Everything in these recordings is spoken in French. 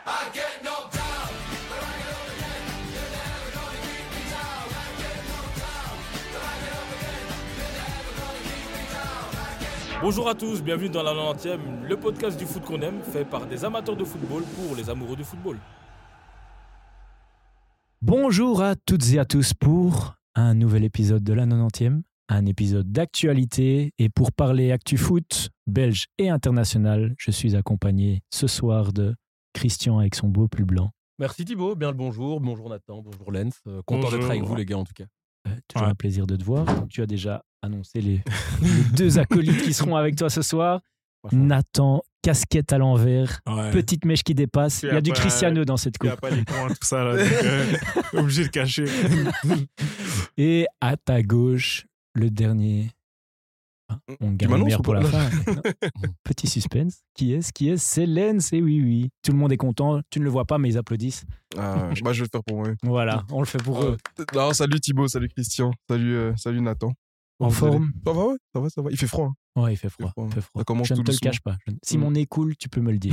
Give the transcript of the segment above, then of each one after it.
Bonjour à tous, bienvenue dans la 90e, le podcast du foot qu'on aime, fait par des amateurs de football pour les amoureux du football. Bonjour à toutes et à tous pour un nouvel épisode de la 90e, un épisode d'actualité. Et pour parler actu foot, belge et international, je suis accompagné ce soir de Christian avec son beau pull blanc. Merci Thibaut, bien le bonjour Nathan, bonjour Lens, content d'être avec vous les gars en tout cas. Toujours un plaisir de te voir. Donc, tu as déjà annoncé les deux acolytes qui seront avec toi ce soir. Nathan, casquette à l'envers, petite mèche qui dépasse. Il y a du Cristiano dans cette coupe. Il n'y a pas les points, tout ça, là, donc, obligé de cacher. Et à ta gauche, le dernier. On garde le meilleur pour la fin. Petit suspense. Qui est-ce C'est Lens. Et oui. Tout le monde est content. Tu ne le vois pas, mais ils applaudissent. Je vais le faire pour moi. Voilà, on le fait pour eux. Non, salut Thibaut, salut Christian, salut Nathan. En forme? Ça va. Il fait froid. Ouais, il fait froid. Ça commence Je ne tout te le doucement. cache pas. Si mon nez coule, tu peux me le dire.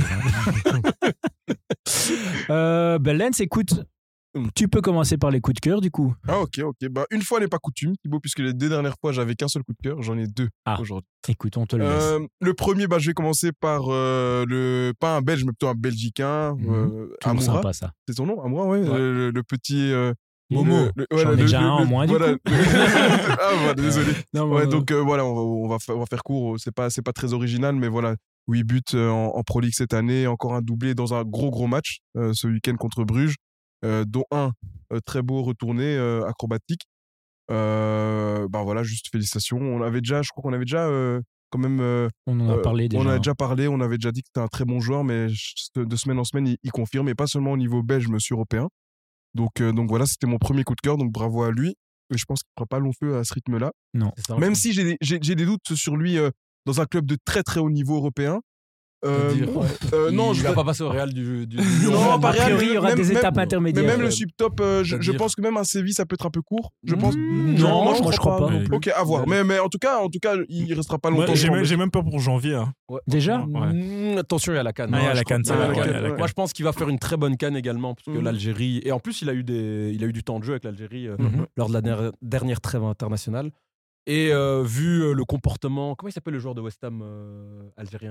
Lens, écoute, tu peux commencer par les coups de cœur du coup. Ah ok. Une fois n'est pas coutume, Thibaut, puisque les deux dernières fois, j'avais qu'un seul coup de cœur. J'en ai deux aujourd'hui. Écoute, on te le laisse. Le premier, je vais commencer par pas un Belge, mais plutôt un Belgicain. Amoura. Sympa, ça. C'est son nom, Amoura, ouais. Le petit... Momo. J'en ai déjà un en moins du coup. Désolé. Non, donc on va faire court. C'est pas très original, mais voilà. 8 buts en Pro League cette année, encore un doublé dans un gros match ce week-end contre Bruges, dont un très beau retourné acrobatique. Juste félicitations. Je crois qu'on avait déjà quand même. On en a parlé déjà. On a déjà parlé, on avait déjà dit que c'était un très bon joueur, mais de semaine en semaine, il confirme, et pas seulement au niveau belge, mais aussi européen. Donc voilà, c'était mon premier coup de cœur, donc bravo à lui. Et je pense qu'il ne fera pas long feu à ce rythme-là. Non. Même si j'ai des doutes sur lui dans un club de très très haut niveau européen. Non, je ne vais pas passer au Real du non, pas Real. Il y aura des étapes intermédiaires. Mais même le subtop, je pense que même un Séville, ça peut être un peu court. Je pense. Non, moi je crois pas. Ok, à voir. Mais en tout cas, il restera pas longtemps. J'ai même pas pour janvier. Hein. Ouais. Déjà attention, il y a la CAN. Il y a la CAN, Moi, je pense qu'il va faire une très bonne CAN également, parce que l'Algérie. Et en plus, il a eu du temps de jeu avec l'Algérie lors de la dernière trêve internationale. Et vu le comportement, comment il s'appelle le joueur de West Ham algérien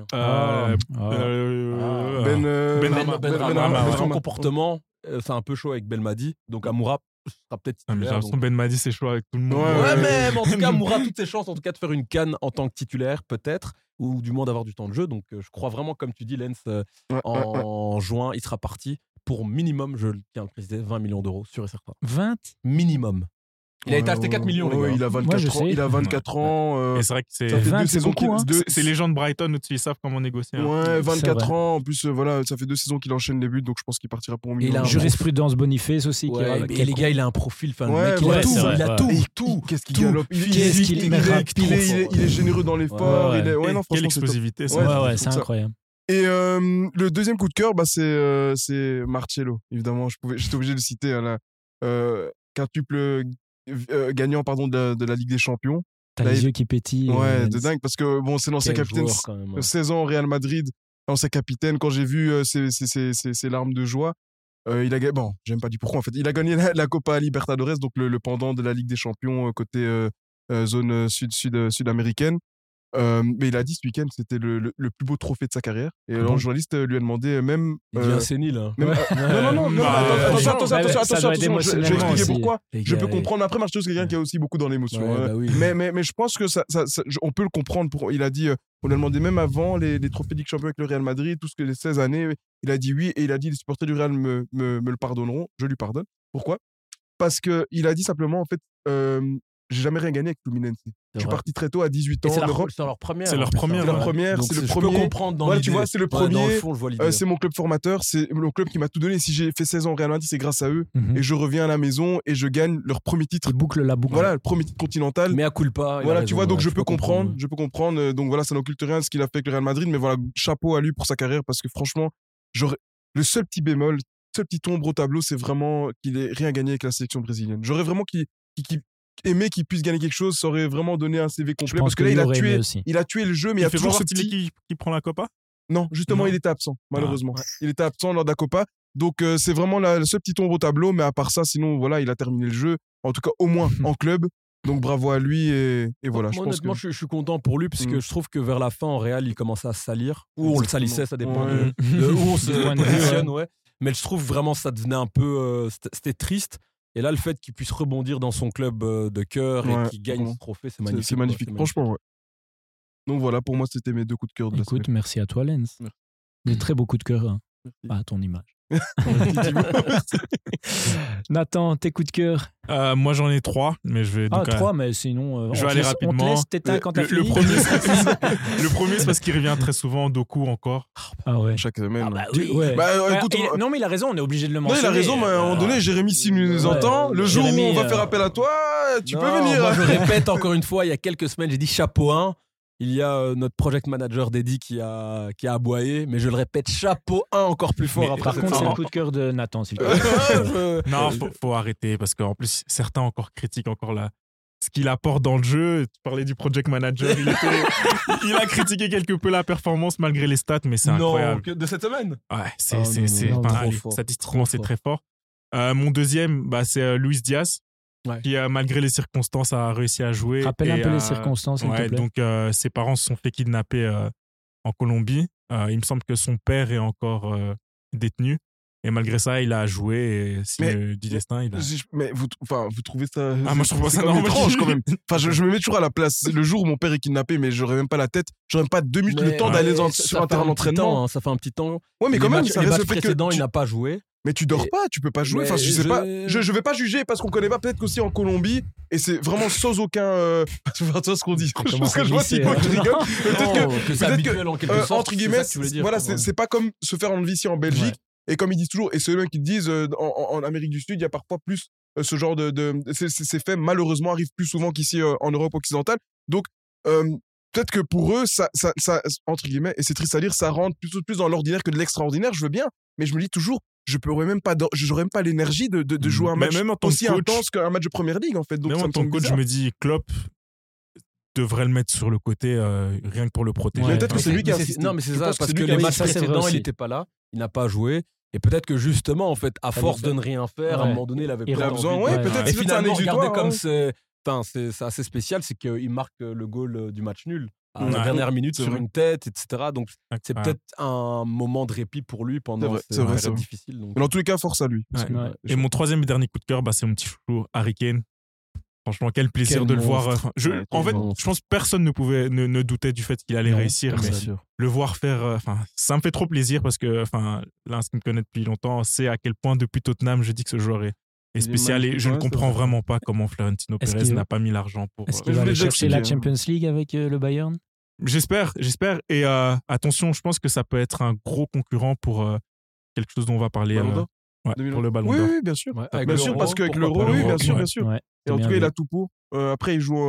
son comportement, c'est un peu chaud avec Belmadi, donc Amoura sera peut-être titulaire. J'ai l'impression que Belmadi c'est chaud avec tout le monde. Mais en tout cas Amoura a toutes ses chances en tout cas de faire une CAN en tant que titulaire peut-être, ou du moins d'avoir du temps de jeu. Donc je crois vraiment, comme tu dis Lens, en juin il sera parti pour minimum, je tiens à le préciser, 20 millions d'euros sûr et certain. 20 minimum. Il a été acheté 4 millions, les gars. Il a 24 ans. Il a 24 ans. Et c'est vrai que c'est 20 saisons beaucoup, hein. C'est les gens de Brighton où ils savent comment négocier. Ouais, 24 ans. En plus, ça fait 2 saisons qu'il enchaîne les buts, donc je pense qu'il partira pour un million. Il a jurisprudence Boniface aussi. Et les gars, il a un profil. Il a tout. Qu'est-ce qu'il galope. Il est généreux dans l'effort. Quelle explosivité. C'est incroyable. Et le deuxième coup de cœur, c'est Marcelo. Évidemment, j'étais obligé de le citer. Quintuple gagnant de la Ligue des Champions. T'as les yeux qui pétillent. Ouais, de dingue, parce que c'est l'ancien capitaine, 16 ans au Real Madrid, l'ancien capitaine. Quand j'ai vu ses larmes de joie, il a gagné. Bon, j'ai même pas dit pourquoi en fait. Il a gagné la Copa Libertadores, donc le pendant de la Ligue des Champions côté zone sud-américaine. Mais il a dit ce week-end c'était le plus beau trophée de sa carrière. Et alors, le journaliste lui a demandé même. Il devient sénile. Hein. Non, attention, je vais expliquer pourquoi. Je peux comprendre. comprendre. Après, Marcelo, c'est quelqu'un qui est aussi beaucoup dans l'émotion. Mais je pense que on peut le comprendre. Il a dit, on lui a demandé même avant les trophées de Ligue Champion avec le Real Madrid, tout ce que les 16 années, il a dit oui. Et il a dit les supporters du Real me le pardonneront. Je lui pardonne. Pourquoi ? Parce qu'il a dit simplement, en fait, j'ai jamais rien gagné avec Fluminense. Je suis parti très tôt à 18 ans. C'est leur première. C'est leur première. C'est le premier. Je peux comprendre dans l'idée. Tu vois, c'est le premier. Dans le fond, je vois l'idée. C'est mon club formateur. C'est le club qui m'a tout donné. Si j'ai fait 16 ans au Real Madrid, c'est grâce à eux. Et je reviens à la maison et je gagne leur premier titre. Ils bouclent la boucle. Voilà, le premier titre continental. Mais à culpa. Voilà, tu vois, donc je peux comprendre. Donc voilà, ça n'occulte rien de ce qu'il a fait avec le Real Madrid. Mais voilà, chapeau à lui pour sa carrière parce que franchement, le seul petit bémol, le seul petit ombre au tableau, c'est vraiment qu'il ait rien gagné avec la sélection brésilienne. J'aurais vraiment aimé qu'il puisse gagner quelque chose, ça aurait vraiment donné un CV complet. Parce que là, il a tué le jeu, mais il y a toujours ce petit... qui prend la Copa. Non, justement, Non. il était absent, malheureusement. ouais. Il était absent lors de la Copa. Donc, c'est vraiment ce petit ombre au tableau. Mais à part ça, sinon, voilà, il a terminé le jeu. En tout cas, au moins en club. Donc, bravo à lui. Et voilà, Moi, honnêtement, je suis content pour lui, parce que je trouve que vers la fin, en Real, il commençait à se salir. Ou on le salissait, ça dépend Ouais. de où on se point de vue, positionne. Ouais. Mais je trouve vraiment ça devenait un peu. C'était triste. Et là, le fait qu'il puisse rebondir dans son club de cœur et Ouais, qu'il gagne vraiment. ce trophée, c'est magnifique. C'est magnifique. Franchement, ouais. Donc, voilà, pour moi, c'était mes 2 coups de cœur de la Écoute, merci à toi, Lens. Merci. Des très beaux coups de cœur. Hein. semaine. Pas à ton image. Nathan, tes coups de cœur? Moi, j'en ai 3, mais je vais. Ah, donc, 3, mais sinon. je vais aller rapidement. On te laisse t'éteindre quand t'as Le fini. premier, le premier, c'est parce qu'il revient très souvent, Doku encore. Ah ouais. Chaque semaine. Ah bah ouais. oui. Ouais. Bah, écoute, Non, mais il a raison, on est obligé de le non, mentionner. il a raison, mais à un moment donné, Jérémy, s'il nous entend, le jour où Jérémy, on va faire appel à toi, tu Non, peux venir. Moi, je répète encore une fois, il y a quelques semaines, j'ai dit chapeau 1. Il y a notre project manager Dédi qui a aboyé, mais je le répète, chapeau 1 encore plus fort Mais après Par cette contre, c'est fin. le coup de cœur de Nathan, s'il te plaît. Non, faut arrêter parce qu'en plus, certains encore critiquent encore ce qu'il apporte dans le jeu. Tu parlais du project manager. Il a critiqué quelque peu la performance malgré les stats, mais c'est incroyable. Non, de cette semaine. Ouais, non, non, enfin, trop allez, fort. statistiquement, Trop c'est fort. très fort. Mon deuxième, c'est Luis Diaz, Ouais. qui, malgré les circonstances, a réussi à jouer. Rappelle un Et, peu les circonstances, s'il te ouais, plaît. donc, ses parents se sont fait kidnapper en Colombie. Il me semble que son père est encore détenu. Et malgré ça, il a joué. Et signe du destin, il a. Mais vous trouvez ça. Ah, moi, je trouve pas c'est ça quand même normal. étrange quand même. Enfin, je me mets toujours à la place. Le jour où mon père est kidnappé, mais j'aurais même pas la tête, j'aurais même pas 2 minutes le temps d'aller sur un terrain d'entraînement. Ça fait un petit temps. Ouais, mais quand même, les ça reste matchs le fait que. précédents, il n'a pas joué. Mais tu dors pas, tu peux pas jouer. Mais Enfin, je sais pas. je- Je vais pas juger parce qu'on connaît pas. Peut-être qu'aussi en Colombie, et c'est vraiment sans aucun. Tu vois ce qu'on dit. Je pense que je vois Thibaut qui rigole. Peut-être que c'est peut-être habituel en quelque sorte. entre guillemets, c'est ça que tu voulais dire, voilà, quoi. c'est pas comme se faire enlever ici en Belgique. Et comme ils disent toujours, et ceux-là qui disent en Amérique du Sud, il y a parfois plus ce genre ces faits malheureusement arrivent plus souvent qu'ici en Europe occidentale. Donc peut-être que pour eux, ça entre guillemets, et c'est triste à dire, ça rentre plus dans l'ordinaire que de l'extraordinaire. Je veux bien, mais je me dis toujours, j'aurais même pas l'énergie de jouer un match Même en tant que aussi coach, intense qu'un match de première ligue en fait. Donc Même ça en me tant semble que coach, je bizarre. me dis, Klopp devrait le mettre sur le côté rien que pour le protéger. Mais peut-être que Mais c'est lui qui a mais assisté. Non, mais c'est Je ça, pense que parce c'est que lui qui a les assisté. matchs Ça, c'est vrai précédents, il aussi. n'était pas là, il n'a pas joué. Et peut-être que justement, en fait, à force de ne rien faire, à un Ouais. moment donné, il avait Il pas a besoin, envie ouais, de- peut-être Et c'est un finalement, exutoire, regardez comme hein. c'est assez spécial, c'est qu'il marque le goal du match nul à la Ouais. dernière minute C'est sur vrai. une tête, etc. Donc c'est Ouais. peut-être un moment de répit pour lui pendant vrai, ces c'est vrai, périodes c'est vrai. difficiles. Donc, Mais dans tous les cas, force à lui. Parce Ouais. que, Ouais. Et mon troisième et dernier coup de cœur, c'est mon petit chouchou, Harry Kane. Franchement, quel plaisir Quel de le voir. monstre. En quel fait, monstre. je pense que personne ne doutait du fait qu'il allait Non, réussir, mais personne. le voir faire, ça me fait trop plaisir parce que, l'un qui me connaît depuis longtemps sait à quel point depuis Tottenham, je dis que ce joueur est Il est spécial et magnifique, je ne ouais, c'est comprends vrai. vraiment pas comment Florentino Est-ce Pérez qu'il- n'a pas mis l'argent pour. Est-ce qu'il je va voulais aller dire chercher que la c'est- Champions League avec le Bayern? J'espère. Et attention, je pense que ça peut être un gros concurrent pour quelque chose dont on va parler. Ballon d'Or Pour le Ballon Oui, d'Or. oui, bien sûr. ouais, avec Bien sûr, l'Euro, parce qu'avec pourquoi l'Euro, pas oui, l'Euro, bien sûr, ouais. bien sûr. Ouais. Et en Bien tout cas, il vu. a tout pour. Après, il joue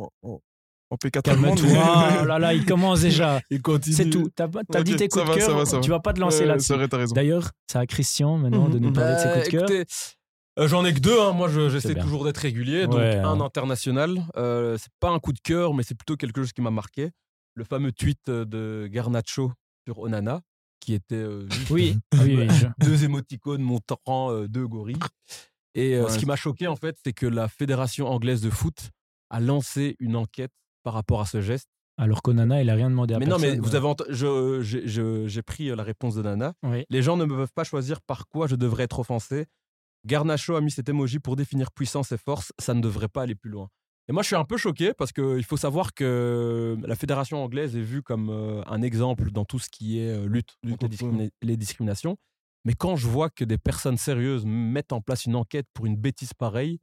en P4 allemande. Calme-toi. Oh là là, il commence déjà. Il continue. C'est tout. T'as dit Ok, tes coups ça de va, ça cœur. va, ça va. Tu vas pas te lancer là-dessus. C'est vrai, t'as raison. D'ailleurs, c'est à Christian maintenant de nous parler de ses coups de cœur. Écoutez, j'en ai que 2. Moi, j'essaie bien. toujours d'être régulier. Donc, Ouais, un hein. international. C'est pas un coup de cœur, mais c'est plutôt quelque chose qui m'a marqué. Le fameux tweet de Garnacho sur Onana, qui était juste Oui, oui. 2 émoticônes montrant 2 gorilles. Et Ouais. ce qui m'a choqué, en fait, c'est que la Fédération anglaise de foot a lancé une enquête par rapport à ce geste. Alors qu'Onana, il a rien demandé à Mais non, personne. mais vous avez j'ai pris la réponse de Nana. Oui. Les gens ne peuvent pas choisir par quoi je devrais être offensé. Garnacho a mis cet emoji pour définir puissance et force. Ça ne devrait pas aller plus loin. Et moi, je suis un peu choqué parce qu'il faut savoir que la fédération anglaise est vue comme un exemple dans tout ce qui est lutte contre les discriminations. Mais quand je vois que des personnes sérieuses mettent en place une enquête pour une bêtise pareille,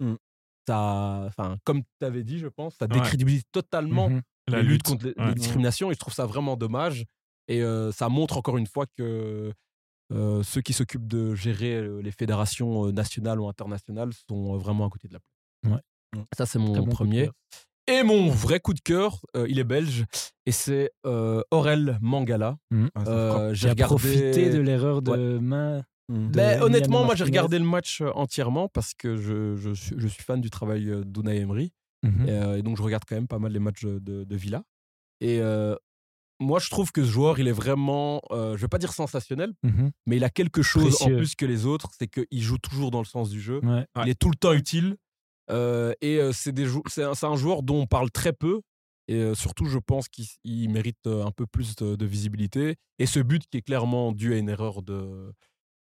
comme tu avais dit, je pense, ça décrédibilise totalement Mhm. La lutte contre les ouais. discriminations. Et je trouve ça vraiment dommage. Et ça montre encore une fois que ceux qui s'occupent de gérer les fédérations nationales ou internationales sont vraiment à côté de la plaque. Ouais. Ça, c'est Très mon bon coup de premier. cœur. Et mon vrai coup de cœur, il est belge. Et c'est Aurel Mangala. J'ai profité de l'erreur de main. Mais honnêtement, Emiliano moi, j'ai Martinez. regardé le match entièrement parce que je suis fan du travail d'Unai Emery. Mhm. Et donc, je regarde quand même pas mal les matchs de Villa. Et moi, je trouve que ce joueur, il est vraiment, je vais pas dire sensationnel, Mhm. mais il a quelque chose Précieux. en plus que les autres, c'est qu'il joue toujours dans le sens du jeu. Ouais. Il est tout le temps utile. C'est un joueur dont on parle très peu. Et surtout, je pense qu'il mérite un peu plus de visibilité. Et ce but qui est clairement dû à une erreur de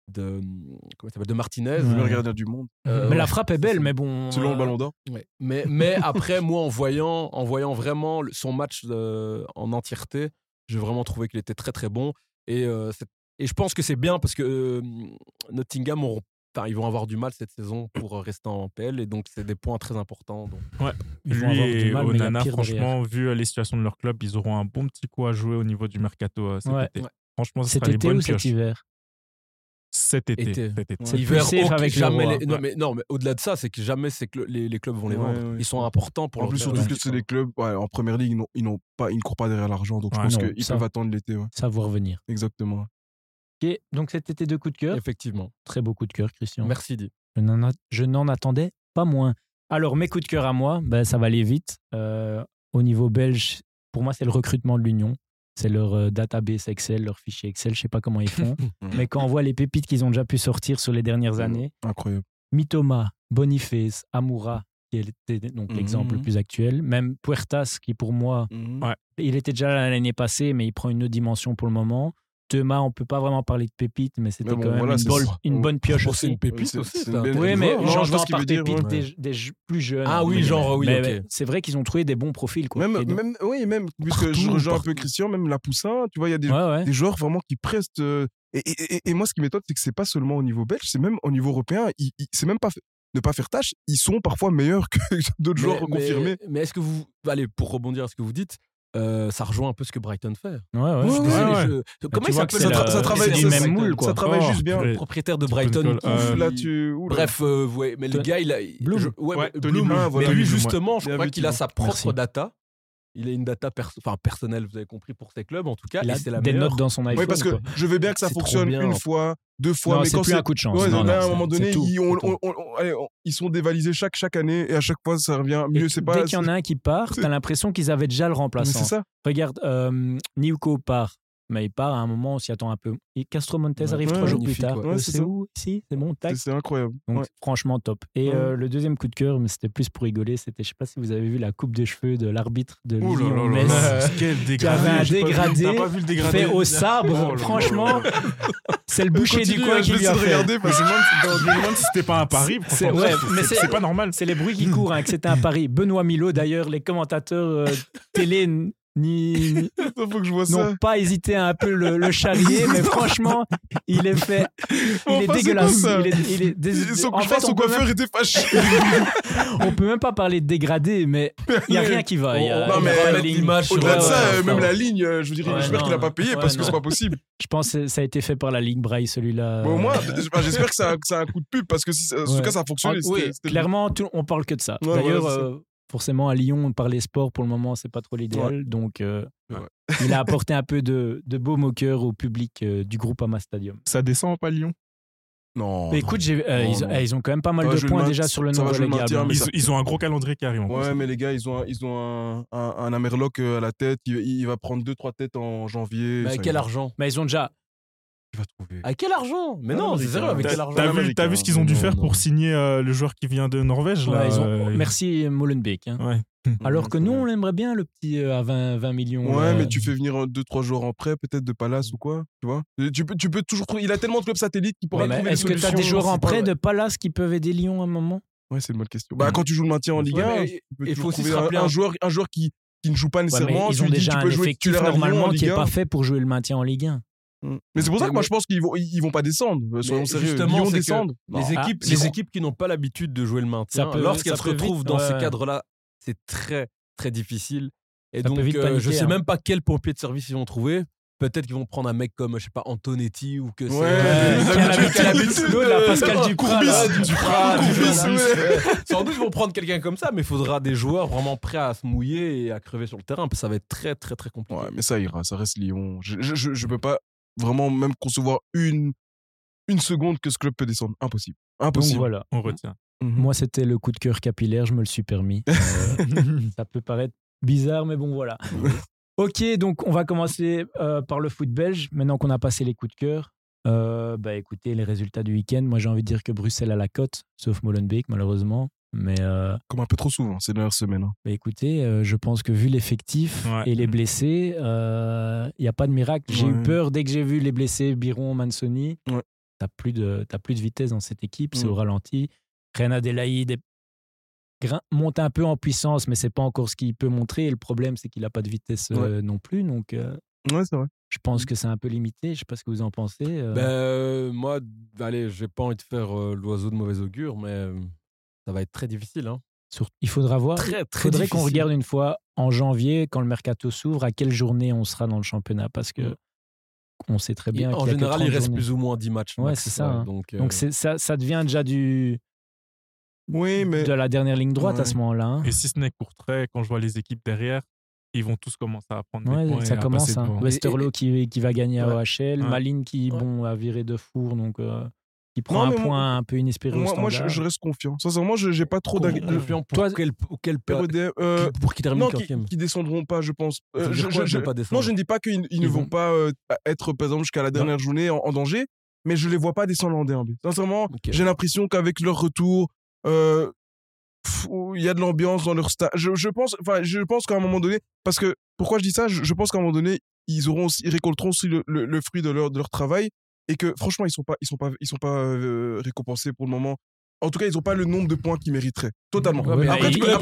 Martinez. Le meilleur gardien du monde. Mais la frappe est belle, mais bon. Selon le Ballon d'Or. Ouais. Mais après, moi, en voyant vraiment son match en entièreté, j'ai vraiment trouvé qu'il était très très bon. Et je pense que c'est bien parce que Nottingham ils vont avoir du mal cette saison pour rester en PL, et donc c'est des points très importants. Donc. Ouais. Ils vont Lui avoir du et mal, mais il y a Onana, pire franchement, vu les situations de leur club, ils auront un bon petit coup à jouer au niveau du mercato cet Ouais. été. Ouais. Franchement, ce Cet sera les été bonnes ou cet pioches. hiver? Cet été. Été. Cet été. C'est plus Hiver, safe avec jamais l'Euro, non, mais au-delà de ça, c'est que jamais les clubs vont les Ouais, vendre. ouais. Ils sont importants pour En leur plus, surtout carrière. que c'est des clubs en première ligue, ils ne courent pas derrière l'argent. Donc je Ouais, pense non, qu'ils ça. peuvent attendre l'été. Ouais. Ça va revenir. Exactement. Ok, donc cet été de coup de cœur. Effectivement. Très beau coup de cœur, Christian. Merci, Di. Je n'en attendais pas moins. Alors, mes coups de cœur à moi, ça va aller vite. Au niveau belge, pour moi, c'est le recrutement de l'Union. C'est leur database Excel, leur fichier Excel, je ne sais pas comment ils font. Mais quand on voit les pépites qu'ils ont déjà pu sortir sur les dernières années, Incroyable. Mitoma, Boniface, Amoura, qui était donc l'exemple le plus actuel, même Puertas, qui pour moi, Ouais. il était déjà là l'année passée, mais il prend une autre dimension pour le moment. Thomas, on ne peut pas vraiment parler de pépite, mais c'était Mais bon, quand même voilà, une bonne pioche C'est aussi. une pépite C'est- aussi. c'est ça. une belle- Oui, mais Non, genre, je je vois vois ce qu'il par veut dire, pépites ouais. des plus jeunes. Ah oui, genre, oui, Mais ok. c'est vrai qu'ils ont trouvé des bons profils. Quoi. Et donc- Même, puisque je rejoins un peu Christian, même la Poussin, tu vois, il y a des joueurs vraiment qui prestent. Et moi, ce qui m'étonne, c'est que c'est pas seulement au niveau belge, c'est même au niveau européen. C'est même pas ne pas faire tâche, ils sont parfois meilleurs que d'autres joueurs confirmés. Mais est-ce que vous. Allez, pour rebondir à ce que vous dites, ça rejoint un peu ce que Brighton fait. Ouais. Je suis désolé, ouais. comment tu il vois que s'appelle c'est ça travaille du même moule, quoi. Ça travaille Oh, juste bien. purée. le propriétaire de Brighton. Stephen Là, oula. Bref, ouais, mais le Ton- gars, il a. Bloom. Ouais, Tony Bloom. Bloom, voilà. Mais lui, Bloom, ouais. justement, je Bien crois vu, qu'il a Thibaut. sa propre Merci. data. Il a une data personnelle, vous avez compris, pour ses clubs en tout cas. Il Et a c'est la des meilleure. notes dans son iPhone. Oui, parce que quoi. je veux bien que ça C'est trop fonctionne bien. une fois, 2 fois, Non, mais c'est quand plus c'est. un coup de chance. Ouais, Non, là, à un c'est- moment c'est donné, tout. ils sont dévalisés chaque année et à chaque fois, ça revient mieux. C'est pas. Dès qu'il y en a un qui part, t'as l'impression qu'ils avaient déjà le Mais remplaçant. c'est ça. Regarde, Niuko part. Mais il part à un moment, on s'y attend un peu. Et Castro Montes arrive 3 jours plus magnifique, tard. ouais. Ouais, c'est C'est ça. où ici C'est bon, tac. C'est incroyable. Donc Ouais. franchement top. Et Ouais. le deuxième coup de cœur, mais c'était plus pour rigoler, c'était, je sais pas si vous avez vu la coupe de cheveux de l'arbitre de Ouh là là là Lyon-Metz là. Quel qui dégradé. avait un J'ai pas vu- dégradé T'as pas vu le dégradé fait au sabre. Oh là là. Franchement, c'est le boucher du Continue, coin je qui vais lui a essayer de fait. regarder parce que Je me demande si c'était pas un pari. C'est- franchement. ouais, mais C'est pas normal. C'est les bruits qui courent, hein, que c'était un pari. Benoît Milot, d'ailleurs, les commentateurs télé il faut que je vois ça. n'ont pas hésité à un peu le charrier, mais franchement, il est fait. Il est Enfin, c'est dégueulasse. quoi ça Il est Je en pense fait, que son coiffeur était fâché. on peut même pas parler de dégradé, mais il n'y a rien qui va. Il y a- Non, il y a mais pas de mettre ligne. l'image sur- Au-delà de Ouais, ça, ouais, même ouais. la ligne, je veux dire, Ouais, j'espère qu'il non. a pas payé Ouais, parce que c'est non. pas possible. Je pense que ça a été fait par la Ligue Braille, celui-là. Bon, au moins, j'espère que ça a un coup de pub parce que en tout Ouais. cas, ça a fonctionné. Ah, oui, c'était- clairement, on parle que de ça. Ouais, D'ailleurs, voilà, c'est ça. forcément, à Lyon, on parlait sport pour le moment, c'est pas trop l'idéal. Donc, il a apporté un peu de baume au cœur au public du groupe Ama Stadium. Ça descend pas Lyon. Non. Mais écoute, non. ils ont quand même pas mal Ça va de jouer points le déjà maintien- sur le ça non va jouer le relégable. maintien, mais ça- Ils ont un gros calendrier qui arrive en plus. Ouais, mais les gars, ils ont un Amerloc à la tête. Il va prendre 2-3 têtes en janvier. Mais à Ça, quel il- argent Mais ils ont déjà. Il va trouver. À quel argent Mais Ah, non, c'est Américain. sérieux, avec T'as- quel argent T'as Américain. vu ce qu'ils ont dû Non, faire non. pour signer le joueur qui vient de Norvège là, Ouais, ils ont- Merci Molenbeek. Hein. Ouais. Alors que c'est nous, vrai. on aimerait bien le petit à 20 millions. Ouais, là. mais tu fais venir 2-3 joueurs en prêt, peut-être de Palace ou quoi, tu vois. Tu peux toujours trouver. Il a tellement de clubs satellites qu'il pourra Ouais, mais trouver est-ce des que tu as solutions. des joueurs en C'est pas- prêt de Palace qui peuvent aider Lyon à un moment? Ouais, c'est une bonne question. Bah, quand tu joues le maintien en Ligue Ouais, 1, mais tu peux il faut toujours aussi trouver se rappeler un joueur qui ne joue pas Ouais, mais nécessairement. ils tu ont lui dis, déjà tu un peux jouer effectif titulaire à Lyon en normalement qui Ligue n'est 1. pas fait pour jouer le maintien en Ligue 1. Mais c'est pour ça que moi Mais- je pense qu'ils vont pas descendre. Soyons Mais sérieux. justement, Lyon c'est que descendre. Les équipes qui n'ont pas l'habitude de jouer le maintien, Ça peut- lorsqu'elles ça se peut retrouvent vite, dans ces ouais. cadres-là, c'est très, très difficile. Et Ça peut donc, vite je paniquer, sais hein. même pas quel pompier de service ils vont trouver. Peut-être qu'ils vont prendre un mec comme, je sais pas, Antonetti ou que c'est. Qui a l'habitude, l'autre, là, Pascal Duprat, là. Duprat, Courbis, Sans doute, ils vont prendre quelqu'un comme ça, mais il faudra des joueurs vraiment prêts à se mouiller et à crever sur le terrain. Parce que ça va être très, très, très compliqué. Ouais, mais ça ira, ça reste Lyon. Je peux pas vraiment même concevoir une seconde que ce club peut descendre. Impossible. Donc Impossible. voilà. On retient. Mhm. Moi, c'était le coup de cœur capillaire, je me le suis permis. Ça peut paraître bizarre, mais bon, voilà. Ok, donc on va commencer par le foot belge. Maintenant qu'on a passé les coups de cœur, écoutez, les résultats du week-end. Moi, j'ai envie de dire que Bruxelles a la cote, sauf Molenbeek, malheureusement. Mais comme un peu trop souvent ces dernières semaines. Écoutez, je pense que vu l'effectif et les blessés, il n'y a pas de miracle. J'ai eu peur dès que j'ai vu les blessés, Biron, Mansoni. T'as plus de vitesse dans cette équipe, c'est au ralenti. Reine Adélaïde monte un peu en puissance, mais c'est pas encore ce qu'il peut montrer. Et le problème, c'est qu'il n'a pas de vitesse non plus. Donc, c'est vrai. Je pense que c'est un peu limité. Je sais pas ce que vous en pensez. Moi, allez, j'ai pas envie de faire l'oiseau de mauvais augure, mais ça va être très difficile. Hein. Il faudra voir. Très, Il très faudrait difficile. qu'on regarde une fois en janvier, quand le mercato s'ouvre, à quelle journée on sera dans le championnat. Parce que on sait très bien en général, il reste plus ou moins 10 matchs. Ouais, c'est ça. Hein. Donc ça devient déjà de la dernière ligne droite à ce moment-là. Hein. Et si ce n'est Courtrai, quand je vois les équipes derrière, ils vont tous commencer à prendre des points. Ça commence. Hein. Westerlo qui va gagner à OHL, Malines qui a viré de four, donc qui prend un point un peu inespéré au standard. Moi, je reste confiant. Sincèrement, j'ai pas trop confiant pour quelle période pour qui termine quatrième. Qui descendront pas, je pense. Pas non, je ne dis pas qu'ils ne vont pas être, par exemple, jusqu'à la dernière journée en danger, mais je les vois pas descendre en D1B. Sincèrement, j'ai l'impression qu'avec leur retour, il y a de l'ambiance dans leur stade. Je pense qu'à un moment donné, parce que pourquoi je dis ça, je pense qu'à un moment donné, ils récolteront aussi le fruit de leur travail. Et que franchement, ils sont pas récompensés pour le moment. En tout cas, ils n'ont pas le nombre de points qu'ils mériteraient. Totalement. Après, tu peux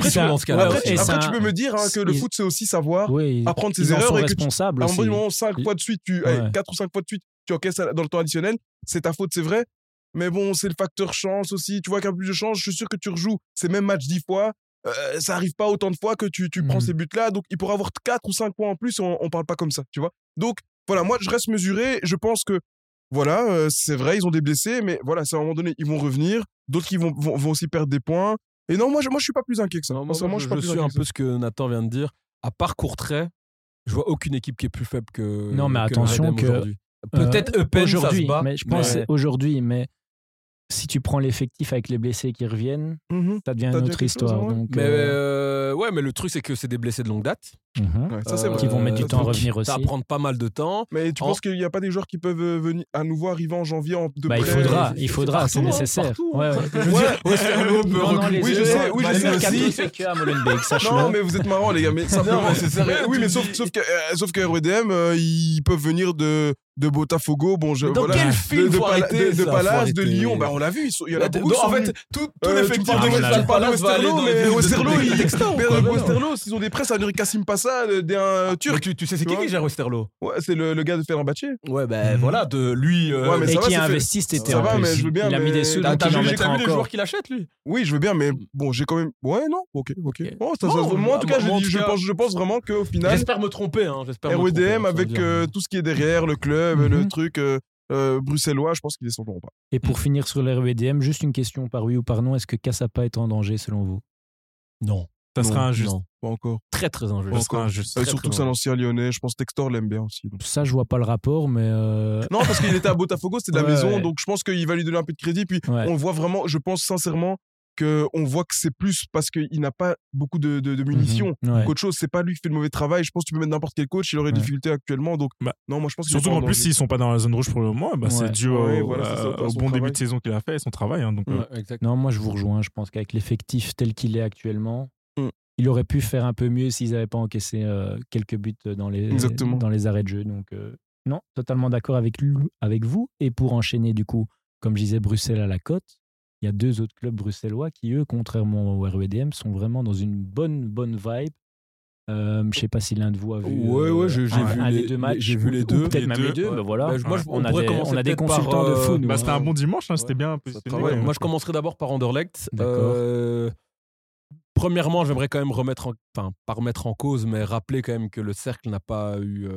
me dire que le foot, c'est aussi savoir apprendre ses erreurs. Ils sont responsables. À un moment, 4 ou 5 fois de suite, tu encaisses dans le temps additionnel. C'est ta faute, c'est vrai. Mais bon, c'est le facteur chance aussi. Tu vois qu'un plus de chance, je suis sûr que tu rejoues ces mêmes matchs 10 fois. Ça n'arrive pas autant de fois que tu prends ces buts-là. Donc, il pourra avoir 4 ou 5 points en plus. On ne parle pas comme ça, tu vois. Donc, voilà, moi, je reste mesuré. Je pense que voilà, c'est vrai, ils ont des blessés, mais voilà, c'est à un moment donné, ils vont revenir. D'autres qui vont aussi perdre des points. Et non, moi, je suis pas plus inquiet que ça. Non, je suis un peu ce que Nathan vient de dire. À part Courtrai, je vois aucune équipe qui est plus faible que. Non, mais attention que peut-être Eupen, aujourd'hui, ça se bat. Mais je pense aujourd'hui, mais si tu prends l'effectif avec les blessés qui reviennent, ça devient une autre histoire. Donc, mais mais le truc, c'est que c'est des blessés de longue date. Ça, c'est vrai. Qui vont mettre du temps à revenir aussi. Ça va prendre pas mal de temps. Mais tu penses qu'il n'y a pas des joueurs qui peuvent venir à nouveau arriver en janvier de près? Il faudra, c'est nécessaire. Westerlo peut recruter. Oui, je sais. Oui, je sais aussi. C'est que à Molenbeek, sache-le. Non, mais vous êtes marrants, les gars. Mais simplement, c'est sérieux. Oui, mais sauf que RWDM, ils peuvent venir de Botafogo, quel film de Palace, de Lyon, on l'a vu, il y en a beaucoup. En fait, tout l'effectif de Palace va aller mais Westerlo, s'ils ont des prêts, ça veut dire Kassim Passa, un turc. Tu sais c'est qui gère Westerlo? Ouais, c'est le gars de Fenerbahçe. Ouais, voilà, de lui. Et qui a investi cet été. Ça va, mais je veux bien. Il a mis des sous, donc il en mettra encore. Les joueurs qu'il achète, lui? Oui, je veux bien, mais bon, j'ai quand même. Ouais, non, ok. Moi, en tout cas, je pense vraiment qu'au final. J'espère me tromper. RWDM, avec tout ce qui est derrière, le club, le truc bruxellois, je pense qu'ils descendront pas. Et pour finir sur l'RWDM, juste une question par oui ou par non, est-ce que Cassapa est en danger selon vous? Non. Ça sera injuste. Non, pas encore. Très, très injuste. Surtout que c'est un ancien lyonnais. Je pense que Textor l'aime bien aussi. Donc. Ça, je vois pas le rapport, mais. Non, parce qu'il était à Botafogo, c'était de la maison. Donc je pense qu'il va lui donner un peu de crédit. Puis on voit vraiment, je pense sincèrement, qu'on voit que c'est plus parce qu'il n'a pas beaucoup de munitions qu'autre chose. C'est pas lui qui fait le mauvais travail. Je pense que tu peux mettre n'importe quel coach, il aurait des difficultés actuellement. Donc, non, moi je pense surtout en plus, s'ils sont pas dans la zone rouge pour le moment, c'est dû au bon début de saison qu'il a fait et son travail. Hein, donc, non, moi je vous rejoins. Je pense qu'avec l'effectif tel qu'il est actuellement, il aurait pu faire un peu mieux s'ils n'avaient pas encaissé quelques buts dans les arrêts de jeu. Donc, non, totalement d'accord avec vous. Et pour enchaîner, du coup, comme je disais, Bruxelles à la cote. Il y a 2 autres clubs bruxellois qui, eux, contrairement au RWDM, sont vraiment dans une bonne vibe. Je ne sais pas si l'un de vous a vu j'ai vu les 2 matchs. J'ai vu les 2. Peut-être même les 2. Voilà. On a des consultants de foot. C'était un bon dimanche, c'était bien. Moi, je commencerai d'abord par Anderlecht. Premièrement, j'aimerais quand même pas remettre en cause, mais rappeler quand même que le Cercle n'a pas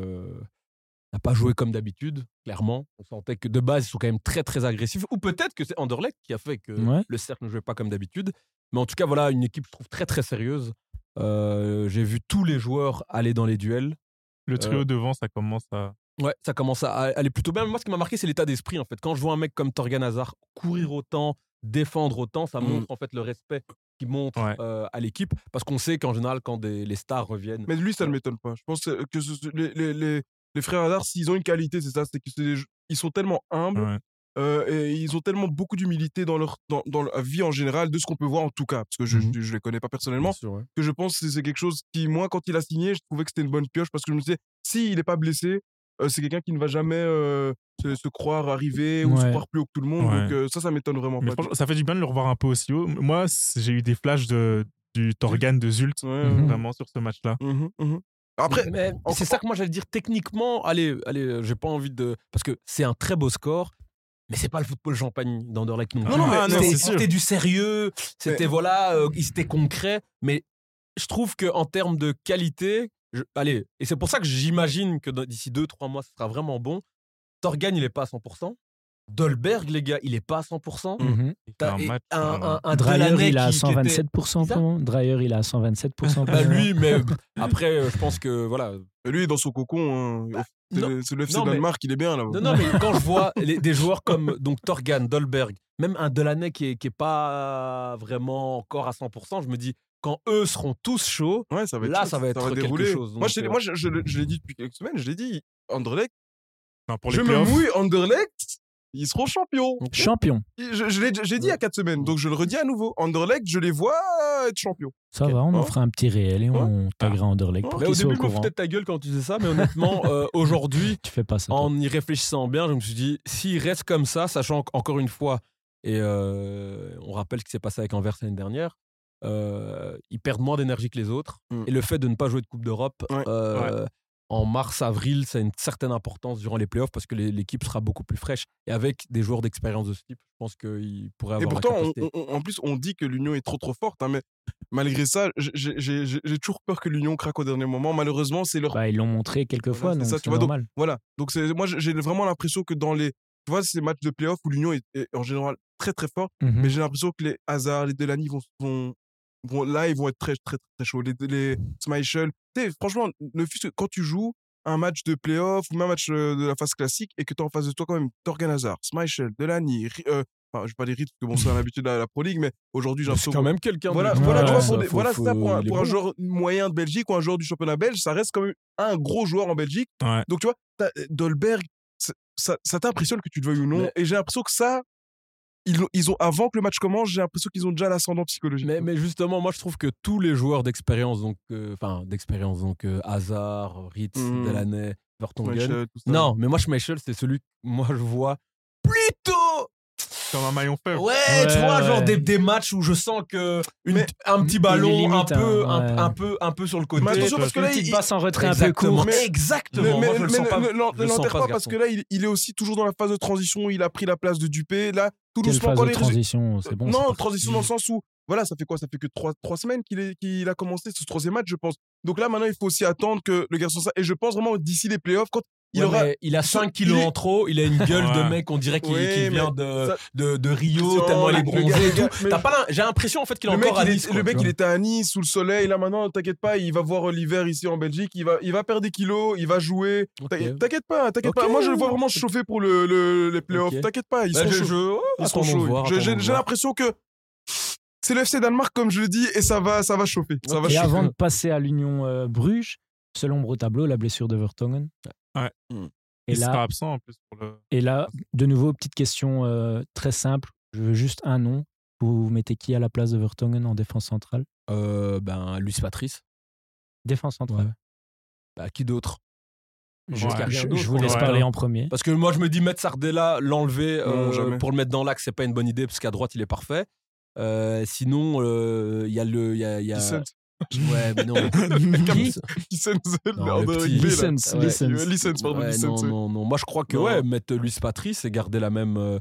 joué comme d'habitude, clairement. On sentait que de base, ils sont quand même très, très agressifs. Ou peut-être que c'est Anderlecht qui a fait que le Cercle ne jouait pas comme d'habitude. Mais en tout cas, voilà, une équipe, je trouve, très, très sérieuse. J'ai vu tous les joueurs aller dans les duels. Le trio devant, ça commence à... Ouais, ça commence à aller plutôt bien. Mais moi, ce qui m'a marqué, c'est l'état d'esprit, en fait. Quand je vois un mec comme Torgan Hazard courir autant, défendre autant, ça montre, en fait, le respect qu'il montre à l'équipe, parce qu'on sait qu'en général, quand les stars reviennent... Mais lui, ça ne m'étonne pas. Je pense que les frères Hazard, s'ils ont une qualité, c'est ça, c'est qu'ils sont tellement humbles et ils ont tellement beaucoup d'humilité dans leur vie en général, de ce qu'on peut voir en tout cas, parce que je ne les connais pas personnellement, sûr, que je pense que c'est quelque chose qui, moi, quand il a signé, je trouvais que c'était une bonne pioche, parce que je me disais, s'il n'est pas blessé, c'est quelqu'un qui ne va jamais se croire arriver ou se croire plus haut que tout le monde. Donc ça m'étonne vraiment pas. Ça fait du bien de le revoir un peu aussi haut. Moi, j'ai eu des flashs du Torgan de Zult, vraiment sur ce match-là. Après, c'est ça que moi j'allais dire techniquement. Allez, j'ai pas envie de... Parce que c'est un très beau score, mais c'est pas le football champagne d'Anderlecht non plus. Non, c'était du sérieux, c'était c'était concret, mais je trouve qu'en termes de qualité... et c'est pour ça que j'imagine que d'ici 2-3 mois, ça sera vraiment bon. Torgan, il est pas à 100%. Dolberg, les gars, il est pas à 100%. Un Dreyer, il est à 127%. Dreyer, il est à 127%. Lui, mais après, je pense que voilà. Lui, dans son cocon, c'est le FC Danemark, il est bien là. Non, mais quand je vois des joueurs comme donc Torgan, Dolberg, même un Delaney qui est pas vraiment encore à 100%, je me dis, quand eux seront tous chauds, ça va être quelque chose. Moi, je l'ai dit depuis quelques semaines, Anderlecht. Je me mouille, Anderlecht, ils seront champions. Champions. J'ai dit il y a 4 semaines, donc je le redis à nouveau. Anderlecht, je les vois être champions. Ça va, on en fera un petit réel et on taguera Anderlecht pour qu'ils soient au courant. Au début, je me foutais de ta gueule quand tu disais ça, mais honnêtement, aujourd'hui, tu fais pas ça, en y réfléchissant bien, je me suis dit, s'il reste comme ça, sachant qu'encore une fois, et on rappelle ce qui s'est passé avec Anvers l'année dernière, ils perdent moins d'énergie que les autres. Et le fait de ne pas jouer de Coupe d'Europe, en mars-avril, ça a une certaine importance durant les playoffs parce que l'équipe sera beaucoup plus fraîche. Et avec des joueurs d'expérience de ce type, je pense qu'ils pourraient avoir la capacité. Et pourtant, en plus, on dit que l'Union est trop forte. Hein, mais malgré ça, j'ai toujours peur que l'Union craque au dernier moment. Malheureusement, c'est leur... ils l'ont montré quelques fois, donc c'est normal. Donc, voilà. Donc, moi, j'ai vraiment l'impression que dans les... Tu vois, ces matchs de playoffs où l'Union est en général très, très forte, mais j'ai l'impression que les Hazard, les Delaney là, ils vont être très, très, très chauds. Les Schmeichel. Franchement, ne fût-ce que quand tu joues un match de play-off ou même un match de la phase classique et que tu as en face de toi quand même Torgan Hazard, Schmeichel, Delaney, je vais pas les rythmes parce que c'est l'habitude de la Pro League, mais aujourd'hui, j'ai l'impression. C'est quand même quelqu'un. Voilà, ça pour un joueur moyen de Belgique ou un joueur du championnat belge, ça reste quand même un gros joueur en Belgique. Ouais. Donc, tu vois, Dolberg, ça t'impressionne que tu le veuilles ou non. Et j'ai l'impression que ça. Ils ont, avant que le match commence, j'ai l'impression qu'ils ont déjà l'ascendant psychologique. Mais justement, moi je trouve que tous les joueurs d'expérience, donc Hazard, Ritz, Delaney, Vertonghen. Non, mais moi Schmeichel, c'est celui que moi je vois plutôt comme un maillon faible. Ouais, tu vois, genre des matchs où je sens que un petit ballon un peu sur le côté. Mais attention parce que là il passe en retrait un peu court. Exactement. Mais ne l'enterre pas parce que là il est aussi toujours dans la phase de transition, il a pris la place de Dupé là tout doucement. Quelle phase de transition, c'est bon. Non, transition dans le sens où voilà, ça fait quoi? Ça fait que 3 semaines qu'il a commencé ce 3e match, je pense. Donc là maintenant, il faut aussi attendre que le garçon ça et je pense vraiment d'ici les playoffs quand il a 5 kilos en trop, il a une gueule de mec, on dirait qu'il vient de Rio, tellement il est bronzé et tout. J'ai l'impression en fait qu'il est encore à Nice. Le mec, il était à Nice, sous le soleil, là maintenant, t'inquiète pas, il va voir l'hiver ici en Belgique, il va perdre des kilos, il va jouer. T'inquiète pas. Moi, je le vois vraiment se chauffer pour les playoffs. T'inquiète pas, ils sont chauds. J'ai l'impression que c'est le FC Danemark, comme je le dis, et ça va chauffer. Et avant de passer à l'Union Bruges, seul ombre au tableau, la blessure de Vertonghen. Ouais. Il sera absent en plus pour le... Et là, de nouveau, petite question très simple. Je veux juste un nom. Vous mettez qui à la place de Vertonghen en défense centrale? Luis Patrice. Défense centrale. Qui d'autre? Je vous laisse parler en premier. Parce que moi, je me dis mettre Sardella, l'enlever pour le mettre dans l'axe, c'est pas une bonne idée parce qu'à droite, il est parfait. Sinon, il y a Ouais, mais non. Licence, pardon. Non. Moi, je crois que mettre Luis Patrice et garder la même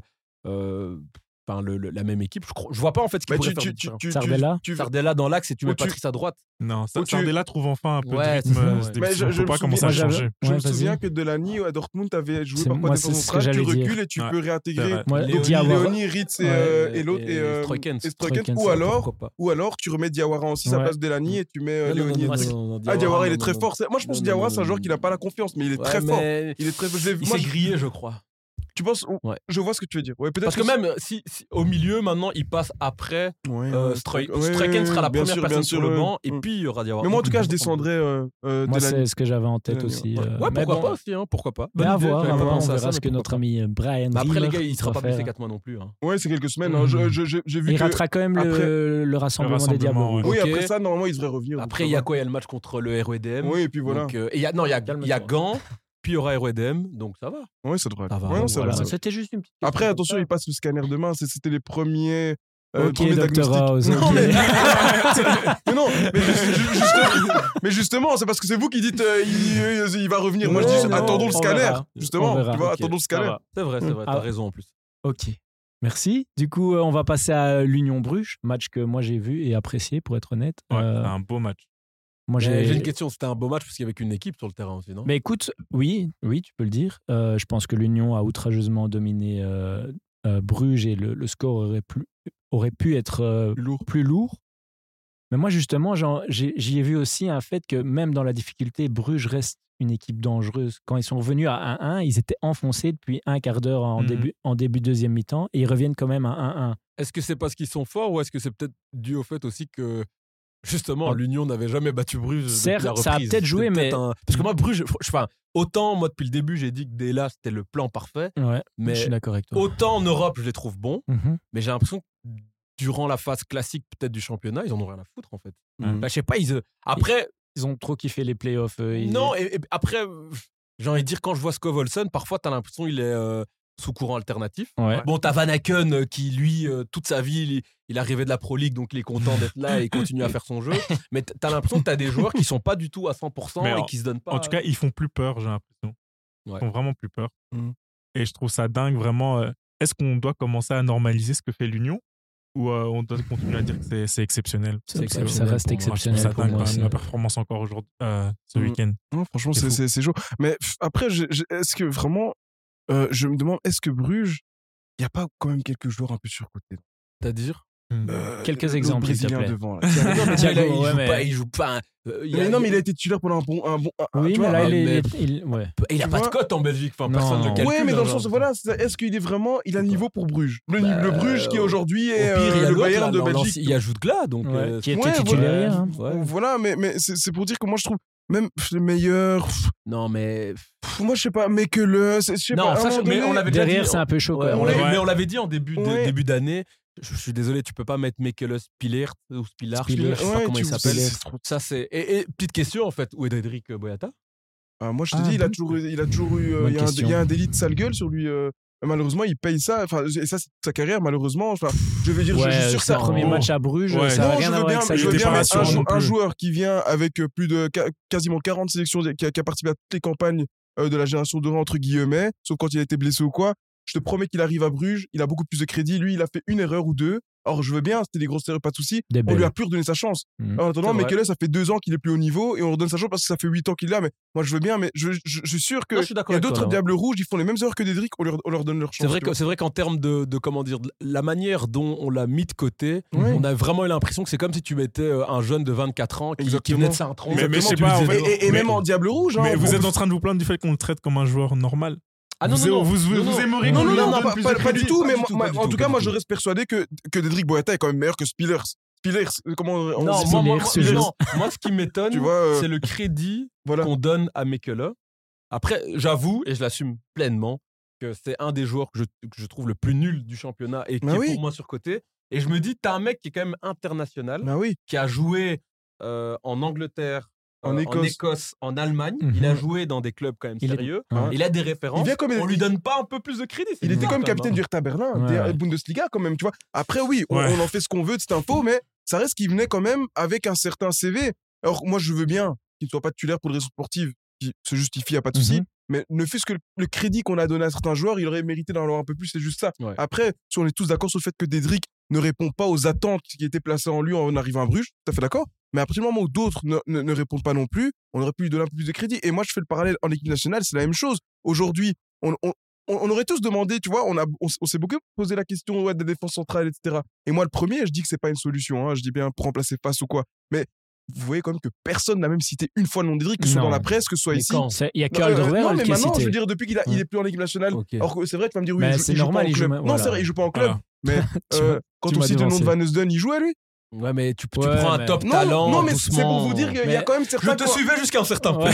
la même équipe. Je vois pas en fait ce qu'il pourrait faire. Sardella dans l'axe et tu mets Patrice à droite. Non, Sardella trouve enfin un peu de rythme. Je ne sais pas comment ça a changé. Je me souviens que Delaney à Dortmund avait joué parfois défense centrale. Tu recules et tu peux réintégrer Léonie, Ritz et l'autre et Stroeken. Ou alors tu remets Diawara aussi sa place Delaney et tu mets Léonie. Diawara il est très fort. Moi je pense que Diawara c'est un joueur qui n'a pas la confiance mais il est très fort. Il s'est grillé je crois. Tu penses Ouais. Je vois ce que tu veux dire. Ouais, peut-être Parce que même si au milieu, maintenant, il passe après. Struycken sera la bien première sûr, personne bien sur sûr, le banc, et puis il y aura d'y avoir. Mais moi, en tout cas, je descendrais. Moi, c'est ce que j'avais en tête aussi. Ouais, mais pourquoi bon, pas aussi, hein, pourquoi pas. mais à voir, j'avais pas on pensé à verra ça, ce mais que pourquoi notre pas. ami Brian Mais après, les Wheeler gars, il sera va pas blessé faire. 4 mois non plus. Hein. Ouais, c'est quelques semaines. hein. J'ai vu Il que. ratera quand même le rassemblement des Diables rassemblement, Rouges. Oui, Ok. après ça, normalement, il devrait revenir. Après, il y a quoi? Il y a le match contre le REDM. Oui, et puis voilà. Donc, il y a Gand, puis il y aura REDM, donc ça va. Oui, ça devrait Ça aller. va, Ouais, non, donc ça Voilà, va, ça va. c'était juste une petite. Après, attention, il passe le scanner demain. C'était les premiers. Ok, premiers Dr diagnostics. House. Non, ok. mais non, mais justement, c'est parce que c'est vous qui dites il va revenir. Moi, je Ouais, dis non, attendons le on scanner. verra. Justement, On verra. tu vois, Ok, attendons le ça scanner. va. C'est vrai, Ah. t'as raison en plus. Ok. Merci. Du coup, on va passer à l'Union Bruges, match que moi j'ai vu et apprécié, pour être honnête. Ouais, c'est un beau match. Moi, J'ai une question, c'était un beau match parce qu'il y avait qu'une équipe sur le terrain aussi, non? Mais écoute, oui, tu peux le dire. Je pense que l'Union a outrageusement dominé Bruges et le score aurait pu être plus lourd. Mais moi, justement, j'y ai vu aussi un fait que même dans la difficulté, Bruges reste une équipe dangereuse. Quand ils sont revenus à 1-1, ils étaient enfoncés depuis un quart d'heure en début deuxième mi-temps et ils reviennent quand même à 1-1. Est-ce que c'est parce qu'ils sont forts ou est-ce que c'est peut-être dû au fait aussi que justement l'Union n'avait jamais battu Bruges depuis la reprise? Ça a peut-être joué, mais parce que moi Bruges, autant moi depuis le début j'ai dit que Della c'était le plan parfait, ouais, mais je suis d'accord avec toi. autant en Europe je les trouve bons, Mhm. mais j'ai l'impression que durant la phase classique peut-être du championnat ils en ont rien à foutre en fait. Mhm. Bah, je sais pas, après Ils ont trop kiffé les playoffs. non et après j'ai envie de dire quand je vois Skov Olsen parfois t'as l'impression il est sous courant alternatif. Ouais. Bon, t'as Van Aken qui, lui, toute sa vie, il est arrivé de la Pro League, donc il est content d'être là et il continue à faire son jeu. Mais t'as l'impression que t'as des joueurs qui sont pas du tout à 100% Mais et qui se donnent pas. En tout cas, ils font plus peur, j'ai l'impression. Ouais. Ils font vraiment plus peur. Mhm. Et je trouve ça dingue, vraiment. Est-ce qu'on doit commencer à normaliser ce que fait l'Union ou on doit continuer à dire que c'est exceptionnel? Ça reste pour moi. exceptionnel Je trouve ça pour dingue, moi quand même, aussi. la performance encore aujourd'hui, ce Mhm. week-end. Non, franchement, C'est fou. c'est chaud. Mais après, est-ce que vraiment, je me demande, est-ce que Bruges, il n'y a pas quand même quelques joueurs un peu surcotés? C'est-à-dire Quelques l'autre exemples, s'il te Brésilien plaît. devant. Là. Non, mais Thiago, il ouais, joue mais- pas. Il joue pas. Non, mais il a été titulaire pendant un bon. Oui, tu mais vois, là, mais- ouais. Et il a tu pas de vois cote en Belgique. Enfin, Non. personne ne le calcule. Ouais, mais dans le hein, sens, genre. voilà, est-ce qu'il est vraiment, il a le niveau pour Bruges, le Bruges qui aujourd'hui Au est pire, il y a le l'autre, Bayern là, de dans Belgique. l'ancien- il y a Jutgla, donc. Ouais, qui était ouais, titulaire hier. hein. Ouais. Voilà, mais c'est pour dire que moi je trouve même les meilleurs. Non, mais. Moi je sais pas, mais que je sais Non, pas. à un ça, moment mais donné- on l'avait déjà Derrière, dit. c'est un peu chaud. Ouais, Quoi. on Ouais. l'avait- mais on l'avait dit en début Ouais. d'année. Je suis désolé, tu peux pas mettre Mekele Spillert ou Spillard, Spillert, je sais pas ouais, comment il s'appelle. c'est trop- Ça c'est et petite question en fait, où est Dedrick Boyata? Moi je te Ah, dis, il a bon. toujours eu. Bonne Il y a question. un délit de sale gueule sur lui. Malheureusement, il paye ça. Enfin, et ça, c'est sa carrière, malheureusement. Enfin, je veux dire, je suis sûr que c'est ça. le premier Oh. match à Bruges. Ouais. Ça n'a Non, rien je à veux voir bien, avec ça. je veux Il était bien pas mettre rassurant non un plus. joueur qui vient avec plus de quasiment 40 sélections, qui a participé à toutes les campagnes de la génération dorée, entre guillemets, sauf quand il a été blessé ou quoi. Je te promets qu'il arrive à Bruges, il a beaucoup plus de crédit. Lui, il a fait une erreur ou deux. Or, je veux bien, c'était des grosses erreurs, pas de souci. Des On belles. lui a plus redonné sa chance. Mhm. En attendant, C'est vrai. Mekele, ça fait 2 ans qu'il est plus haut niveau et on redonne sa chance parce que ça fait 8 ans qu'il est là. Mais moi, je veux bien, mais je suis sûr que Non, je suis d'accord il y a avec toi, d'autres là. Diables Rouges, ils font les mêmes erreurs que Dédric, on leur donne leur chance. tu vois. C'est vrai qu'en termes de comment dire, de la manière dont on l'a mis de côté, Ouais. on a vraiment eu l'impression que c'est comme si tu mettais un jeune de 24 ans qui Exactement. venait de Saint-Tron. Mais je sais Exactement, pas, tu en disais- fait- et mais- même en Diable Rouge. Mais hein, vous on- êtes en train de vous plaindre du fait qu'on le traite comme un joueur normal. Ah non, non, non. Vous Non, non. aimeriez Non, qu'on non, lui non, donne pas, plus pas- de pas du crédit. tout, mais pas du tout, moi, pas du en tout, tout pas cas, du moi, tout. je reste persuadé que Dédric Boyata est quand même meilleur que Spillers. Comment on Non, dit moi, Spillers, non, moi, ce qui m'étonne, Tu vois, c'est le crédit voilà. qu'on donne à Mekele. Après, j'avoue, et je l'assume pleinement, que c'est un des joueurs que je trouve le plus nul du championnat et qui Bah est oui. pour moi surcoté. Et je me dis, t'as un mec qui est quand même international, Bah oui. qui a joué en Angleterre, En Écosse. en Allemagne. Mhm. Il a joué dans des clubs quand même Il est- sérieux. Ouais. Il a des références. Il vient comme- on lui donne pas un peu plus de crédit. c'est Il était bizarre, comme quand capitaine même, du Hertha Berlin, Ouais, ouais. Bundesliga quand même, tu vois. Après, oui, Ouais. on en fait ce qu'on veut de cette info, mais ça reste qu'il venait quand même avec un certain CV. Alors, moi, je veux bien qu'il ne soit pas titulaire pour des raisons sportives, qui se justifie, y a pas de souci. Mhm. Mais ne fût-ce que le crédit qu'on a donné à certains joueurs, il aurait mérité d'en avoir un peu plus, c'est juste ça. Ouais. Après, si on est tous d'accord sur le fait que Dédric ne répond pas aux attentes qui étaient placées en lui en arrivant à Bruges, tout à fait d'accord. Mais à partir du moment où d'autres ne répondent pas non plus, on aurait pu lui donner un peu plus de crédit. Et moi, je fais le parallèle en équipe nationale, c'est la même chose. Aujourd'hui, on aurait tous demandé, tu vois, on s'est beaucoup posé la question des défenses centrales, etc. Et moi, le premier, je dis que c'est pas une solution. Hein, je dis bien pour remplacer Passe ou quoi. Mais vous voyez quand même que personne n'a même cité une fois le nom d'Edric, que ce soit Non. dans la presse, que ce soit Mais ici. quand Il y a que Alderweireld Non, mais qui est maintenant, cité. je veux dire, depuis qu'il il est plus en équipe nationale. Ok. Alors que c'est vrai que tu vas me dire, oui, Mais il c'est joue normal, pas en il joue club. même- Non, voilà. c'est vrai, il joue pas en club. Voilà. Mais quand tu on m'as cite le nom de devancé. Van Eusden, il joue à lui. Ouais, mais tu Ouais, prends un mais- top talent. Non, mais doucement. c'est pour vous dire qu'il y a Mais- quand même certains. Je te suivais jusqu'à un certain point. Ouais.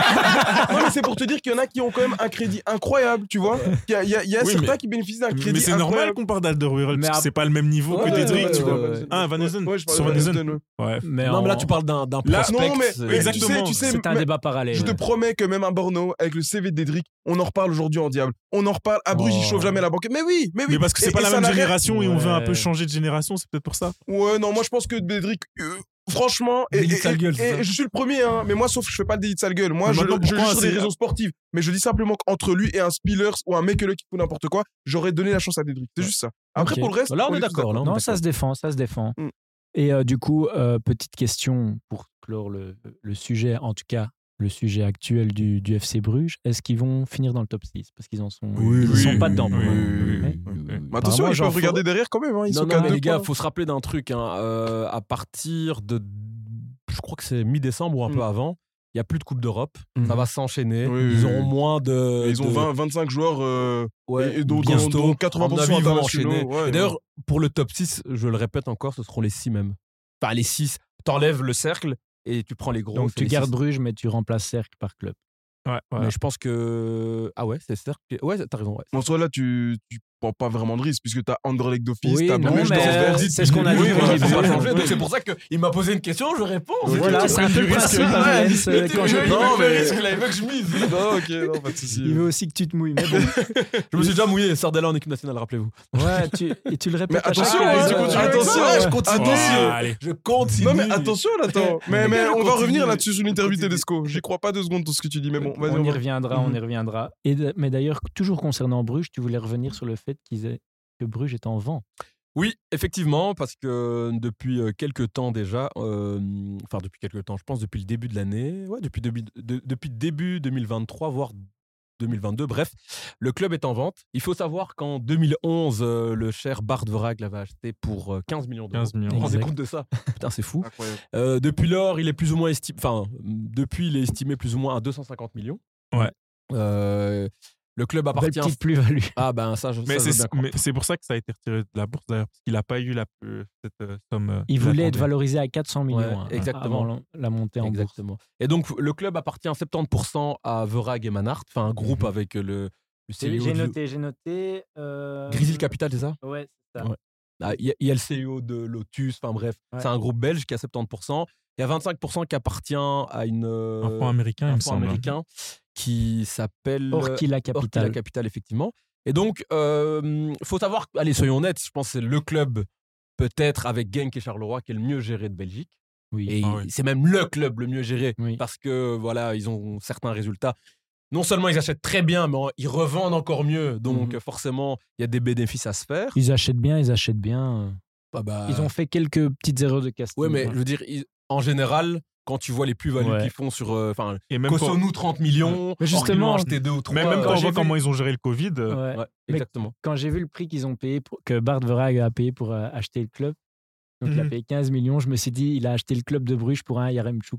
Non, mais c'est pour te dire qu'il y en a qui ont quand même un crédit incroyable, tu vois. Il y a Oui, certains mais- qui bénéficient d'un crédit Mais c'est normal incroyable. qu'on parle d'Alderweireld, Mais parce que c'est pas le même niveau Ouais, que Dedrick, tu ouais, vois. ouais. Ah, Van Eusden. Ouais, je parle Sur de Van Eusden. Eusden, ouais. Ouais. Mais Non, mais là, en- tu parles d'un Là- prospect. Non, mais Exactement. tu sais, c'est un débat parallèle. je te promets que même à Borno, avec le CV d'Edric, on en reparle aujourd'hui en diable. On en reparle. À Bruges, il chauffe jamais la banquette. Mais oui. Mais parce que c'est pas la ça même n'a rien- génération et on veut un peu Ouais. changer de génération, c'est peut-être pour ça. Ouais, non, moi je pense que Dedrick, franchement, Délit de sale gueule, c'est ça. et je suis le premier, hein, mais moi, sauf que je fais pas le délit de sale gueule. Moi, Mais je maintenant, le juge pourquoi sur des c'est- raisons sportives. Mais je dis simplement qu'entre lui et un Spillers ou un Mekele qui fout n'importe quoi, j'aurais donné la chance à Dedrick. C'est juste ça. Après, Ok. pour le reste. Là, on est est tous d'accord. Là, on est Non, d'accord. ça se défend, ça se défend. Mm. Et du coup, petite question pour clore le sujet, en tout cas le sujet actuel du FC Bruges. Est-ce qu'ils vont finir dans le top 6 ? Parce qu'ils en sont, ils sont pas dedans. pour oui, moi. oui, Ouais. Mais attention, Apparemment, ils j'en peuvent regarder derrière quand même. Hein. Ils Non, sont non, qu'à mais 2 les gars, points. faut se rappeler d'un truc. Hein. À partir de, je crois que c'est mi-décembre ou un peu avant, il y a plus de Coupe d'Europe. Mhm. Ça va s'enchaîner. Oui, Ils oui, auront oui. moins de. Ils ont 20-25 joueurs. Ouais, et dont bientôt. 80% À mon avis, ils vont internationaux. enchaîner. Ouais, Et d'ailleurs, pour le top 6, je le répète encore, ce seront les 6 mêmes. Enfin, les 6. T'enlèves le cercle et tu prends les gros. Donc c'est tu les gardes 6. Bruges, mais tu remplaces Cercle par club. Ouais, voilà. Mais je pense que. Ah ouais, c'est cercle. Ouais, t'as raison. Ouais. En soi, là, tu prends pas vraiment de risque puisque t'as Anderlecht d'office, Oui, t'as non, Bruges mais d'Anvers. c'est ce qu'on a dit. Oui, voilà, depuis faut le pas début. changer. Donc c'est pour ça qu'il m'a posé une question, je réponds. Voilà, c'est un peu le principe, Amiens, c'est quand je- Non, mais- il veut que je mise. Non, ok, non, pas de soucis. Il veut aussi que tu te mouilles. Mais bon. Je me suis déjà mouillé, Sardella en équipe nationale, rappelez-vous. Ouais, et tu le répètes Mais à chaque attention, fois. hein, tu continues avec Attention, ça, ouais. je continue. Attention. Allez. Je continue. Non, mais attention, Nathan. Mais gars, on va continue. revenir là-dessus sur l'interview Continue. Tedesco. J'y crois pas 2 secondes tout ce que tu dis, mais bon, vas-y. On y va. reviendra, on y reviendra. Mais d'ailleurs, toujours concernant Bruges, tu voulais revenir sur le fait que Bruges est en vent. Oui, effectivement, parce que depuis quelques temps déjà, enfin depuis quelques temps, je pense depuis le début de l'année, ouais, depuis début 2023, voire 2022, bref, le club est en vente. Il faut savoir qu'en 2011, le cher Bart Vrag l'avait acheté pour 15 millions d'euros. 15 millions. Vous vous rendez Exact. compte de ça? Putain, c'est fou. Incroyable. Depuis lors, il est plus ou moins estimé, enfin, depuis, il est estimé plus ou moins à 250 millions. Ouais. Le club Belle appartient. petite plus-value. Ah ben ça, je Mais ça, je veux c'est bien croire. mais c'est pour ça que ça a été retiré de la bourse d'ailleurs, parce qu'il n'a pas eu cette somme. Il qu'il voulait être attendait. valorisé à 400 millions Ouais, hein, exactement. avant la montée en bourse. Exactement. Et donc, le club appartient à 70% à Verhaeghe et Manhart, enfin un groupe avec le CEO. J'ai du- noté. Grisil Capital, c'est ça? Ouais, c'est ça. Ouais. Ah, il y a le CEO de Lotus, enfin bref, Ouais. c'est un groupe belge qui a 70%. Il y a 25% qui appartient à Un fonds américain, il un me fonds semble. américain qui s'appelle Orkila Orkila Capital. Capital, effectivement. Et donc, faut savoir, allez, soyons honnêtes, je pense que c'est le club, peut-être avec Genk et Charleroi, qui est le mieux géré de Belgique. Oui. Et Ah oui. c'est même le club le mieux géré Oui. parce que voilà, ils ont certains résultats. Non seulement ils achètent très bien, mais ils revendent encore mieux. Donc forcément, il y a des bénéfices à se faire. Ils achètent bien, ils achètent bien. Bah, Ils ont fait quelques petites erreurs de casting. Ouais, mais je veux dire, en général, quand tu vois les plus-values Ouais. qu'ils font sur, enfin, Et même quand, Cossonu 30 millions, Mais justement, acheté 2 ou 3. même quand quand on j'ai voit vu- comment ils ont géré le Covid, Ouais. Ouais, Mais- exactement. Quand j'ai vu le prix qu'ils ont payé, que Bart Verhaeghe a payé pour acheter le club, donc il a Mhm. payé 15 millions, je me suis dit, il a acheté le club de Bruges pour un Yaremchuk.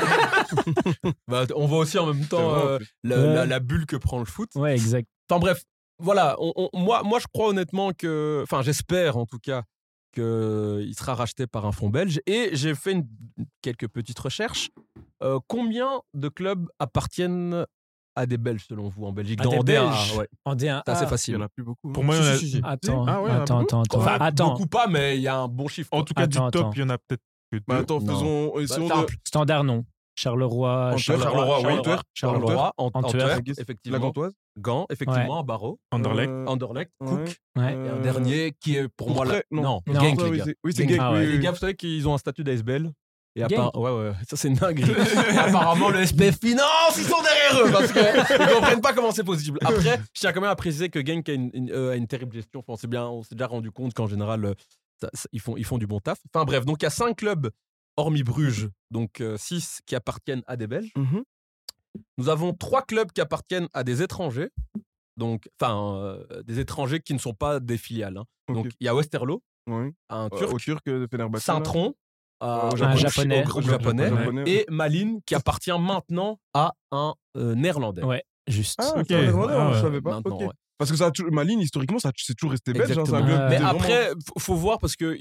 Bah, on voit aussi en même temps vrai, en plus. la bulle que prend le foot. Ouais, exact. Enfin bref, voilà. Moi, je crois honnêtement que, enfin, j'espère en tout cas qu'il sera racheté par un fonds belge. Et j'ai fait quelques petites recherches. Combien de clubs appartiennent à des Belges selon vous en Belgique À dans des en DA? Belges Ouais, En D1. c'est assez Il y facile. en a plus beaucoup. pour moi, il y en a- Si, si, si. Attends, Ah ouais, il y en a attends, beaucoup. attends, Enfin, attends. beaucoup pas, mais il y a un bon chiffre. en tout cas, Attends, du top, attends. il y en a peut-être que deux. Bah attends, Non. faisons. Essayons de. simple. Standard, non. Charleroi, Antwerp, Charleroi, oui. Antwerp, Charleroi, Antwerp, Antwerp, La effectivement. Gantoise. Gand, effectivement, Barreau. Anderlecht. Anderlecht, ouais. Cook. Ouais. Et un dernier qui est pour moi là. Courtrai, non. Non, Non. Genk, Ouais, les oui, gars. c'est- oui, c'est Genk. Genk. Ah ouais. oui, Les oui. gars, vous savez qu'ils ont un statut d'ASBL. Et Genk. ouais, ça c'est une dinguerie. Et apparemment, le SPF Finance, ils sont derrière eux parce qu'ils comprennent pas comment c'est possible. Après, je tiens quand même à préciser que Genk a une terrible gestion. Enfin, on s'est déjà rendu compte qu'en général, ils font du bon taf. Enfin bref, donc il y a 5 clubs, hormis Bruges, donc 6 qui appartiennent à des Belges. Mhm. Nous avons 3 clubs qui appartiennent à des étrangers. Donc, des étrangers qui ne sont pas des filiales. Hein. Ok. Donc, il y a Westerlo, Oui. un Au Turc, Turc de Fenerbahçe. Saint-Tron, un japonais. au groupe japonais. Et Malines qui appartient maintenant à un néerlandais. Ouais, juste. Ah, Ok. c'est un néerlandais, Ah, je ouais. savais pas. Maintenant, Ok. ouais. Parce que Malines, historiquement, c'est toujours resté belge. Hein, c'est un Exactement. club Ouais. Mais vraiment- après, faut voir parce que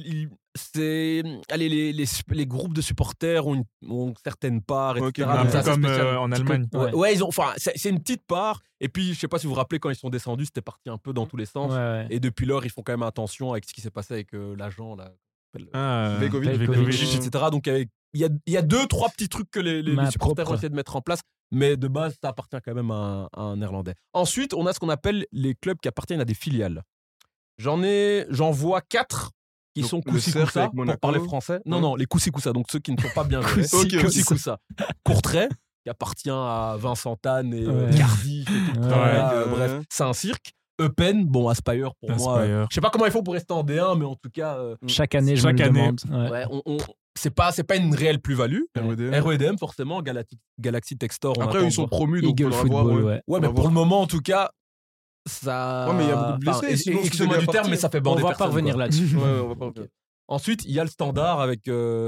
les groupes de supporters ont une certaine part, etc. Ok, Donc Un ouais. peu c'est assez comme spécial. en Allemagne. Ouais, c'est une petite part. Et puis, je sais pas si vous vous rappelez, quand ils sont descendus, c'était parti un peu dans tous les sens. Ouais. Et depuis lors, ils font quand même attention avec ce qui s'est passé avec l'agent, là, Vegovic. Vegovic, etc. Donc, il y a 2-3 petits trucs que les Main supporters propre. ont essayé de mettre en place. Mais de base, ça appartient quand même à un néerlandais. Ensuite, on a ce qu'on appelle les clubs qui appartiennent à des filiales. J'en vois 4 qui Donc, sont le Cercle Koussi-Koussa, avec pour Monaco. parler français. Non, Ouais. non, les Koussi-Koussa, donc ceux qui ne sont pas bien gérés. Ok, ok. Koussi-Koussa. Courtrai, qui appartient à Vincent Tanne et Ouais. Cardiff et tout le Ouais. tralala, Ouais. bref, c'est un cirque. Eupen, bon, Aspire, pour moi, Aspire. je sais pas comment il faut pour rester en D1, mais en tout cas, Chaque année, je Chaque me le année. demande. Ouais. ouais, c'est pas une réelle plus-value. REDM. REDM, forcément, Galaxy Textor. on Après, attend ils sont de voir. promus, donc Eagle faudra voir. Football, Ouais. ouais. Ouais, mais On va pour voir. le moment, en tout cas, ça. Ouais, mais il y a beaucoup de blessés, Enfin, sinon, excusez-moi c'est du bien terme, parti. mais ça fait On bander va personne, pas revenir quoi. là-dessus. Ouais, on va pas. Ok. Ensuite, il y a le standard avec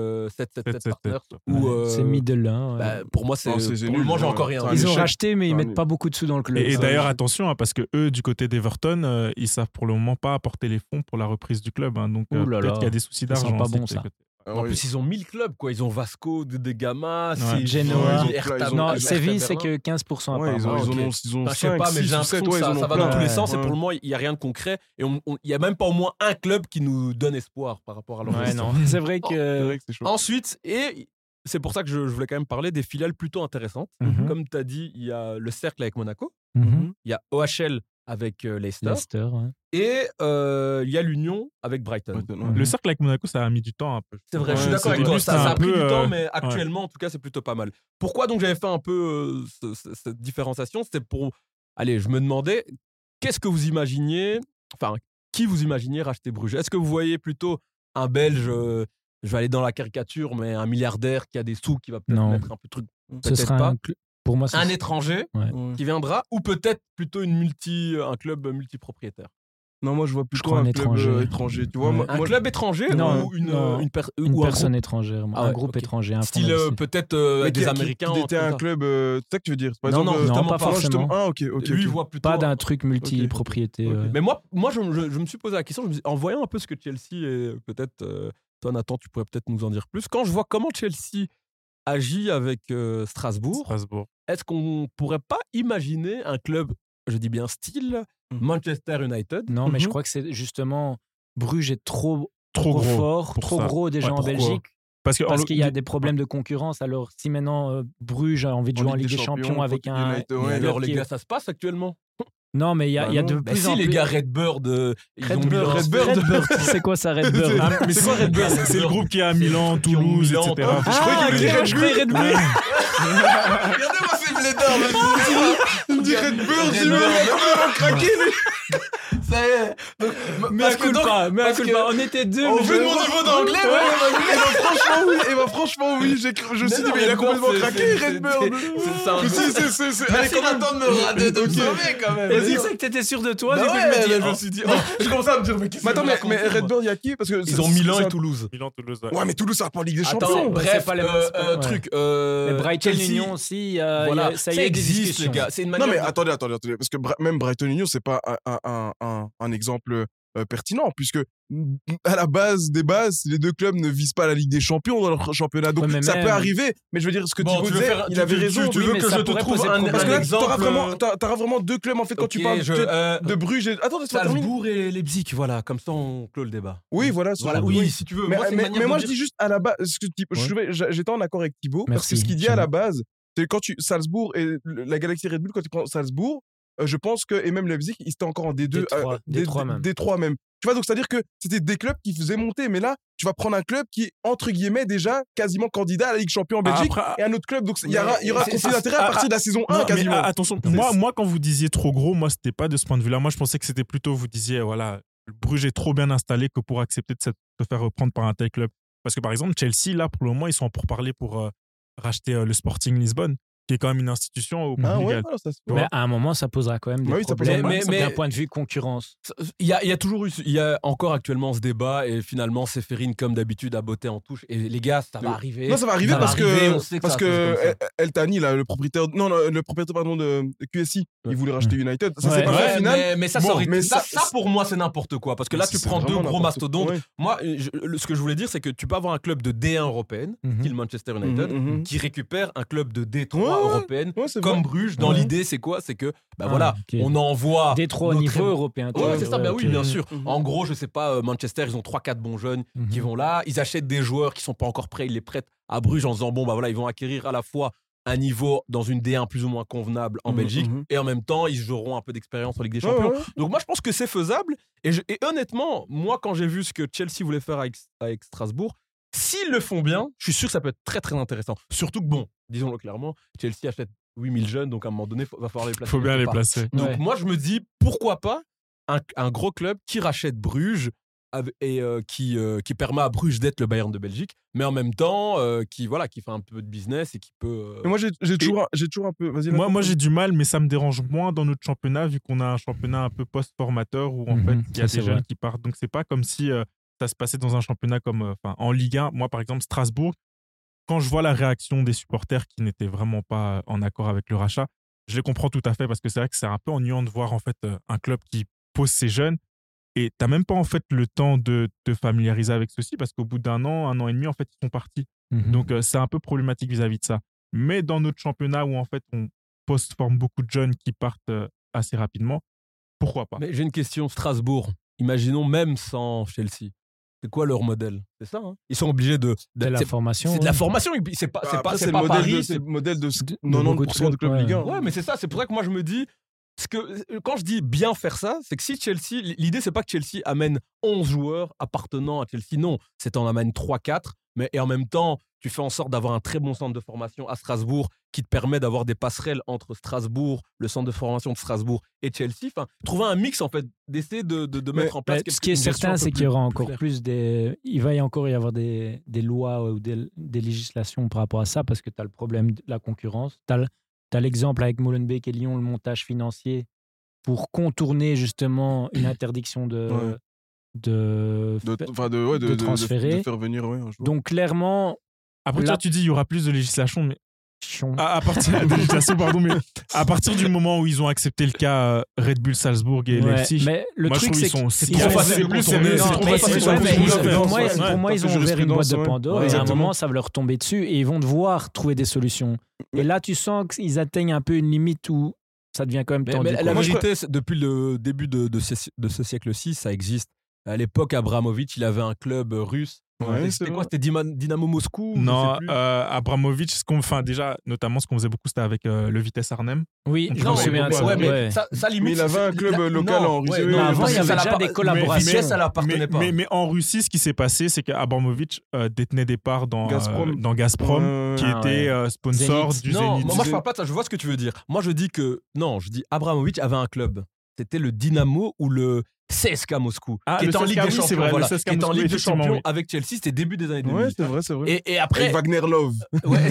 777 777. Partners. Où, C'est middle, hein. bah, pour moi, c'est Non, c'est pour nul, le moment, j'ai ouais. encore rien. C'est un Ils ont échec. racheté, mais ils Ah, mettent oui. pas beaucoup de sous dans le club. Et Ça, d'ailleurs, je- attention, hein, parce que eux, du côté d'Everton, ils savent pour le moment pas apporter les fonds pour la reprise du club. Hein, donc, Ouh là peut-être là. qu'il y a des soucis Ça sent d'argent. pas aussi bon, de ces ça. côtés. Ah, En oui. plus, ils ont 1000 clubs, quoi. Ils ont Vasco de Gama, Ouais. Séville, Genoa. Hertha Ils ont- Non, Berlin. Séville, c'est que 15% Ouais, ils apparemment. ont ok. ils ont Enfin, je sais 5, pas, mais 6 j'ai ou l'impression 7, que ouais, ils en ça ont va plein. dans tous les Ouais. sens et Ouais. pour le moment, il n'y a rien de concret et il n'y a même pas au moins un club qui nous donne espoir par rapport à leur Ouais, gestion. non. C'est vrai C'est que. vrai que c'est chaud. Ensuite, et c'est pour ça que je voulais quand même parler des filiales plutôt intéressantes. Mhm. Comme tu as dit, il y a le Cercle avec Monaco, Mhm. il y a OHL avec Leicester Leicester, ouais. et il y a l'Union avec Brighton. Ouais. Mhm. Le cercle avec Monaco, ça a mis du temps un peu. C'est vrai, je suis Ouais, d'accord avec c'était toi. juste Ça un a pris peu, du temps, euh, mais actuellement, en tout cas, c'est plutôt pas mal. Pourquoi donc j'avais fait un peu cette différenciation? C'était pour. Allez, je me demandais, qu'est-ce que vous imaginiez. Enfin, qui vous imaginiez racheter Bruges? Est-ce que vous voyez plutôt un Belge, je vais aller dans la caricature, mais un milliardaire qui a des sous, qui va peut-être Non. mettre un peu de trucs? Ce Peut-être sera pas. pour moi, ce Un sera- étranger Ouais. Ouais. qui viendra, ou peut-être plutôt un club multipropriétaire. Non, moi je vois plutôt crois un un club étranger. étranger. Tu vois, Ouais. moi, Un moi- club étranger Non, ou une non. Une ou un personne groupe étrangère, Ah un ouais, groupe ok. étranger, un style fonds d'investissement. peut-être mais des Américains. Qui était un un truc comme ça. club. C'est ça que tu veux dire? Par Non, exemple, non, justement pas pas. forcément. Ah, ok, ok. Lui, il ok. voit plutôt. Pas d'un truc multi-propriété. Ok. ouais. Mais moi je me suis posé la question, en voyant un peu ce que Chelsea et peut-être toi Nathan, tu pourrais peut-être nous en dire plus. Quand je vois comment Chelsea agit avec Strasbourg, est-ce qu'on pourrait pas imaginer un club, je dis bien style Manchester United? Non, mais je Mhm. crois que c'est justement Bruges est trop Trop gros fort, pour trop ça. gros déjà Ouais, en pourquoi Belgique. Parce Qu'il y a des problèmes de concurrence. Alors, si maintenant Bruges a envie de jouer en Ligue des Champions avec un. United, Mais ouais. alors les qui est- gars, ça se passe actuellement? Non, mais il y a, Bah il y a non. de Bah plus si, en les plus. gars Redbird, ils ont Redbird, Milan. Redbird, c'est quoi ça, Redbird Ah, mais c'est quoi Redbird? C'est le groupe qui est à Milan, Toulouse, Milan. etc. Ah, Je croyais qu'il y avait je croyais Red Bull. Regardez-moi ces blédards. Il dit Red Bird, Red il Bird. va craquer. Ça y est. Mais à coup pas, mais à parce coup que- pas. On était deux. On mais veut je- mon niveau d'anglais, franchement, oui. Je me suis dit, mais il a complètement craqué, Red Bird. C'est un. Mais si, c'est. Merci Nathan de me sauver quand même. Et c'est ça que t'étais sûr de toi, Bah du coup, ouais, je me dis, je me suis dit. Je commençais à me dire, mais qu'est-ce Mais que attends, vous mais racontez, Red moi Bird, il y a qui? Parce que Ils ont Milan et tout. Toulouse. Milan, Toulouse, ouais. Ouais, mais Toulouse, ça va pas en Ligue des Attends, Champions. c'est bref, pas les mêmes sports, ouais. truc. Mais Brighton Chelsea, Union aussi, voilà, ça y est, des existe, discussions. les gars. C'est une Non, manière. mais de- attendez. Parce que même Brighton Union, c'est pas un exemple pertinent, puisque à la base des bases, les deux clubs ne visent pas la Ligue des Champions dans leur championnat. Donc Ouais, mais ça même- peut arriver. Mais je veux dire, ce que Bon, Thibaut tu veux disait, faire- il tu- avait tu- raison. tu Oui, veux mais que ça je te pourrait trouve poser un problème. Parce que là, exemple. t'auras vraiment deux clubs, en fait, quand tu parles de Bruges. Attends, laisse-moi terminer. Salzbourg et Leipzig, voilà, comme ça on clôt le débat. Oui, voilà. Voilà, c'est- oui, si tu veux. Mais, Moi, c'est une manière de moi, dire- je dis juste à la base, j'étais en accord avec Thibaut, parce que ce qu'il dit à la base, c'est quand Salzbourg et la Galaxy Red Bull, quand tu prends Salzbourg, je pense que, et même Leipzig, ils étaient encore en D2. D3 même. Tu vois, donc c'est-à-dire que c'était des clubs qui faisaient monter, mais là, tu vas prendre un club qui est, entre guillemets, déjà quasiment candidat à la Ligue Champion en Belgique, Après- et un autre club. Donc il y aura c'est- conflit d'intérêt à partir de la saison 1, Non, mais, quasiment. attention, moi, quand vous disiez trop gros, moi, c'était pas de ce point de vue-là. Moi, je pensais que c'était plutôt, vous disiez, voilà, Bruges est trop bien installé que pour accepter de se faire reprendre par un tel club. Parce que, par exemple, Chelsea, là, pour le moment, ils sont en pourparlers pour racheter le Sporting Lisbonne. qui est quand même une institution au Ah Portugal. ouais, ça se fait. Mais à un moment, ça posera quand même des Oui, ça problèmes posera- mais- d'un point de vue concurrence. Il y a toujours eu, il y a encore actuellement ce débat et finalement Séphérine comme d'habitude a botté en touche et les gars ça va arriver. Non, ça va arriver Ça va parce arriver, on que sait que parce ça va se passer que comme El Thani, là, le propriétaire pardon de QSI, il voulait racheter United. Ça Ouais. s'est pas fait Ouais, au final. mais ça, Bon, ça aurait- mais ça, ça- ça, pour moi c'est n'importe quoi parce que là tu C'est prends deux vraiment gros n'importe mastodontes. quoi, ouais. Moi ce que je voulais dire c'est que tu peux avoir un club de D1 européenne qui est le Manchester United qui récupère un club de D3 Ouais, ouais. européenne Ouais, c'est comme vrai. Bruges. Dans Ouais. l'idée c'est quoi, c'est que Ah, voilà ok. on envoie Des trois au notre- niveau européen. tu Ouais, veux c'est dire, ça, bah oui, ok. bien sûr. Mhm. En gros, je sais pas, Manchester, ils ont 3-4 bons jeunes qui vont là. Ils achètent des joueurs qui sont pas encore prêts, ils les prêtent à Bruges en disant bon, bah voilà, ils vont acquérir à la fois un niveau dans une D1 plus ou moins convenable en Belgique et en même temps, ils joueront un peu d'expérience en Ligue des Champions. Ouais, ouais. Donc, moi, je pense que c'est faisable. Et honnêtement, moi, quand j'ai vu ce que Chelsea voulait faire avec Strasbourg, s'ils le font bien, je suis sûr que ça peut être très très intéressant. Surtout que, bon, disons-le clairement, Chelsea achète 8000 jeunes, donc à un moment donné, va falloir les placer. Faut bien quelque les part. placer. Donc Ouais. moi je me dis pourquoi pas un gros club qui rachète Bruges et qui permet à Bruges d'être le Bayern de Belgique, mais en même temps qui fait un peu de business et qui peut. Et moi, j'ai toujours un peu. Vas-y. Moi, j'ai du mal, mais ça me dérange moins dans notre championnat, vu qu'on a un championnat un peu post-formateur où en fait il y a ça, c'est des jeunes vrai. qui partent. Donc c'est pas comme si ça se passait dans un championnat comme en Ligue 1. Moi, par exemple, Strasbourg, quand je vois la réaction des supporters qui n'étaient vraiment pas en accord avec le rachat, je les comprends tout à fait parce que c'est vrai que c'est un peu ennuyant de voir en fait un club qui pose ses jeunes et t'as même pas en fait le temps de te familiariser avec ceci parce qu'au bout d'un an et demi, en fait, ils sont partis. Donc c'est un peu problématique vis-à-vis de ça. Mais dans notre championnat où en fait on post-forme beaucoup de jeunes qui partent assez rapidement, pourquoi pas? Mais j'ai une question, Strasbourg. Imaginons même sans Chelsea. C'est quoi leur modèle? C'est ça, hein. Ils sont obligés de la formation. C'est de la formation. C'est pas, Après, c'est pas Paris. c'est le modèle de beaucoup de 90% de clubs clubs, Ligue 1. Ouais, mais c'est ça. C'est pour ça que moi je me dis. Quand je dis bien faire ça, c'est que si Chelsea. L'idée, c'est pas que Chelsea amène 11 joueurs appartenant à Chelsea. Non, c'est t'en amènes 3-4. Et en même temps, tu fais en sorte d'avoir un très bon centre de formation à Strasbourg qui te permet d'avoir des passerelles entre Strasbourg, le centre de formation de Strasbourg et Chelsea. Enfin, trouver un mix, en fait, d'essayer de mettre en place. Ce qui est certain, c'est qu'il y aura encore plus des. Il va encore y avoir des lois ou des législations par rapport à ça parce que tu as le problème de la concurrence. Tu as l'exemple avec Molenbeek et Lyon, le montage financier pour contourner justement une interdiction de transférer. De faire venir, ouais, un joueur. Donc clairement. Après, là, toi, tu dis il y aura plus de législation, mais à partir de législation, pardon, mais à partir du moment où ils ont accepté le cas Red Bull Salzbourg et Leipzig, mais le moi, truc je c'est trouve que c'est trop facile. Pour moi, ils ont ouvert une boîte de Pandore et à un moment, ça va leur tomber dessus et ils vont devoir trouver des solutions. Et là, tu sens qu'ils atteignent un peu une limite où ça devient quand même tendu. Mais la vérité, depuis le début de ce siècle-ci, ça existe. À l'époque, Abramovich, il avait un club russe. Ouais, c'était quoi? C'était Dynamo Moscou? Non, Abramovich, déjà, notamment ce qu'on faisait beaucoup, c'était avec le Vitesse Arnhem. Oui, je me souviens de ça. Ouais, mais ça limite. Mais il avait un club local en Russie. Avant, il y avait déjà des collaborations. Vitesse, ça l'appartenait pas. Mais en Russie, ce qui s'est passé, c'est qu'Abramovich détenait des parts dans Gazprom, qui était sponsor du Zénith. Moi, je parle pas de ça. Je vois ce que tu veux dire. Moi, je dis Abramovich avait un club. C'était le Dynamo ou le CSKA Moscou, qui est en Ligue des Champions, qui est en Ligue des Champions avec Chelsea. C'était début des années 2000. Ouais, c'est vrai. Et après, Wagner Love. Ouais,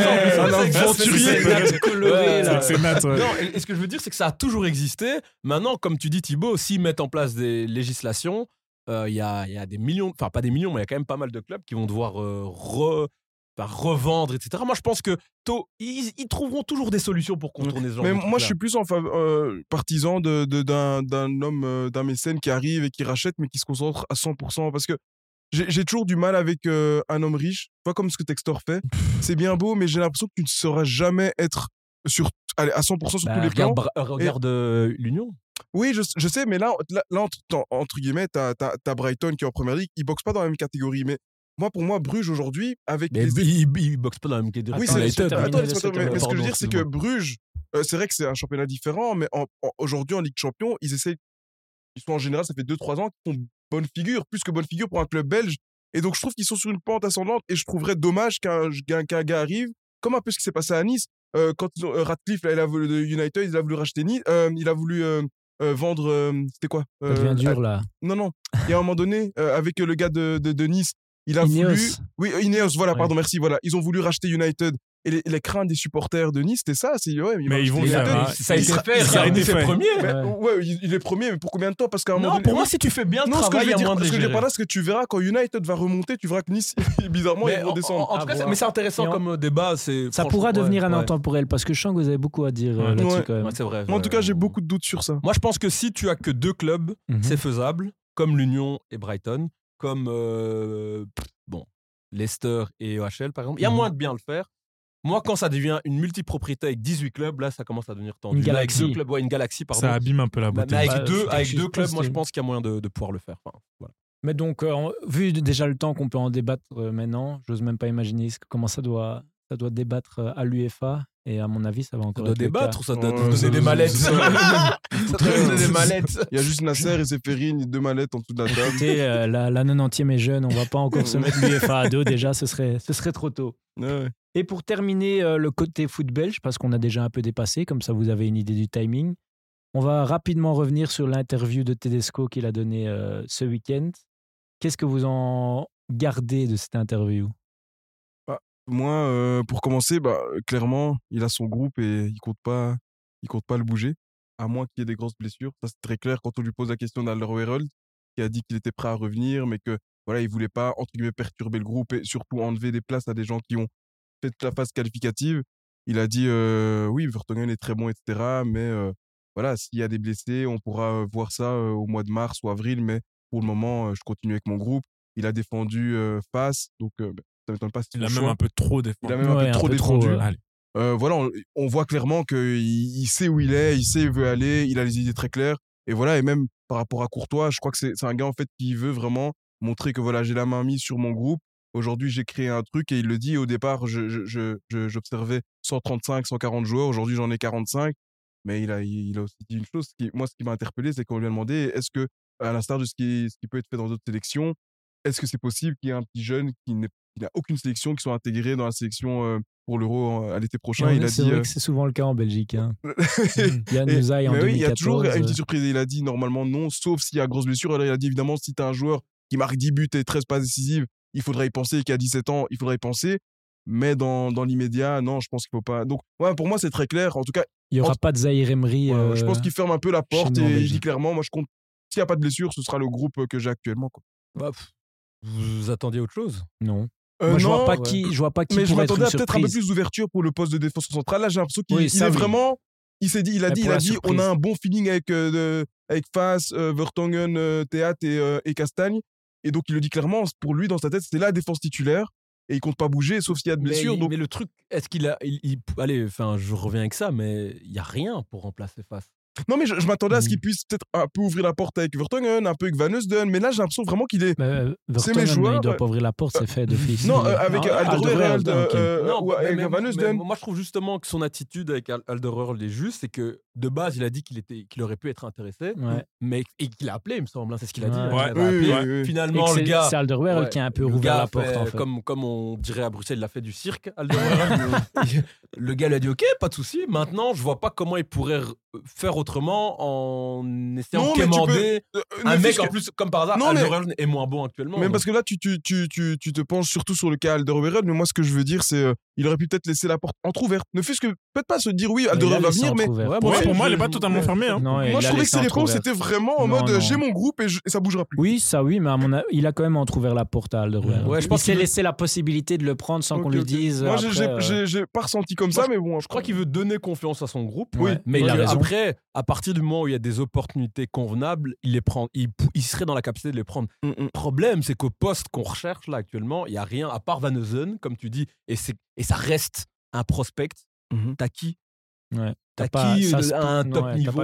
c'est coloré là. C'est nat, ouais. Non, et ce que je veux dire, c'est que ça a toujours existé. Maintenant, comme tu dis, Thibaut, s'ils mettent en place des législations, il y a des millions, enfin pas des millions, mais il y a quand même pas mal de clubs qui vont devoir revendre, etc. Moi, je pense que ils trouveront toujours des solutions pour contourner ce genre de Mais trucs-là. moi, je suis plus partisan d'un homme, d'un mécène qui arrive et qui rachète, mais qui se concentre à 100%. Parce que j'ai toujours du mal avec un homme riche, pas comme ce que Textor fait. C'est bien beau, mais j'ai l'impression que tu ne sauras jamais être à 100% sur tous les plans. Regarde l'Union. Oui, je sais, mais là entre guillemets, t'as Brighton qui est en première ligue, ils boxent pas dans la même catégorie, mais pour moi, Bruges aujourd'hui, avec mais ils boxent pas dans la même catégorie. Oui, mais ce que je veux dire, c'est que Bruges, c'est vrai que c'est un championnat différent, mais aujourd'hui, en Ligue des Champions, ils sont en général, ça fait 2-3 ans qu'ils font bonne figure, plus que bonne figure pour un club belge. Et donc, je trouve qu'ils sont sur une pente ascendante et je trouverais dommage qu'un gars arrive, comme un peu ce qui s'est passé à Nice, quand Ratcliffe, là, United, il a voulu racheter Nice, il a voulu vendre, c'était quoi Ça devient dur, là. Non, il y a un moment donné, avec le gars de Nice, il a Ineos. voulu... Oui, Ineos, voilà, pardon, merci, voilà. Ils ont voulu racheter United. Et les craintes des supporters de Nice, c'était ça. Mais ils vont le faire. Ça a été fait. Ça a été fait premier. Ouais, il est premier, mais pour combien de temps? Parce qu'à un moment donné. Non, pour moi, si tu fais bien le travail, il y a moins de Ce que je veux dire par là, c'est que tu verras quand United va remonter, tu verras que Nice, bizarrement, ils vont descendre. En tout cas, mais c'est intéressant comme débat. Ça pourra devenir un intemporel parce que je sens que vous avez beaucoup à dire là-dessus quand même. Ouais, c'est vrai. Moi, en tout cas, j'ai beaucoup de doutes sur ça. Moi, je pense que si tu as que 2 clubs, c'est faisable, comme l'Union et Brighton, comme Leicester et EHL, par exemple. Il y a moins de bien le faire. Moi, quand ça devient une multipropriété avec 18 clubs, là, ça commence à devenir tendu. Une galaxie. Avec 2 clubs, une galaxie, pardon. Ça abîme un peu la beauté. Mais avec deux clubs, moi, je pense qu'il y a moyen de pouvoir le faire. Enfin, voilà. Mais donc, vu déjà le temps qu'on peut en débattre maintenant, j'ose même pas imaginer comment ça doit débattre à l'UEFA. Et à mon avis, ça va encore. Ça doit débattre ou ça doit donner des mallettes? Ça doit donner des mallettes. Il y a juste Nasser et Séphérine, 2 mallettes en dessous de la table. Écoutez, la 90e est jeune, on va pas encore se mettre l'UEFA à dos. Déjà, ce serait trop tôt. Ouais. Et pour terminer le côté foot belge, parce qu'on a déjà un peu dépassé, comme ça vous avez une idée du timing, on va rapidement revenir sur l'interview de Tedesco qu'il a donnée ce week-end. Qu'est-ce que vous en gardez de cette interview? Moi, pour commencer, clairement, il a son groupe et il compte pas le bouger, à moins qu'il y ait des grosses blessures. Ça, c'est très clair quand on lui pose la question d'Alderweireld, qui a dit qu'il était prêt à revenir, mais que voilà, il voulait pas entre guillemets perturber le groupe et surtout enlever des places à des gens qui ont fait la phase qualificative. Il a dit oui, Vertonghen est très bon, etc. Mais voilà, s'il y a des blessés, on pourra voir ça au mois de mars ou avril. Mais pour le moment, je continue avec mon groupe. Il a défendu face, donc ça m'étonne pas. Il a même un peu trop défendu. Il a même un peu trop défendu. Voilà, on voit clairement qu'il sait où il est, il sait où il veut aller, il a les idées très claires. Et voilà, et même par rapport à Courtois, je crois que c'est un gars en fait qui veut vraiment montrer que voilà, j'ai la main mise sur mon groupe. Aujourd'hui, j'ai créé un truc et il le dit. Au départ, j'observais 135, 140 joueurs. Aujourd'hui, j'en ai 45. Mais il a aussi dit une chose. Ce qui m'a interpellé, c'est qu'on lui a demandé est-ce que, à l'instar de ce qui peut être fait dans d'autres sélections, est-ce que c'est possible qu'il y ait un petit jeune qui n'a aucune sélection qui soit intégré dans la sélection pour l'Euro à l'été prochain? Il a c'est dit. Vrai que c'est souvent le cas en Belgique. Hein. Yann Mouzaï en 2014. Oui, il y a toujours une petite surprise. Il a dit normalement non, sauf s'il y a grosse blessure. Alors, il a dit évidemment, si tu as un joueur qui marque 10 buts et 13 passes décisives, il faudrait y penser. Qui a 17 ans, il faudrait y penser. Mais dans l'immédiat, non, je pense qu'il ne faut pas. Donc, ouais, pour moi, c'est très clair. En tout cas, il n'y aura pas de Zahir Emery. Je pense qu'il ferme un peu la porte et il dit clairement, moi, je compte. S'il n'y a pas de blessure, ce sera le groupe que j'ai actuellement. Quoi. Vous attendiez autre chose? Non. Moi, je vois pas qui mais je m'attendais à peut-être un peu plus d'ouverture pour le poste de défenseur central. Là, j'ai l'impression qu'il est vraiment. Il a dit, on a un bon feeling avec Fass, Vertonghen, Théat et Castagne. Et donc, il le dit clairement, pour lui, dans sa tête, c'était la défense titulaire. Et il compte pas bouger, sauf s'il y a de blessures. Mais le truc, est-ce qu'il a. Allez, je reviens avec ça, mais il n'y a rien pour remplacer Fass. Non, mais je m'attendais à ce qu'il puisse peut-être un peu ouvrir la porte avec Vertonghen, un peu avec Van Heusden, mais là j'ai l'impression vraiment qu'il est. C'est mes joueurs. Il doit pas ouvrir la porte, c'est fait d'office. Non, avec Alderweireld ou avec Van Heusden. Moi je trouve justement que son attitude avec Alderweireld est juste, c'est que de base il a dit qu'il aurait pu être intéressé, mais et qu'il a appelé, il me semble, c'est ce qu'il a dit. Finalement, le gars. C'est Alderweireld qui a un peu ouvert la porte en fait. Comme on dirait à Bruxelles, il a fait du cirque, Alderweireld. Le gars lui a dit ok, pas de souci. Maintenant, je vois pas comment il pourrait faire autrement en essayant de quémander un mec en plus comme par hasard. Alderweireld est moins bon actuellement. Mais parce que là tu te penches surtout sur le cas Alderweireld, mais moi ce que je veux dire c'est il aurait pu peut-être laisser la porte entrouverte, ne fût-ce que peut-être pas se dire oui Alderweireld va venir, mais pour moi elle est pas totalement fermée. Moi je trouvais que ses réponses étaient vraiment en mode j'ai mon groupe et ça bougera plus. Oui, ça oui, mais à mon avis, il a quand même entrouvert la porte à Alderweireld. Il s'est laissé la possibilité de le prendre sans qu'on lui dise. Moi j'ai pas ressenti comme ça, mais bon, je crois qu'il veut donner confiance à son groupe. Mais il a raison. Après, à partir du moment où il y a des opportunités convenables, il les prend. Il serait dans la capacité de les prendre. Le problème, c'est qu'au poste qu'on recherche là actuellement, il n'y a rien à part Van Heusden, comme tu dis, et ça reste un prospect. T'as qui? T'as qui un top niveau?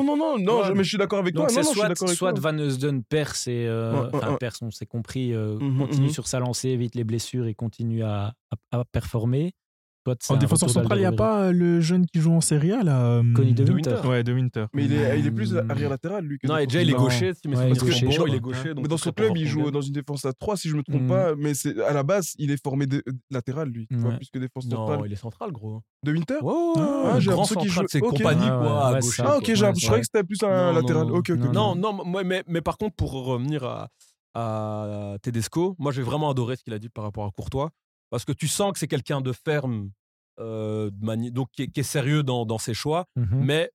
Non, mais je suis d'accord avec toi. Soit Van Heusden perce et perce, on s'est compris, continue sur sa lancée, évite les blessures et continue à performer. En défenseur central, il n'y a pas le jeune qui joue en Serie A là. Conny De Winter. Ouais, De Winter. Mais il est plus arrière latéral lui. Non, déjà il est gaucher. Il est gaucher. Mais dans son club, il joue dans une défense à 3 si je me trompe pas. Mais à la base, il est formé latéral lui. Plus que défenseur central. Non, il est central gros. De Winter. J'ai l'impression qu'il joue. C'est compagnie quoi à gauche. Ah ok, je croyais que c'était plus un latéral. Ok. Non, mais par contre pour revenir à Tedesco, moi j'ai vraiment adoré ce qu'il a dit par rapport à Courtois. Parce que tu sens que c'est quelqu'un de ferme donc qui est sérieux dans ses choix, mais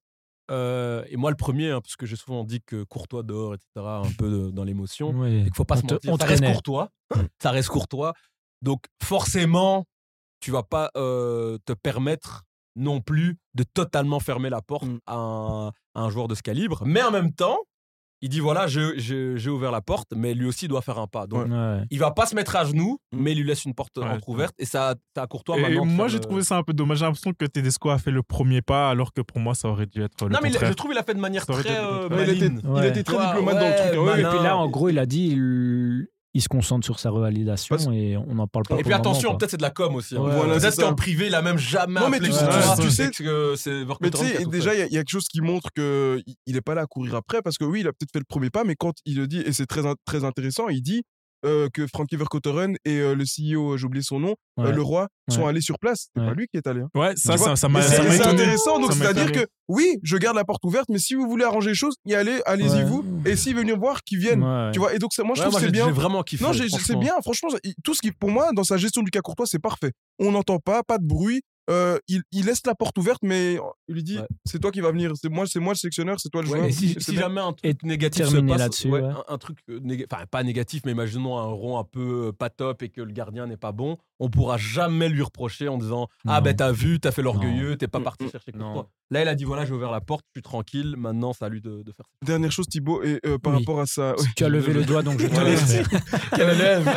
et moi le premier, hein, parce que j'ai souvent dit que Courtois dehors, etc., un peu dans l'émotion, et qu'il faut pas se mentir, ça reste Courtois, ça reste Courtois, donc forcément tu vas pas te permettre non plus de totalement fermer la porte à un joueur de ce calibre, mais en même temps il dit voilà, j'ai ouvert la porte, mais lui aussi doit faire un pas. Donc, il va pas se mettre à genoux, mais il lui laisse une porte entrouverte. Et ça à Courtois maintenant. Et moi, j'ai trouvé ça un peu dommage. J'ai l'impression que Tedesco a fait le premier pas, alors que pour moi, ça aurait dû être le contraire. Non, mais je trouve qu'il a fait de manière très maligne. Il a été très diplomate dans le truc. Et puis là, en gros, il a dit... Il se concentre sur sa revalidation et on n'en parle pas. Et puis attention, peut-être c'est de la com aussi. Peut-être qu'en privé, il a même jamais. Non, mais tu sais que c'est. Mais tu sais, déjà, il y a quelque chose qui montre qu'il n'est pas là à courir après, parce que oui, il a peut-être fait le premier pas, mais quand il le dit, et c'est très intéressant, il dit que Frankie Verkotteren et le CEO, j'ai oublié son nom, le roi, sont allés sur place. C'est pas lui qui est allé. Hein. Ouais, ça m'a c'est étonné. intéressant. Donc, c'est-à-dire que oui, je garde la porte ouverte, mais si vous voulez arranger les choses, allez-y vous. Et s'ils veulent venir voir, qu'ils viennent. Tu vois. Et donc, moi, je trouve que c'est bien. J'ai vraiment kiffé. Non, c'est bien. Franchement, tout ce qui, pour moi, dans sa gestion du cas Courtois, c'est parfait. On n'entend pas de bruit. Il laisse la porte ouverte, mais il lui dit c'est toi qui vas venir, c'est moi le sélectionneur, c'est toi le joueur. Et si jamais un truc négatif se passe là-dessus, un truc pas négatif, mais imaginons un rond un peu pas top et que le gardien n'est pas bon, on pourra jamais lui reprocher en disant t'as vu, t'as fait l'orgueilleux, t'es pas parti chercher Courtois. Là il a dit voilà, j'ai ouvert la porte, je suis tranquille, maintenant c'est à lui de faire ça. Dernière chose Thibaut, et par rapport à ça, tu as levé le doigt, donc je te laisse. Quelle lève.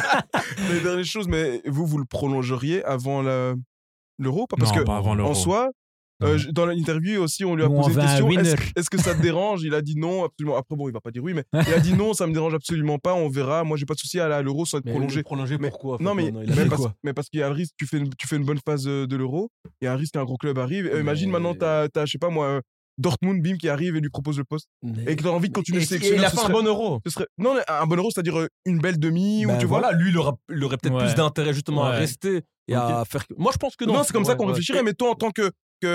Mais dernière chose, mais vous le prolongeriez avant l'Euro, parce que en soi, dans l'interview aussi, on lui a posé une question. Est-ce que ça te dérange? Il a dit non, absolument. Après, bon, il va pas dire oui, mais il a dit non, ça me dérange absolument pas. On verra. Moi, j'ai pas de souci à aller à l'Euro sans être prolongé. Prolongé pourquoi? Non, mais parce qu'il y a le risque. Tu fais une bonne phase de l'Euro. Il y a un risque qu'un gros club arrive. Imagine maintenant, t'as, je sais pas moi. Dortmund, bim, qui arrive et lui propose le poste. Et que tu as envie de continuer le sélectionneur. Il a fait un bon Euro. Non, un bon Euro, c'est-à-dire une belle demi. Ou tu vois. Lui, il aurait peut-être plus d'intérêt justement à rester et à faire. Moi, je pense que non. Non, c'est comme ça qu'on réfléchirait. Mais toi, en tant que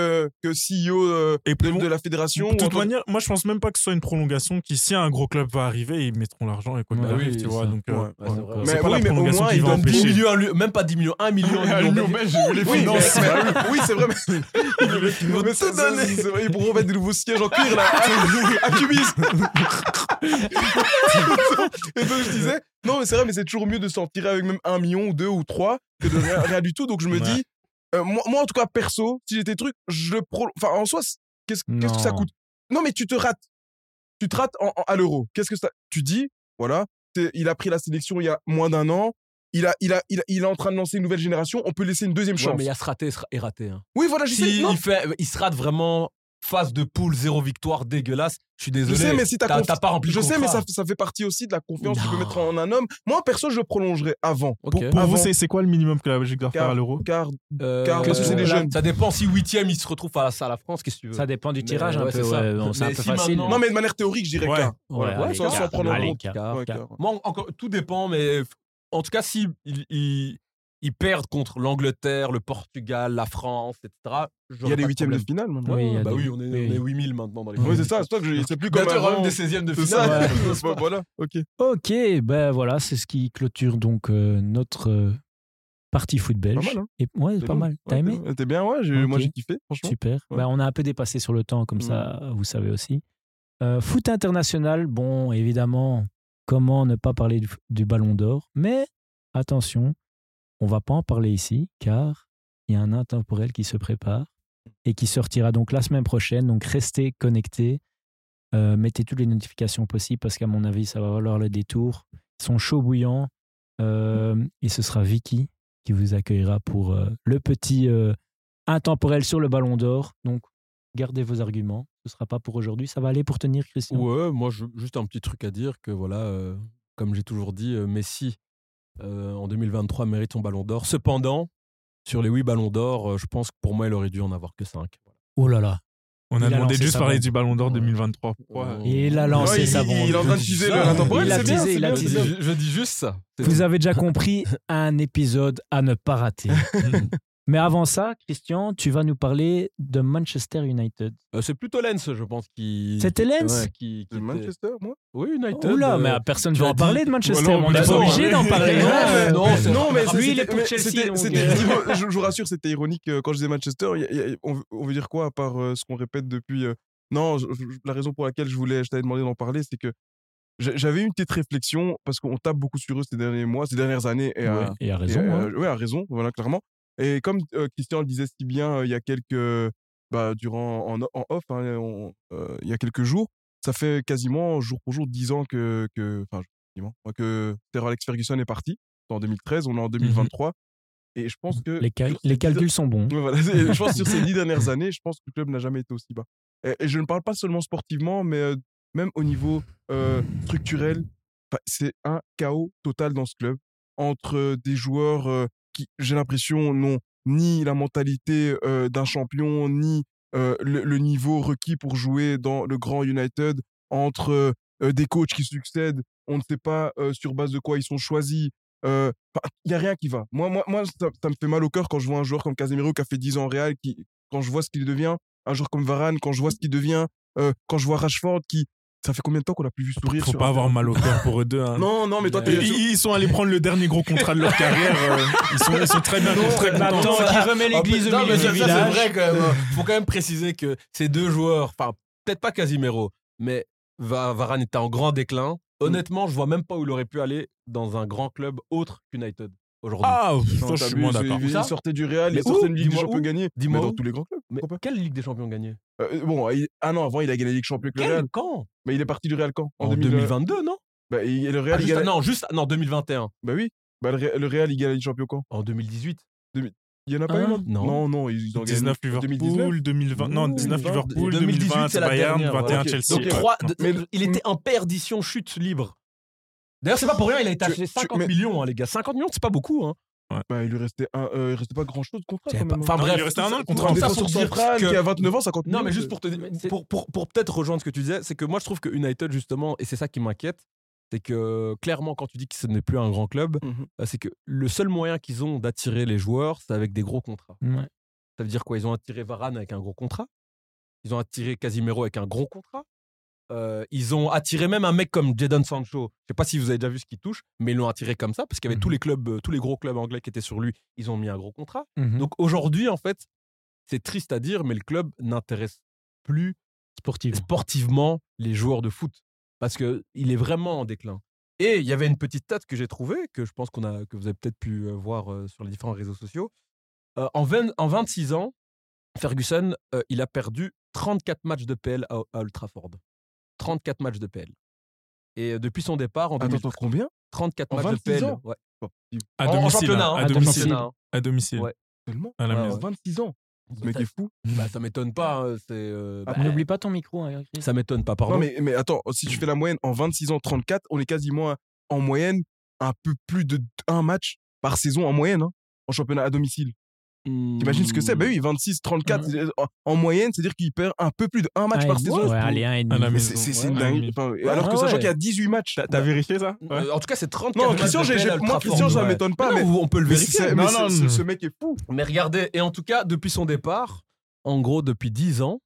CEO de la fédération. De toute manière, moi je pense même pas que ce soit une prolongation qui, si un gros club va arriver, ils mettront l'argent et quoi qu'il arrive, tu vois. Donc, c'est pas la prolongation qui va empêcher. 10 millions, même pas 10 millions, 1 million. 1 million belge, les finances. Oui, c'est vrai. Mais c'est vrai, ils pourront mettre des nouveaux sièges en cuir là. À Cubis. Et donc je disais, non mais c'est vrai, mais c'est toujours mieux de s'en tirer avec même 1 million ou 2 ou 3 que de rien du tout. Donc je me dis, moi en tout cas perso, si j'étais truc, je le enfin en soi, qu'est-ce que ça coûte? Non mais tu te rates à l'Euro. Qu'est-ce que ça? Tu dis, voilà, il a pris la sélection il y a moins d'1 an. Il est en train de lancer une nouvelle génération. On peut laisser une deuxième chance. Mais il y a se rater et rater. Hein. Oui, voilà, je sais. Il se rate vraiment. Phase de poule, 0 victoire, dégueulasse. Je suis désolé. Je sais, mais si t'as pas rempli. Je sais, mais ça fait partie aussi de la confiance que tu peux mettre en un homme. Moi, perso, je prolongerai avant. Okay. Pour vous, c'est quoi le minimum que la Belgique doit faire à l'Euro? Car parce que c'est des jeunes. Ça dépend si 8e il se retrouve face à la France. Qu'est-ce que tu veux? Ça dépend du tirage un peu. C'est un peu facile. Non, mais de manière théorique, je dirais quart. Sans prendre en compte. Moi, encore, tout dépend, mais en tout cas, si ils perdent contre l'Angleterre, le Portugal, la France, etc. Il y a les 8e de finale maintenant. On est 8000 maintenant dans les. Oui, c'est ça. C'est plus comme avant. Des 16e de finale. Voilà. Ok, ben voilà, c'est ce qui clôture donc notre partie foot belge. Pas mal, hein. Et ouais, pas mal. T'as aimé? C'était bien, ouais. Moi, j'ai kiffé, franchement. Super. Ben, on a un peu dépassé sur le temps, comme ça, vous savez aussi. Foot international, bon, évidemment, comment ne pas parler du Ballon d'Or? Mais attention. On ne va pas en parler ici, car il y a un intemporel qui se prépare et qui sortira donc la semaine prochaine. Donc, restez connectés. Mettez toutes les notifications possibles parce qu'à mon avis, ça va valoir le détour. Ils sont chauds bouillants. Et ce sera Vicky qui vous accueillera pour le petit intemporel sur le Ballon d'Or. Donc, gardez vos arguments. Ce ne sera pas pour aujourd'hui. Ça va aller pour tenir, Christian? Ouais, moi, juste un petit truc à dire que voilà, comme j'ai toujours dit, Messi, en 2023 mérite son Ballon d'Or. Cependant, sur les 8 Ballons d'Or, je pense que pour moi, il aurait dû en avoir que 5. Voilà. Oh là là. On a demandé juste parler du Ballon d'Or 2023. Pourquoi? Il a lancé sa bombe. Il est en train de teaser l'intemporel. Il a teasé. Je dis juste ça. Vous avez déjà compris, un épisode à ne pas rater. Mais avant ça, Christian, tu vas nous parler de Manchester United. C'est plutôt Lens, je pense, qui... C'était Lens qui De Manchester, moi? Oui, United. Oula, mais personne ne va en parler de Manchester. Voilà, On n'est pas obligé d'en parler. Non, mais lui, il est pour Chelsea. Je vous rassure, c'était ironique quand je disais Manchester. On veut dire quoi à part ce qu'on répète depuis. Non, la raison pour laquelle je t'avais demandé d'en parler, c'est que j'avais une petite réflexion parce qu'on tape beaucoup sur eux ces dernières années. Et à raison. Oui, à raison, voilà, clairement. Et comme Christian le disait si bien il y a durant en off, il y a quelques jours, ça fait quasiment jour pour jour 10 ans que Sir Alex Ferguson est parti. En 2013, on est en 2023. Et je pense que... Les calculs sont bons. Voilà, je pense que sur ces 10 dernières années, je pense que le club n'a jamais été aussi bas. Et je ne parle pas seulement sportivement, mais même au niveau structurel, c'est un chaos total dans ce club. Entre des joueurs qui, j'ai l'impression, n'ont ni la mentalité d'un champion, ni le niveau requis pour jouer dans le grand United, entre des coachs qui succèdent, on ne sait pas sur base de quoi ils sont choisis. Il n'y a rien qui va. Moi ça me fait mal au cœur quand je vois un joueur comme Casemiro qui a fait 10 ans au Real, quand je vois ce qu'il devient, un joueur comme Varane, quand je vois ce qu'il devient, quand je vois Rashford qui... Ça fait combien de temps qu'on l'a plus vu sourire? Faut pas avoir mal au cœur pour eux deux. Hein. Non, mais toi, ils sont allés prendre le dernier gros contrat de leur carrière. Ils sont très bien contents. Attends, qui remet l'église au milieu du village. C'est vrai quand même. Faut quand même préciser que ces deux joueurs, enfin peut-être pas Casemiro, mais Varane était en grand déclin. Honnêtement, je vois même pas où il aurait pu aller dans un grand club autre qu'United aujourd'hui. Ah, ça, je suis moins d'accord. Il sortait du Real, il sortait une Ligue des Champions gagnée. Dis-moi dans tous les grands clubs. Mais quelle Ligue des Champions gagnée? Un an avant, il a gagné la Ligue des Champions avec le Real. Quand? Mais il est parti du Real quand? En 2022, non? Le Real, non, 2021. Bah oui. Le Real, il gagne la Ligue des Champions quand? En 2018. Il y en a pas eu, non. Ils ont 19 Liverpool, 2020. Non, 19 Liverpool, 2020 c'est Bayern, 21 Chelsea. Donc il était en perdition, chute libre. D'ailleurs, c'est pas pour rien, il a été acheté 50 millions, les gars. 50 millions, c'est pas beaucoup. Hein. Ouais. Bah, il lui restait pas grand chose de contrat. Quand même. Enfin bref, il restait un an de contrat. Un défenseur central qui a 29 ans, 50 millions. Non, mais juste pour peut-être rejoindre ce que tu disais, c'est que moi je trouve que United, justement, et c'est ça qui m'inquiète, c'est que clairement, quand tu dis que ce n'est plus un grand club, c'est que le seul moyen qu'ils ont d'attirer les joueurs, c'est avec des gros contrats. Ouais. Ça veut dire quoi? Ils ont attiré Varane avec un gros contrat. Ils ont attiré Casemiro avec un gros contrat. Ils ont attiré même un mec comme Jadon Sancho. Je sais pas si vous avez déjà vu ce qu'il touche, mais ils l'ont attiré comme ça parce qu'il y avait tous les gros clubs anglais qui étaient sur lui. Ils ont mis un gros contrat. Donc aujourd'hui, en fait, c'est triste à dire, mais le club n'intéresse plus sportivement les joueurs de foot parce que il est vraiment en déclin. Et il y avait une petite stat que j'ai trouvée, que je pense que vous avez peut-être pu voir sur les différents réseaux sociaux. En 26 ans, Ferguson, il a perdu 34 matchs de PL à Old Trafford. 34 matchs de PL. Et depuis son départ en 2013, combien? 34 matchs de PL. Ouais. À domicile. À domicile. Ouais. Tellement. À la maison. 26 ans. Ce mec est fou. Bah, ça m'étonne pas. N'oublie pas ton micro. Hein, ça m'étonne pas, pardon. Non, mais attends, si tu fais la moyenne en 26 ans, 34, on est quasiment en moyenne un peu plus de un match par saison en moyenne, en championnat à domicile. T'imagines ce que c'est? Bah oui, 26, 34 en moyenne, c'est-à-dire qu'il perd un peu plus de un match par saison. Ouais, allez, un et demi. C'est dingue. Alors que sachant qu'il y a 18 matchs. T'as vérifié ça? En tout cas, c'est 34 non, matchs. Christian, ça m'étonne pas. Mais on peut le vérifier. Ce mec est fou. Mais regardez, et en tout cas, depuis son départ, en gros, depuis 10 ans,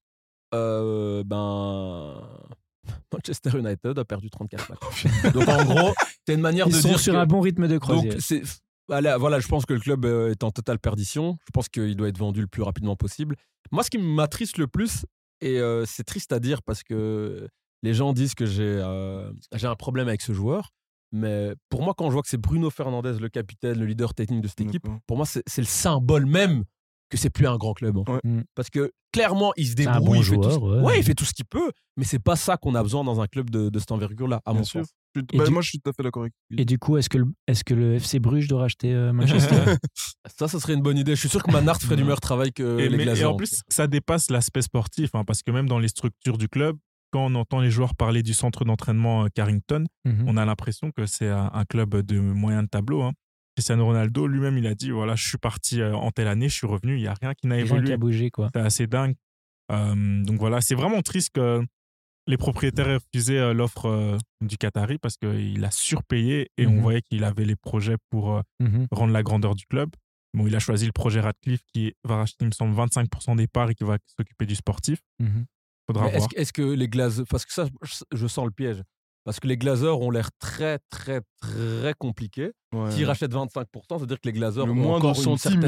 Manchester United a perdu 34 matchs. Donc en gros, c'est une manière de dire. Ils sont sur un bon rythme de croisière. Donc voilà, je pense que le club est en totale perdition. Je pense qu'il doit être vendu le plus rapidement possible. Moi, ce qui m'attriste le plus, et c'est triste à dire parce que les gens disent que j'ai un problème avec ce joueur, mais pour moi, quand je vois que c'est Bruno Fernandes, le capitaine, le leader technique de cette équipe, pour moi, c'est le symbole même que c'est plus un grand club. En fait. Parce que clairement, il se débrouille. Il fait tout ce qu'il peut, mais c'est pas ça qu'on a besoin dans un club de cette envergure-là, à mon sens. Moi, je suis tout à fait d'accord avec lui. Et du coup, est-ce que le FC Bruges doit racheter Manchester? Ça serait une bonne idée. Je suis sûr que Manhart ferait du meilleur travail que les Glazers. Et en plus, ça dépasse l'aspect sportif, parce que même dans les structures du club, quand on entend les joueurs parler du centre d'entraînement Carrington, on a l'impression que c'est un club de moyen de tableau. Cristiano Ronaldo, lui-même, il a dit, voilà, je suis parti en telle année, je suis revenu, il n'y a rien qui n'a évolué. Rien qui a bougé, quoi. C'est assez dingue. Donc voilà, c'est vraiment triste que les propriétaires aient refusé l'offre du Qatari parce qu'il a surpayé et on voyait qu'il avait les projets pour rendre la grandeur du club. Bon, il a choisi le projet Radcliffe qui va racheter, il me semble, 25% des parts et qui va s'occuper du sportif. Faudra voir. Est-ce que les Glazers... Parce que ça, je sens le piège. Parce que les Glazers ont l'air très, très, très compliqués. S'ils rachètent 25%, c'est-à-dire que les Glazers ont encore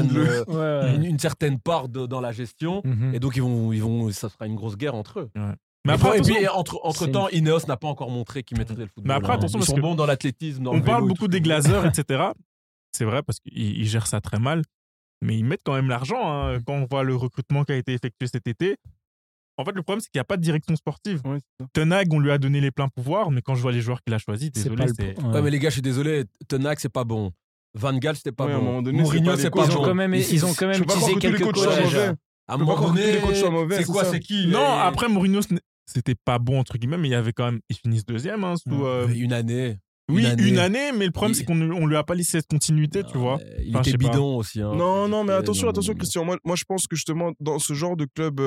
une certaine part dans la gestion. Et donc, ça sera une grosse guerre entre eux. Ouais. Mais après, entre-temps, Ineos n'a pas encore montré qu'il maîtrisait le football. Mais après, attention, ils sont bons dans l'athlétisme, on parle beaucoup des Glazers, etc. C'est vrai, parce qu'ils gèrent ça très mal. Mais ils mettent quand même l'argent. Hein, quand on voit le recrutement qui a été effectué cet été. En fait, le problème, c'est qu'il n'y a pas de direction sportive. Ouais, Ten Hag, on lui a donné les pleins pouvoirs, mais quand je vois les joueurs qu'il a choisis, désolé, c'est... Ouais, mais les gars, je suis désolé. Ten Hag, c'est pas bon. Van Gaal, c'était pas bon. Mourinho, c'est pas bon. Ils ont quand même utilisé quelques coachs. À un moment donné, les coachs soient mauvais. C'est quoi, c'est qui? Non, après, Mourinho, c'était pas bon, entre guillemets, mais il y avait quand même... Ils finissent deuxième. Hein, sous, une année. Oui, une année, mais le problème, c'est qu'on lui a pas laissé cette continuité, tu vois. Il était bidon aussi. Hein. Non, mais attention, Christian. Moi, je pense que justement, dans ce genre de club...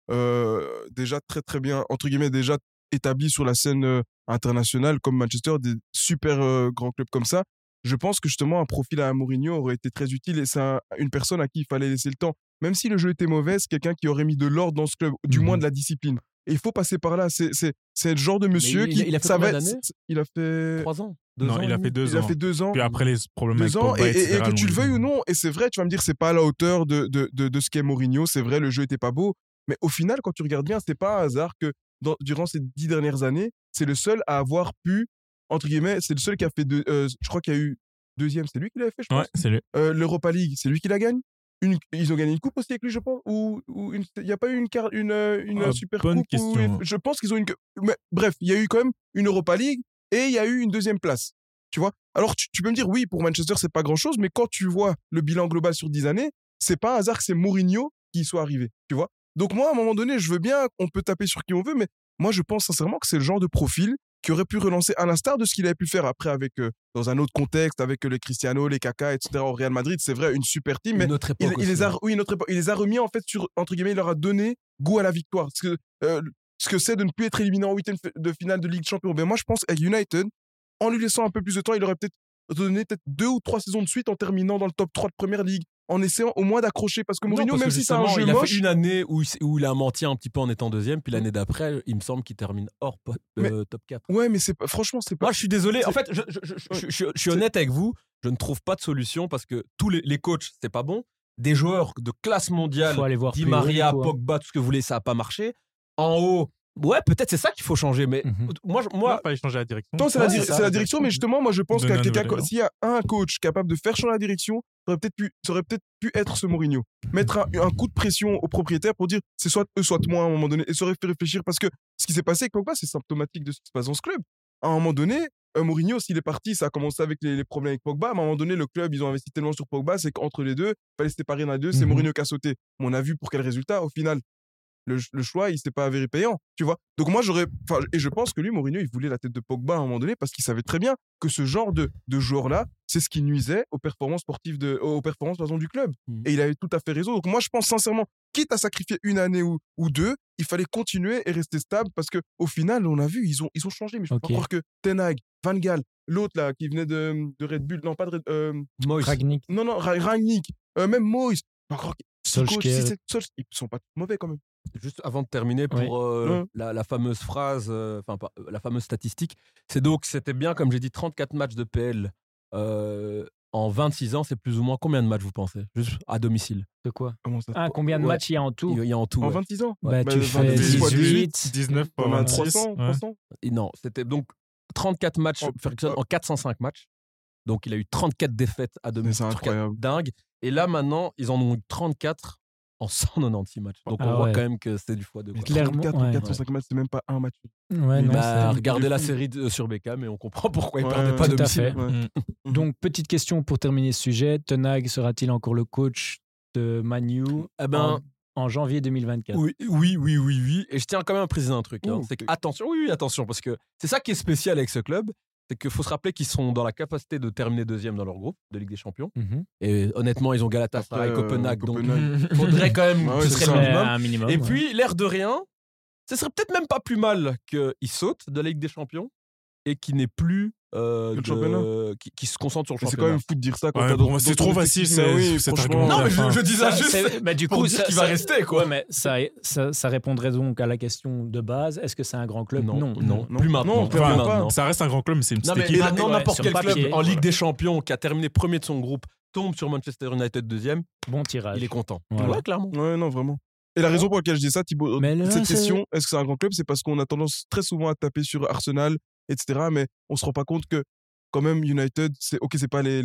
déjà très très bien entre guillemets déjà établi sur la scène internationale comme Manchester, des super grands clubs comme ça, je pense que justement un profil à Mourinho aurait été très utile et c'est une personne à qui il fallait laisser le temps, même si le jeu était mauvais, c'est quelqu'un qui aurait mis de l'ordre dans ce club, du moins de la discipline, et il faut passer par là. C'est le genre de monsieur qui il a fait combien d'années? Il a fait 3 ans. Non, il a fait 2 ans. Il a fait 2 ans. Puis après les problèmes avec Pogba, Pogba, etc. Et que tu le veuilles ou non, et c'est vrai, tu vas me dire c'est pas à la hauteur de ce qu'est Mourinho, c'est vrai, le jeu était pas beau. Mais au final, quand tu regardes bien, c'est pas un hasard que durant ces 10 dernières années, c'est le seul à avoir pu, entre guillemets, c'est le seul qui a fait je crois qu'il y a eu deuxième, c'est lui qui l'avait fait, je pense. Ouais, c'est lui. L'Europa League, c'est lui qui la gagne. Ils ont gagné une coupe aussi avec lui, je pense. Il n'y a pas eu une super bonne coupe. Question. Je pense qu'ils ont mais, bref, il y a eu quand même une Europa League et il y a eu une deuxième place. Tu vois? Alors, tu peux me dire, oui, pour Manchester, c'est pas grand-chose, mais quand tu vois le bilan global sur 10 années, c'est pas un hasard que c'est Mourinho qui y soit arrivé. Tu vois? Donc moi, à un moment donné, je veux bien, on peut taper sur qui on veut, mais moi, je pense sincèrement que c'est le genre de profil qui aurait pu relancer, à l'instar de ce qu'il avait pu faire après avec, dans un autre contexte, avec les Cristiano, les Kaka, etc. au Real Madrid. C'est vrai, une super team, mais il les a remis, en fait, entre guillemets, il leur a donné goût à la victoire. Ce que c'est de ne plus être éliminé en huitième de finale de Ligue des Champions. Ben moi, je pense qu'avec United, en lui laissant un peu plus de temps, il aurait peut-être donné 2 ou 3 saisons de suite en terminant dans le top 3 de Première Ligue, en essayant au moins d'accrocher, parce que Mourinho, même si c'est un jeu il a moche... fait une année où il a menti un petit peu en étant deuxième, puis l'année d'après, il me semble qu'il termine hors top 4. Ouais, mais franchement, c'est pas... Moi, je suis désolé. En fait, je suis honnête avec vous, je ne trouve pas de solution parce que tous les coachs, c'est pas bon. Des joueurs de classe mondiale, Di Maria, Pogba, tout ce que vous voulez, ça n'a pas marché. En haut, ouais, peut-être c'est ça qu'il faut changer, mais moi, il fallait changer la direction. Non, c'est la direction, mais justement, moi, je pense s'il y a un coach capable de faire changer la direction, ça aurait peut-être pu être ce Mourinho. Mettre un coup de pression aux propriétaires pour dire c'est soit eux, soit moi à un moment donné, et ça aurait fait réfléchir, parce que ce qui s'est passé avec Pogba, c'est symptomatique de ce qui se passe dans ce club. À un moment donné, Mourinho, s'il est parti, ça a commencé avec les problèmes avec Pogba. À un moment donné, le club, ils ont investi tellement sur Pogba, c'est qu'entre les deux, il fallait se séparer dans les deux, c'est Mourinho qui a sauté. Mais on a vu pour quel résultat, au final. Le choix, il s'était pas avéré payant, tu vois. Donc moi, et je pense que lui, Mourinho, il voulait la tête de Pogba à un moment donné parce qu'il savait très bien que ce genre de joueur-là, c'est ce qui nuisait aux performances sportives du club. Et il avait tout à fait raison. Donc moi, je pense sincèrement, quitte à sacrifier une année ou 2, il fallait continuer et rester stable parce que au final, on a vu, ils ont changé. Mais je peux pas croire que Ten Hag, Van Gaal, l'autre là qui venait de Red Bull, non pas de Moyes. Rangnick. Non, Rangnick, même Moyes. Solskjaer. Ils sont pas mauvais quand même. Juste avant de terminer, pour la fameuse phrase, la fameuse statistique, c'était bien, comme j'ai dit, 34 matchs de PL en 26 ans, c'est plus ou moins combien de matchs vous pensez? Juste à domicile. De quoi? Combien de matchs il y a en tout? Il y a en tout. En 26 ans? Tu fais 18, 19 pour 26. 300. Non, c'était donc 34 matchs, Ferguson en 405 matchs. Donc il a eu 34 défaites à domicile. C'est incroyable. Dingue. Et là maintenant, ils en ont eu 34 en 196 matchs. Donc on voit quand même que c'est du x2. Clairement, 405 matchs, c'est même pas un match. Regardez la série sur Beckham et on comprend pourquoi il perdait pas de domicile. Donc petite question pour terminer ce sujet, Ten Hag sera-t-il encore le coach de Man U en janvier 2024? Oui. Et je tiens quand même à préciser un truc. C'est attention, parce que c'est ça qui est spécial avec ce club. C'est qu'il faut se rappeler qu'ils sont dans la capacité de terminer deuxième dans leur groupe de Ligue des Champions. Et honnêtement, ils ont Galatasaray, Copenhague. Donc, il faudrait quand même que ce serait un minimum. Et puis, l'air de rien, ce serait peut-être même pas plus mal qu'ils sautent de la Ligue des Champions et qui n'est plus le championnat. qui se concentre sur le C'est championnat. quand même fou de dire ça. Quand Ouais, c'est trop facile, cet argument. Non, mais Enfin, je dis ça juste du pour coup, dire qu'il va rester, quoi. Ouais, mais ça répondrait donc à la question de base. Est-ce que c'est un grand club? Non. Plus maintenant. Non, Plus clairement maintenant. ça reste un grand club, mais c'est une Non, petite mais équipe. maintenant, Ouais, n'importe sur quel papier, club en voilà. Ligue des Champions qui a terminé premier de son groupe tombe sur Manchester United deuxième, Bon tirage. il est content. Voilà. Ouais, clairement. Ouais, non, vraiment. Et la raison pour laquelle je dis ça, Thibaut, Mais là, cette c'est- question, est-ce que c'est un grand club, c'est parce qu'on a tendance très souvent à taper sur Arsenal, etc. Mais on se rend pas compte que quand même United, c'est pas les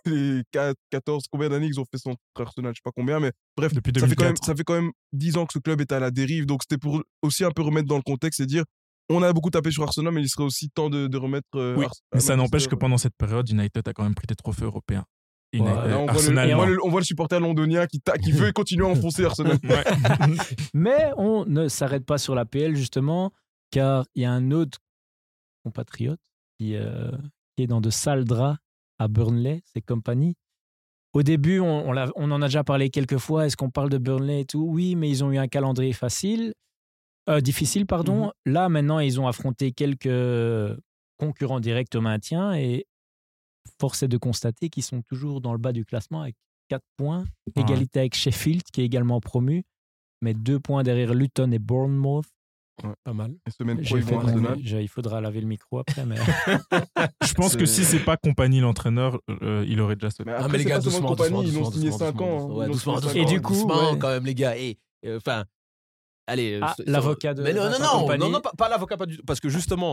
14, combien d'années ils ont fait sans Arsenal, je sais pas combien, mais bref, Depuis ça fait 2004. quand même 10 ans que ce club est à la dérive. Donc c'était pour aussi un peu remettre dans le contexte et dire, on a beaucoup tapé sur Arsenal, mais il serait aussi temps de remettre. Oui, mais ça n'empêche Manchester. que pendant cette période, United a quand même pris des trophées européens. Ouais, Là, on voit Arsenal, non. on voit le supporter londonien qui veut continuer à enfoncer Arsenal. Ouais. Mais on ne s'arrête pas sur la PL, justement, car il y a un autre compatriote qui est dans de sales draps à Burnley, c'est Company. Au début, on en a déjà parlé quelques fois. Est-ce qu'on parle de Burnley et tout? Oui, mais ils ont eu un calendrier difficile, pardon. Là, maintenant, ils ont affronté quelques concurrents directs au maintien et force est de constater qu'ils sont toujours dans le bas du classement avec 4 points. Ouais. Égalité avec Sheffield, qui est également promu, mais 2 points derrière Luton et Bournemouth. Pas mal. Et semaine pro, J'ai ils fait vont à mon- Arsenal. il faudra laver le micro après, mais Je pense que si c'est pas Compagnie l'entraîneur, il aurait déjà sauté. Mais Ah, après, mais les c'est gars, pas seulement doucement, compagnie, doucement, ils ont signé doucement, 5 ans. doucement. Ouais, Ils ont doucement, signé doucement. cinq Et ans. du coup, doucement, ouais. quand même, les gars. Et enfin, allez. Ah, c'est- l'avocat de Mais non, Vincent Kompany. pas l'avocat, pas du tout. Parce que justement,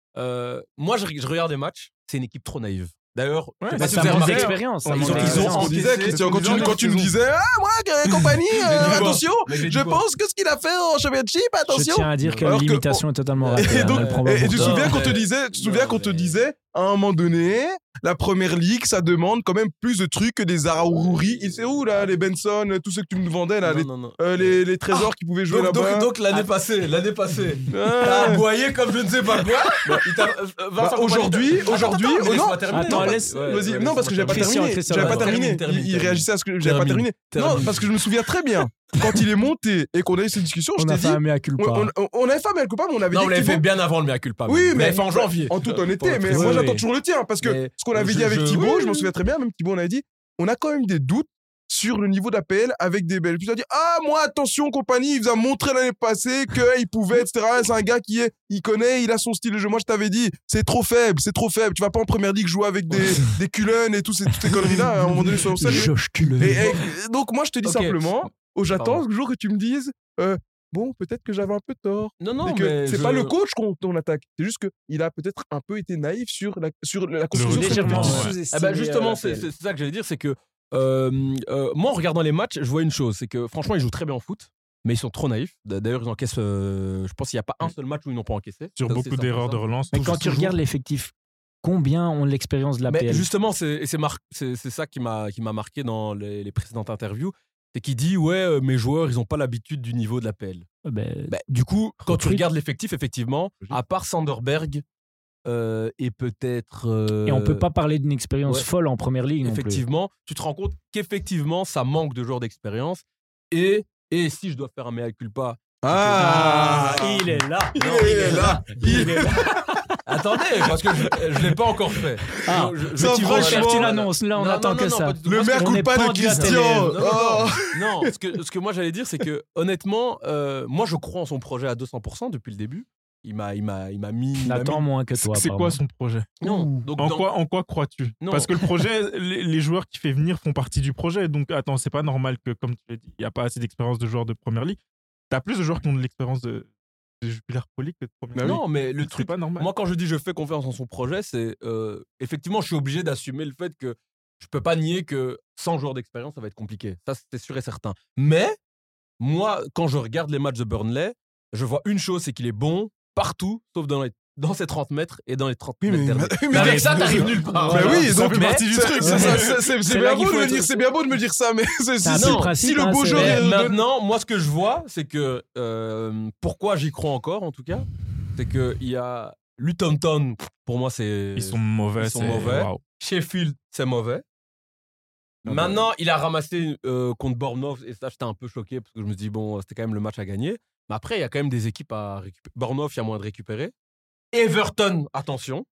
moi, je regarde des matchs. C'est une équipe trop naïve. D'ailleurs, Ouais, je sais Bah, pas si ça vous avez manque remarqué, d'expérience. ça Ils manque ont, d'expérience. on disait, Christian, quand tu nous disais, moi, compagnie, Mais j'ai dit quoi attention, Mais j'ai dit je quoi pense que ce qu'il a fait en championship, Je attention. tiens à dire que Alors que- l'imitation est totalement ratée. Et donc, hein, le problème et tu te pour toi. souviens Non, qu'on te mais- disait, non, mais- disait, à un moment donné, la première ligue, ça demande quand même plus de trucs que des Araouri. Il sait où, là, les Benson, tous ceux que tu nous vendais, là, Non. les trésors qui pouvaient jouer là-bas. Donc l'année passée, Ah. t'as aboyé comme je ne sais pas quoi. Il t'a- Vincent aujourd'hui, Kompany, aujourd'hui, attends, oh non. laisse-moi terminer. Attends, Non, laisse- Vas-y, non, parce que j'avais pas Christian, terminé. Christian, J'avais pas vas-y. terminé. Termine. Il réagissait à ce que j'avais pas terminé. Termine. Non, parce que je me souviens très bien. Quand il est monté et qu'on a eu cette discussion, je On t'ai a dit. fait un mea culpa. On avait fait un mea culpa, mais on avait Non, dit on que l'avait fait Thibaut- bien avant le mea culpa. Oui, mais fait en janvier. En toute Pour honnêteté, le mais préciser. moi oui, j'attends oui. toujours le tien parce que Mais ce qu'on avait dit avec je- Thibaut, oui, je m'en oui. souviens très bien, même Thibaut on avait dit, on a quand même des doutes sur le niveau d'APL avec des Belges. Puis il a dit, ah moi attention compagnie, il vous a montré l'année passée qu'il pouvait, etc. C'est un gars il connaît, il a son style de jeu. Moi je t'avais dit, c'est trop faible. Tu vas pas en première ligue jouer avec des culons et toutes ces conneries-là. À un moment donné, soyons sérieux. Josh Cullen. Et donc moi je te dis Ok. simplement, j'attends Pardon. le jour que tu me dises, bon peut-être que j'avais un peu tort. Non, Et que mais c'est pas le coach qu'on attaque, c'est juste qu'il a peut-être un peu été naïf sur la construction de son légèrement équipe. Ouais. sous-estimé. Ah bah justement, c'est ça que j'allais dire, c'est que moi, en regardant les matchs, je vois une chose, c'est que franchement, ils jouent très bien au foot, mais ils sont trop naïfs. D'ailleurs, ils encaissent, je pense qu'il n'y a pas un seul match où ils n'ont pas encaissé. Sur Ça, beaucoup c'est d'erreurs de simple. relance. Mais quand tu toujours. regardes l'effectif, combien ont l'expérience de la Mais PL? justement, c'est ça qui m'a marqué dans les précédentes interviews, c'est qu'il dit, ouais, mes joueurs, ils n'ont pas l'habitude du niveau de la PL. Ben, Du coup, quand tu Recrute. regardes l'effectif, effectivement, à part Sanderberg et peut-être... et on peut pas parler d'une expérience ouais. folle en première ligue non plus. effectivement, tu te rends compte qu'effectivement, ça manque de joueurs d'expérience. Et si je dois faire un mea culpa... Ah, il est là. il est là. Il est là. Attendez, parce que je ne l'ai pas encore fait. Ah, ça, tu vas franchement- faire, tu l'annonces. Là, on Non, attend non, que non, ça. pas du tout. Le Parce mea que- on est culpa de pendu à Christian. télé. Oh. Non, ce que moi j'allais dire, c'est que honnêtement, moi je crois en son projet à 200% depuis le début. Il m'a mis... Nathan moins que toi. C'est quoi son projet? Non, donc En quoi crois-tu? Non. Parce que le projet, les joueurs qu'il fait venir font partie du projet. Donc, attends, c'est pas normal que, comme tu l'as dit, il n'y a pas assez d'expérience de joueurs de première ligue. T'as plus de joueurs qui ont de l'expérience de Jupiler Pro League que de première ligue. non, mais le C'est truc... pas normal. Moi, quand je dis je fais confiance en son projet, c'est effectivement, je suis obligé d'assumer le fait que je peux pas nier que sans joueur d'expérience, ça va être compliqué. Ça, c'est sûr et certain. Mais moi, quand je regarde les matchs de Burnley, je vois une chose, c'est qu'il est bon partout, sauf dans ses 30 mètres et dans les 30 Oui, mètres mais- derniers. mais- Mais avec mais- ça, t'arrives nulle part. Bah oui, ça donc fait partie du truc. c'est C'est bien là beau qu'il de faut me être- dire, c'est bien beau de me dire ça, mais C'est un peu le principe, si le hein, beau c'est- joueur Mais est- maintenant, moi, ce que je vois, c'est que pourquoi j'y crois encore, en tout cas, c'est qu'il y a Luton Town, pour moi, c'est... Ils sont mauvais. Ils sont c'est- mauvais. waouh. Sheffield, c'est mauvais. Maintenant, il a ramassé contre Bournemouth, et ça, j'étais un peu choqué, parce que je me dis, bon, c'était quand même le match à gagner. Mais après, il y a quand même des équipes à récupérer. Bournemouth, il y a moins de récupérer. Everton, attention.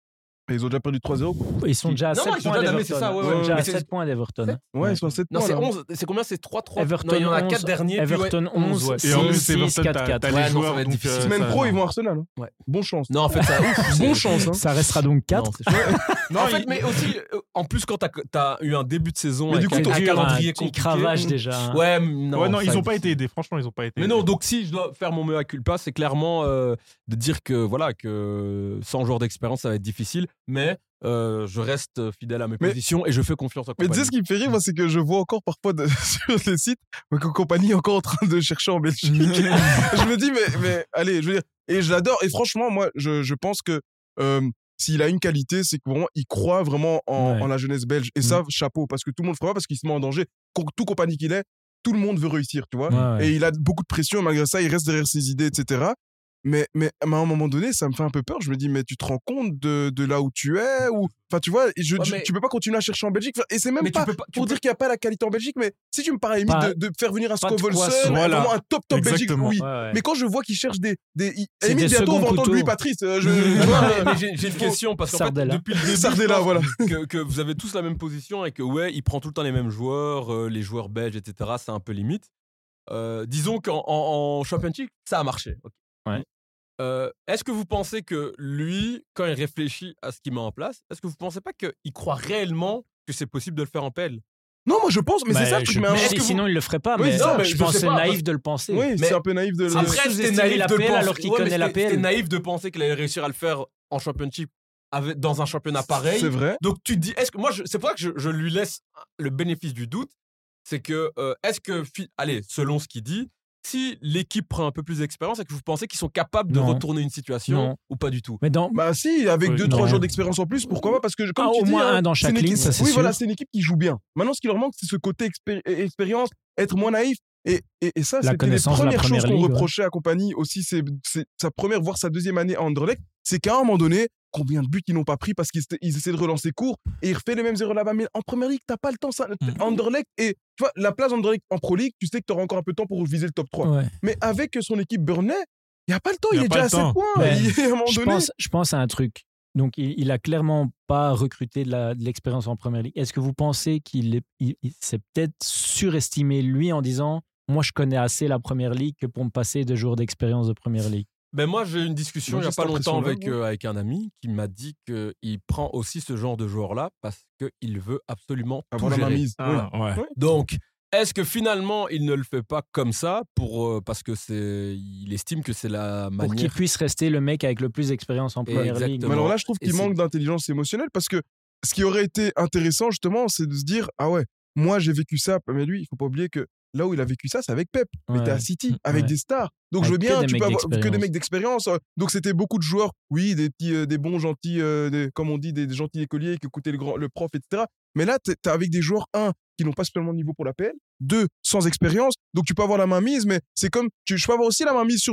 Et ils ont déjà perdu 3-0. Ils sont déjà à 7 points d'Everton. C'est ça, Ils sont déjà à 7 points d'Everton. Ouais, ils sont à 7 points. Non, c'est 11. C'est combien? C'est 3-3. Everton, il y en a 11, 4 derniers. Everton 11, Et en plus, 6, Everton, 4-4. t'as Ouais, les non, joueurs. ça va être donc, difficile. Semaine ça- pro, ils vont à Arsenal. Ouais. Bon chance. Non, en fait, ça ouf. Bon chance. Hein. Ça restera donc 4. En fait, mais aussi, en plus, quand t'as eu un début de saison Mais avec du coup, un calendrier Ils compliqué. cravagent déjà. Ouais, non. Ouais, non, ils ça- n'ont pas été aidés. Franchement, ils n'ont pas été Mais aidés. non, donc si je dois faire mon mea culpa, c'est clairement de dire que voilà que sans joueur d'expérience, ça va être difficile, mais je reste fidèle à mes positions et je fais confiance à Mais Kompany. tu sais, ce qui me fait rire, moi, c'est que je vois encore parfois sur les sites que Kompany est encore en train de chercher en Belgique. Je me dis, mais allez, je veux dire, et je l'adore. Et franchement, moi, je pense que s'il a une qualité, c'est que vraiment, il croit vraiment en la jeunesse belge. Et ça, chapeau, parce que tout le monde ne ferait pas, parce qu'il se met en danger. Tout Kompany qu'il est, tout le monde veut réussir, tu vois. Ouais. Et il a beaucoup de pression, et malgré ça, il reste derrière ses idées, etc. Mais à un moment donné, ça me fait un peu peur. Je me dis, mais tu te rends compte de là où tu es ou... Enfin, tu vois, tu peux pas continuer à chercher en Belgique. Et c'est même pas pour dire qu'il n'y a pas la qualité en Belgique, mais si tu me parles à la limite de faire venir un Scovelson, vraiment un top Belgique, oui. Ouais. Mais quand je vois qu'il cherche des C'est des bientôt, on va seconds entendre lui, couteaux. Patrice. Mais j'ai une question parce qu'en fait, Sardella. depuis le début, Sardella, je pense voilà. que vous avez tous la même position et que ouais, il prend tout le temps les mêmes joueurs, les joueurs belges, etc. C'est un peu limite. Disons qu'en Championship, ça a marché. Okay. Ouais. Est-ce que vous pensez que lui, quand il réfléchit à ce qu'il met en place, est-ce que vous pensez pas qu'il croit réellement que c'est possible de le faire en PL? Non, moi je pense, mais c'est ça le truc. Sinon, il le ferait pas. Oui, Mais non, mais je je pense sais que c'est pas, naïf de le penser. Oui, c'est un peu naïf de le... Après, c'était sous-estimer naïf la de PL penser, alors qu'il connaît la PL. C'était naïf de penser qu'il allait réussir à le faire en Championship dans un championnat pareil. C'est vrai. Donc tu te dis, est-ce que moi, c'est pour ça que je lui laisse le bénéfice du doute, c'est que est-ce que, allez, selon ce qu'il dit, si l'équipe prend un peu plus d'expérience, est-ce que vous pensez qu'ils sont capables de retourner une situation ou pas du tout? Mais dans... Bah si, avec 2-3 jours d'expérience en plus, pourquoi pas? Parce que comme tu au dis, moins un dans chaque ligne, ça c'est oui, sûr. voilà, c'est une équipe qui joue bien. Maintenant, ce qui leur manque, c'est ce côté expérience, être moins naïf. Et ça, c'était les premières choses qu'on reprochait à Kompany aussi. C'est sa première, voire sa deuxième année à Anderlecht. C'est qu'à un moment donné, combien de buts ils n'ont pas pris parce qu'ils essaient de relancer court et ils refont les mêmes erreurs là-bas. Mais en première ligue, t'as pas le temps. Ça. Anderlecht, et tu vois, la place d'Anderlecht en Pro League, tu sais que tu auras encore un peu de temps pour viser le top 3. Ouais. Mais avec son équipe Burnley, il n'y a pas le temps. Il est déjà à 7 points. À un moment donné... je pense à un truc. Donc, il a clairement pas recruté de l'expérience en première ligue. Est-ce que vous pensez qu'il s'est peut-être surestimé lui en disant moi, je connais assez la première ligue que pour me passer de joueurs d'expérience de première ligue? Ben moi, j'ai eu une discussion il n'y a pas longtemps avec un ami qui m'a dit qu'il prend aussi ce genre de joueur-là parce qu'il veut absolument avoir la mise. Donc, est-ce que finalement, il ne le fait pas comme ça parce que il estime que c'est la manière... Pour qu'il puisse rester le mec avec le plus d'expérience en première ligue. Mais alors là, je trouve qu'il manque d'intelligence émotionnelle parce que ce qui aurait été intéressant, justement, c'est de se dire « Ah ouais, moi, j'ai vécu ça. » Mais lui, il ne faut pas oublier que là où il a vécu ça, c'est avec Pep. Mais t'es à City, avec des stars. Donc je veux bien, tu peux avoir que des mecs d'expérience. Donc c'était beaucoup de joueurs, oui, des bons gentils, comme on dit, des gentils écoliers qui écoutaient le prof, etc. Mais là, t'es avec des joueurs, qui n'ont pas spécialement de niveau pour la PL, 2, sans expérience. Donc tu peux avoir la main mise, mais c'est comme, je peux avoir aussi la main mise sur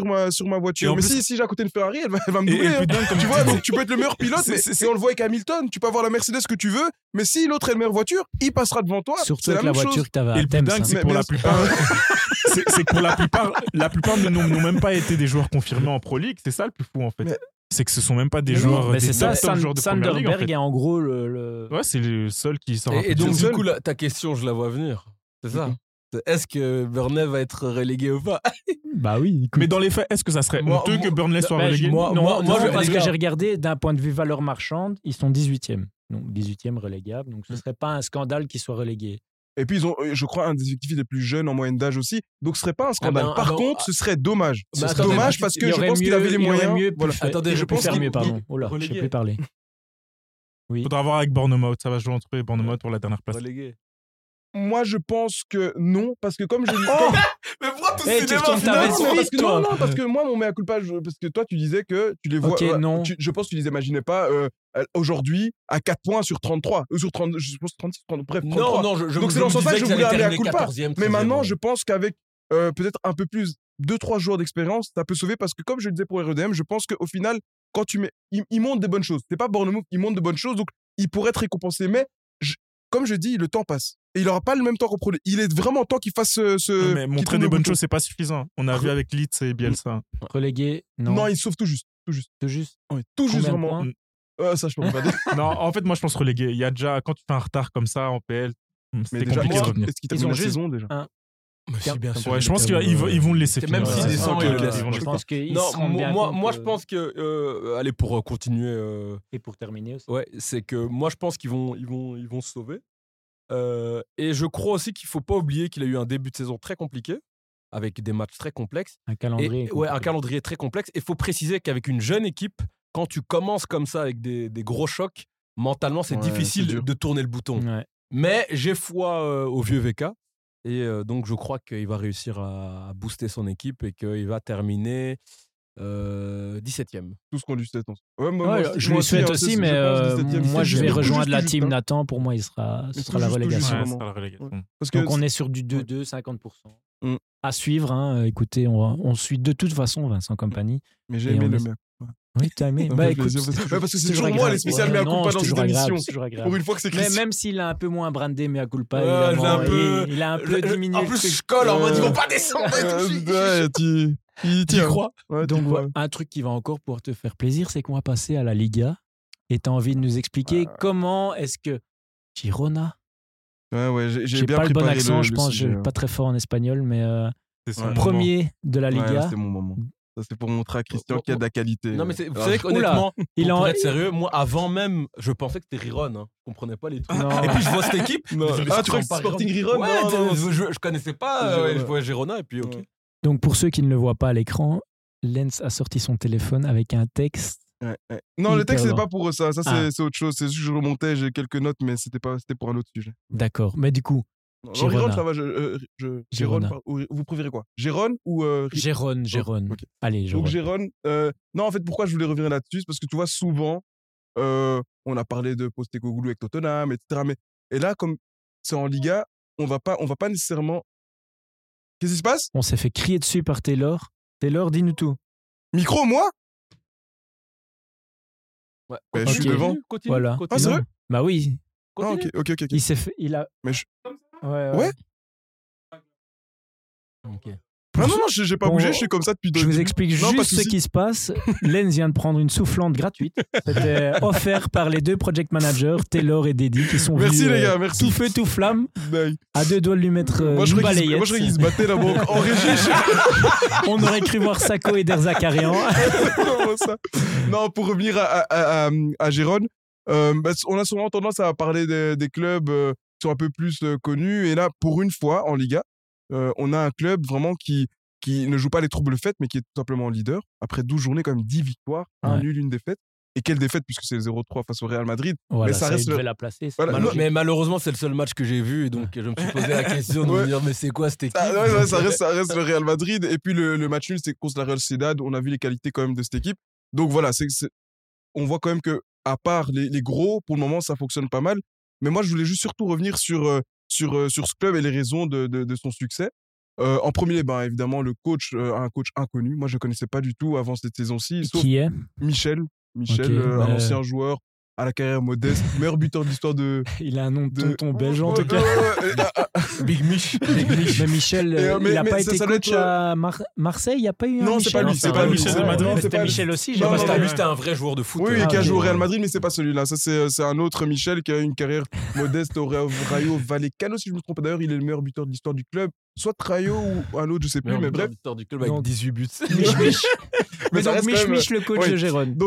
ma voiture. Mais si j'ai à côté une Ferrari, elle va me doubler. Tu vois, donc tu peux être le meilleur pilote, mais on le voit avec Hamilton, tu peux avoir la Mercedes que tu veux, mais si l'autre est la meilleure voiture, il passera devant toi. Surtout avec la voiture que t'avais à le plus dingue, c'est pour la plupart... c'est que pour la plupart n'ont même pas été des joueurs confirmés en Pro League. C'est ça le plus fou en fait. C'est que ce sont même pas des joueurs. Mais c'est ça, joueurs de Première Ligue. Sanderberg est en gros le. Ouais, c'est le seul qui sort. Et donc du coup, ta question, je la vois venir. C'est ça. Est-ce que Burnley va être relégué ou pas? Bah oui. Mais dans les faits, est-ce que ça serait honteux que Burnley soit relégué? Moi, parce que j'ai regardé d'un point de vue valeur marchande, ils sont 18e. Donc 18e relégable. Donc ce serait pas un scandale qu'ils soient relégués. Et puis, ils ont, je crois, un des effectifs les plus jeunes en moyenne d'âge aussi. Donc, ce serait pas un scandale. Par contre, ce serait dommage. Ce serait dommage parce que je pense qu'il avait les moyens. Attendez, je pense faire mieux, pardon. Oh là, je sais plus parler. Oui. Faudra voir avec Bournemouth. Ça va jouer entre eux et Bournemouth pour la dernière place. Relégué. Moi, je pense que non, parce que comme je dis... Mais pourquoi tout Non, parce que moi, mon mea culpa, parce que toi, tu disais que tu les vois... Ok, non. Je pense que tu les imaginais pas aujourd'hui à 4 points sur 33. Sur 30, je pense 36, bref, 33. Non, donc c'est dans ce sens-là que je voulais un mea culpa. Mais maintenant, je pense qu'avec peut-être un peu plus 2-3 joueurs d'expérience, ça peut sauver, parce que comme je le disais pour REDM, je pense qu'au final, quand tu mets... Ils montrent des bonnes choses. C'est pas Bournemouth, ils montrent de bonnes choses, donc ils pourraient être récompensés. Mais comme je dis, le temps passe. Et il n'aura pas le même temps qu'au Pro League. Il est vraiment temps qu'il fasse ce... Mais montrer des bonnes choses, c'est pas suffisant. On a vu avec Leeds et Bielsa. Relégué, non. Non, il sauve tout juste. Tout juste. Oui, tout juste, vraiment. Ça, je peux pas dire. Non, en fait, moi, je pense relégué. Il y a déjà, quand tu fais un retard comme ça en PL, c'était déjà, compliqué de revenir. est-ce qu'ils terminent la saison déjà? Si, bien sûr. Ouais, je pense qu'ils vont le laisser finir. Même s'ils descendent, ils le laissent. Je pense qu'ils Non, se rendent bien compte moi, je pense que, allez, pour continuer, Et pour terminer aussi. ouais, c'est que moi, je pense qu'ils vont se sauver. Et je crois aussi qu'il faut pas oublier qu'il a eu un début de saison très compliqué, avec des matchs très complexes. Un calendrier. Un calendrier très complexe. Il faut préciser qu'avec une jeune équipe, quand tu commences comme ça avec des gros chocs, mentalement, c'est difficile de tourner le bouton. Ouais. Mais j'ai foi au vieux VK. Et donc, je crois qu'il va réussir à booster son équipe et qu'il va terminer 17e. Tout ce qu'on lui souhaite. Je lui souhaite aussi, mais moi, je vais rejoindre la team Nathan. Pour moi, ce sera la relégation. Ouais, ce sera la relégation. Donc, on est sur du 2-2, 50%. À suivre. Hein. Écoutez, on suit de toute façon Vincent Kompany. Mais j'ai aimé le mien. Oui, t'as aimé. Écoute, parce que c'est toujours moi les spéciales mea culpa dans cette émission. Pour une fois que c'est Mais Christian. même s'il a un peu moins brandé mea culpa, il a un peu diminué. En plus, je colle en mode ils vont pas descendre. Tu crois? Donc voilà, un truc qui va encore pouvoir te faire plaisir, c'est qu'on va passer à la Liga. Et tu as envie de nous expliquer comment est-ce que Girona. Ouais, j'ai bien pas le bon préparé accent, je pense, sujet. je suis pas très fort en espagnol, mais C'est son premier de la Liga. C'était mon moment. Ça, c'est pour montrer à Christian qu'il y a de la qualité. Non, mais vous savez qu'honnêtement, pour être sérieux, moi, avant même, je pensais que c'était Riron. Hein. Je comprenais pas les trucs. Non. Et puis, je vois cette équipe. Tu crois que c'est Sporting Riron? Non, je connaissais pas. Je vois Girona, et puis, ok. Donc, pour ceux qui ne le voient pas à l'écran, Lens a sorti son téléphone avec un texte. Non, le texte, c'est pas pour ça. Ça, c'est autre chose. C'est juste que je remontais, j'ai quelques notes, mais c'était pour un autre sujet. D'accord. Mais du coup, Giron, ça va. Girona. Vous préférez quoi? Giron ou Géron. Okay. Allez, Géron. Donc Giron. Non, en fait, pourquoi je voulais revenir là-dessus? C'est parce que tu vois, souvent, on a parlé de Postecoglou avec Tottenham, etc. Et là, comme c'est en Liga, on va pas nécessairement. Qu'est-ce qui se passe? On s'est fait crier dessus par Taylor. Taylor, dis-nous tout. Micro, moi? Ouais. Je suis devant. Continue. Voilà. Ah, c'est vrai? Bah oui. Ah, ok. Il s'est fait. Il a. Mais Ouais. Ok. Non, j'ai pas bougé, je suis comme ça depuis 2 Je vous explique juste ce qui se passe. Lens vient de prendre une soufflante gratuite. C'était offert par les 2 project managers, Taylor et Deddy, qui sont venus les gars, merci. tout feu, tout flamme, à 2 doigts de lui mettre une balayette. Moi, je croyais qu'ils se battaient là en régie. On aurait cru voir Sako et Derzakarian. Non, pour revenir à Gérone, on a souvent tendance à parler des clubs qui sont un peu plus connus. Et là, pour une fois, en Liga, on a un club vraiment qui ne joue pas les troubles faites, mais qui est tout simplement leader. Après 12 journées, quand même 10 victoires, un nul, une défaite. Et quelle défaite, puisque c'est 0-3 face au Real Madrid. Voilà, mais ça reste devait la placer. Voilà, mais malheureusement, c'est le seul match que j'ai vu. Et donc, je me suis posé la question de me dire, mais c'est quoi cette équipe? Ça reste le Real Madrid. Et puis, le match nul, c'est contre la Real Sociedad. On a vu les qualités quand même de cette équipe. Donc voilà, on voit quand même que, à part les gros, pour le moment, ça fonctionne pas mal. Mais moi, je voulais juste surtout revenir sur ce club et les raisons de son succès. En premier, évidemment, un coach inconnu. Moi, je ne connaissais pas du tout avant cette saison-ci. Qui est Michel, okay, un ancien joueur à la carrière modeste, meilleur buteur de l'histoire de... Il a un nom de tonton belge, en tout cas. Big Mich. Mais Michel, il n'a pas été coach à Marseille? Il n'y a pas eu un Non, Michel? c'est pas lui. C'est pas Michel de Madrid. C'était Michel aussi. Lui, c'était un vrai joueur de foot. Oui, qui a joué au Real Madrid, mais c'est pas celui-là. Ça, c'est un autre Michel qui a eu une carrière modeste au Rayo Vallecano, si je me trompe. D'ailleurs, il est le meilleur buteur de l'histoire du club. Soit Rayo ou un autre, je sais plus, mais bref. Buteur du club avec 18 buts. Mais donc Mich, le coach de Gérone.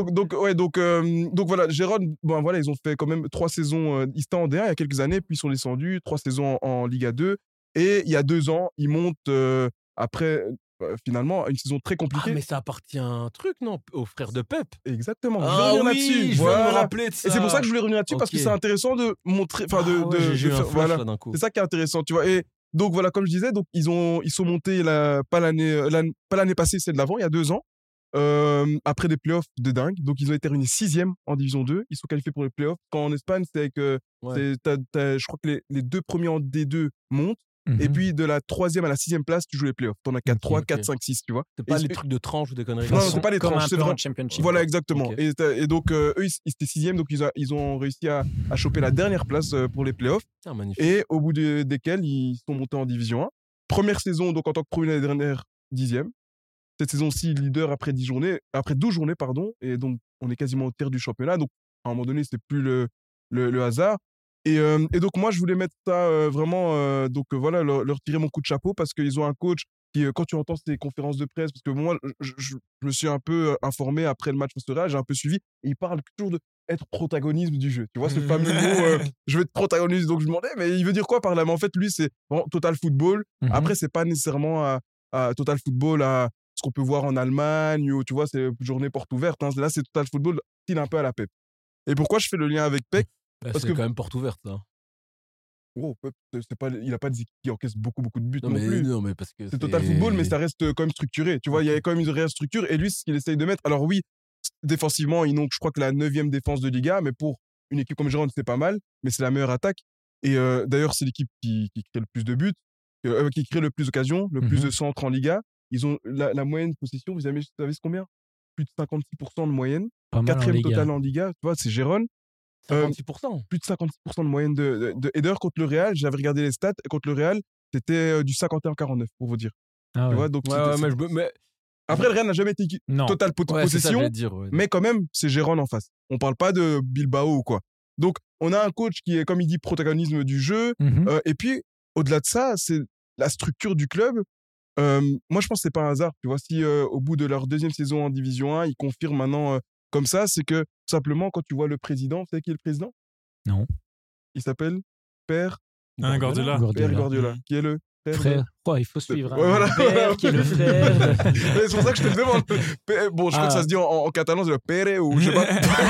Donc voilà, Gérone, voilà, ils ont fait quand même 3 saisons. Ils étaient en D1 il y a quelques années, puis ils sont descendus, 3 saisons en Liga 2. Et il y a 2 ans, ils montent après, finalement, une saison très compliquée. Ah, mais ça appartient à un truc, non? Aux frères de Pep. Exactement. Ah oui, là-dessus. Je viens de me rappeler de ça. Et c'est pour ça que je voulais revenir là-dessus, parce que c'est intéressant de montrer. Voilà. D'un coup. C'est ça qui est intéressant, tu vois. Et donc voilà, comme je disais, donc ils sont montés pas l'année passée, celle de l'avant, il y a 2 ans. Après des playoffs de dingue. Donc, ils ont été terminés 6e en Division 2. Ils sont qualifiés pour les playoffs. Quand en Espagne, c'est avec. Je crois que les 2 premiers en D2 montent. Et puis, de la 3e à la 6e place, tu joues les playoffs. T'en as 4-3, 4-5-6, tu vois. C'est pas les trucs de tranche ou des conneries. Non, c'est pas les tranches. C'est vraiment Championship. Voilà, exactement. Okay. Et donc, eux, ils étaient 6e. Donc, ils ont réussi à choper la dernière place pour les playoffs. C'est magnifique. Et au bout desquels, ils sont montés en Division 1. Première saison, donc en tant que premier l'année dernière, 10e. Cette saison-ci, leader après 12 journées, pardon. Et donc, on est quasiment au tiers du championnat. Donc, À un moment donné, c'est plus le hasard. Et donc, moi, je voulais mettre ça vraiment, voilà, leur tirer mon coup de chapeau parce qu'ils ont un coach qui, quand tu entends ces conférences de presse, parce que moi, je me suis un peu informé après le match face au Real, j'ai un peu suivi, et il parle toujours de être protagonisme du jeu. Tu vois, ce fameux mot, je veux être protagoniste. Donc, je me demandais, mais il veut dire quoi par là? Mais en fait, lui, c'est bon, total football. Après, c'est pas nécessairement à total football, à ce qu'on peut voir en Allemagne, ou tu vois, c'est journée porte ouverte. Hein. Là, c'est total football, style un peu à la Pep. Et pourquoi je fais le lien avec Pep? Parce que quand même porte ouverte, ça. Oh, Pep, il n'a pas des équipes qui encaissent beaucoup de buts non plus. plus. Non, mais parce que c'est total football, mais ça reste quand même structuré. Tu vois, il y a quand même une réelle structure. Et lui, c'est ce qu'il essaye de mettre. Alors oui, défensivement, ils n'ont, je crois, que la 9e défense de Liga, mais pour une équipe comme Gérone, c'est pas mal. Mais c'est la meilleure attaque. Et d'ailleurs, c'est l'équipe qui crée le plus de buts, qui crée le plus d'occasions, le plus de centres en Liga. Ils ont la moyenne possession, vous savez combien? Plus de 56% de moyenne. 4e total en Liga. Tu vois, c'est Gérone. 56%. Plus de 56% de moyenne et d'ailleurs, contre le Real, j'avais regardé les stats, contre le Real, c'était du 51-49, pour vous dire. Ah ouais. Tu vois, donc mais après, le Real n'a jamais été total possession, mais quand même, c'est Gérone en face. On parle pas de Bilbao ou quoi. Donc, on a un coach qui est, comme il dit, protagonisme du jeu. Et puis, au-delà de ça, c'est la structure du club. Moi, je pense que c'est pas un hasard. Tu vois, si au bout de leur 2e saison en Division 1, ils confirment maintenant comme ça, c'est que tout simplement, quand tu vois le président, vous savez qui est le président? Non. Il s'appelle Père Guardiola. Père Guardiola, qui est le frère. Il faut suivre. Voilà. Père qui est le frère. C'est pour ça que je te le demande. Bon, je crois que ça se dit en catalan, c'est le Pere ou je sais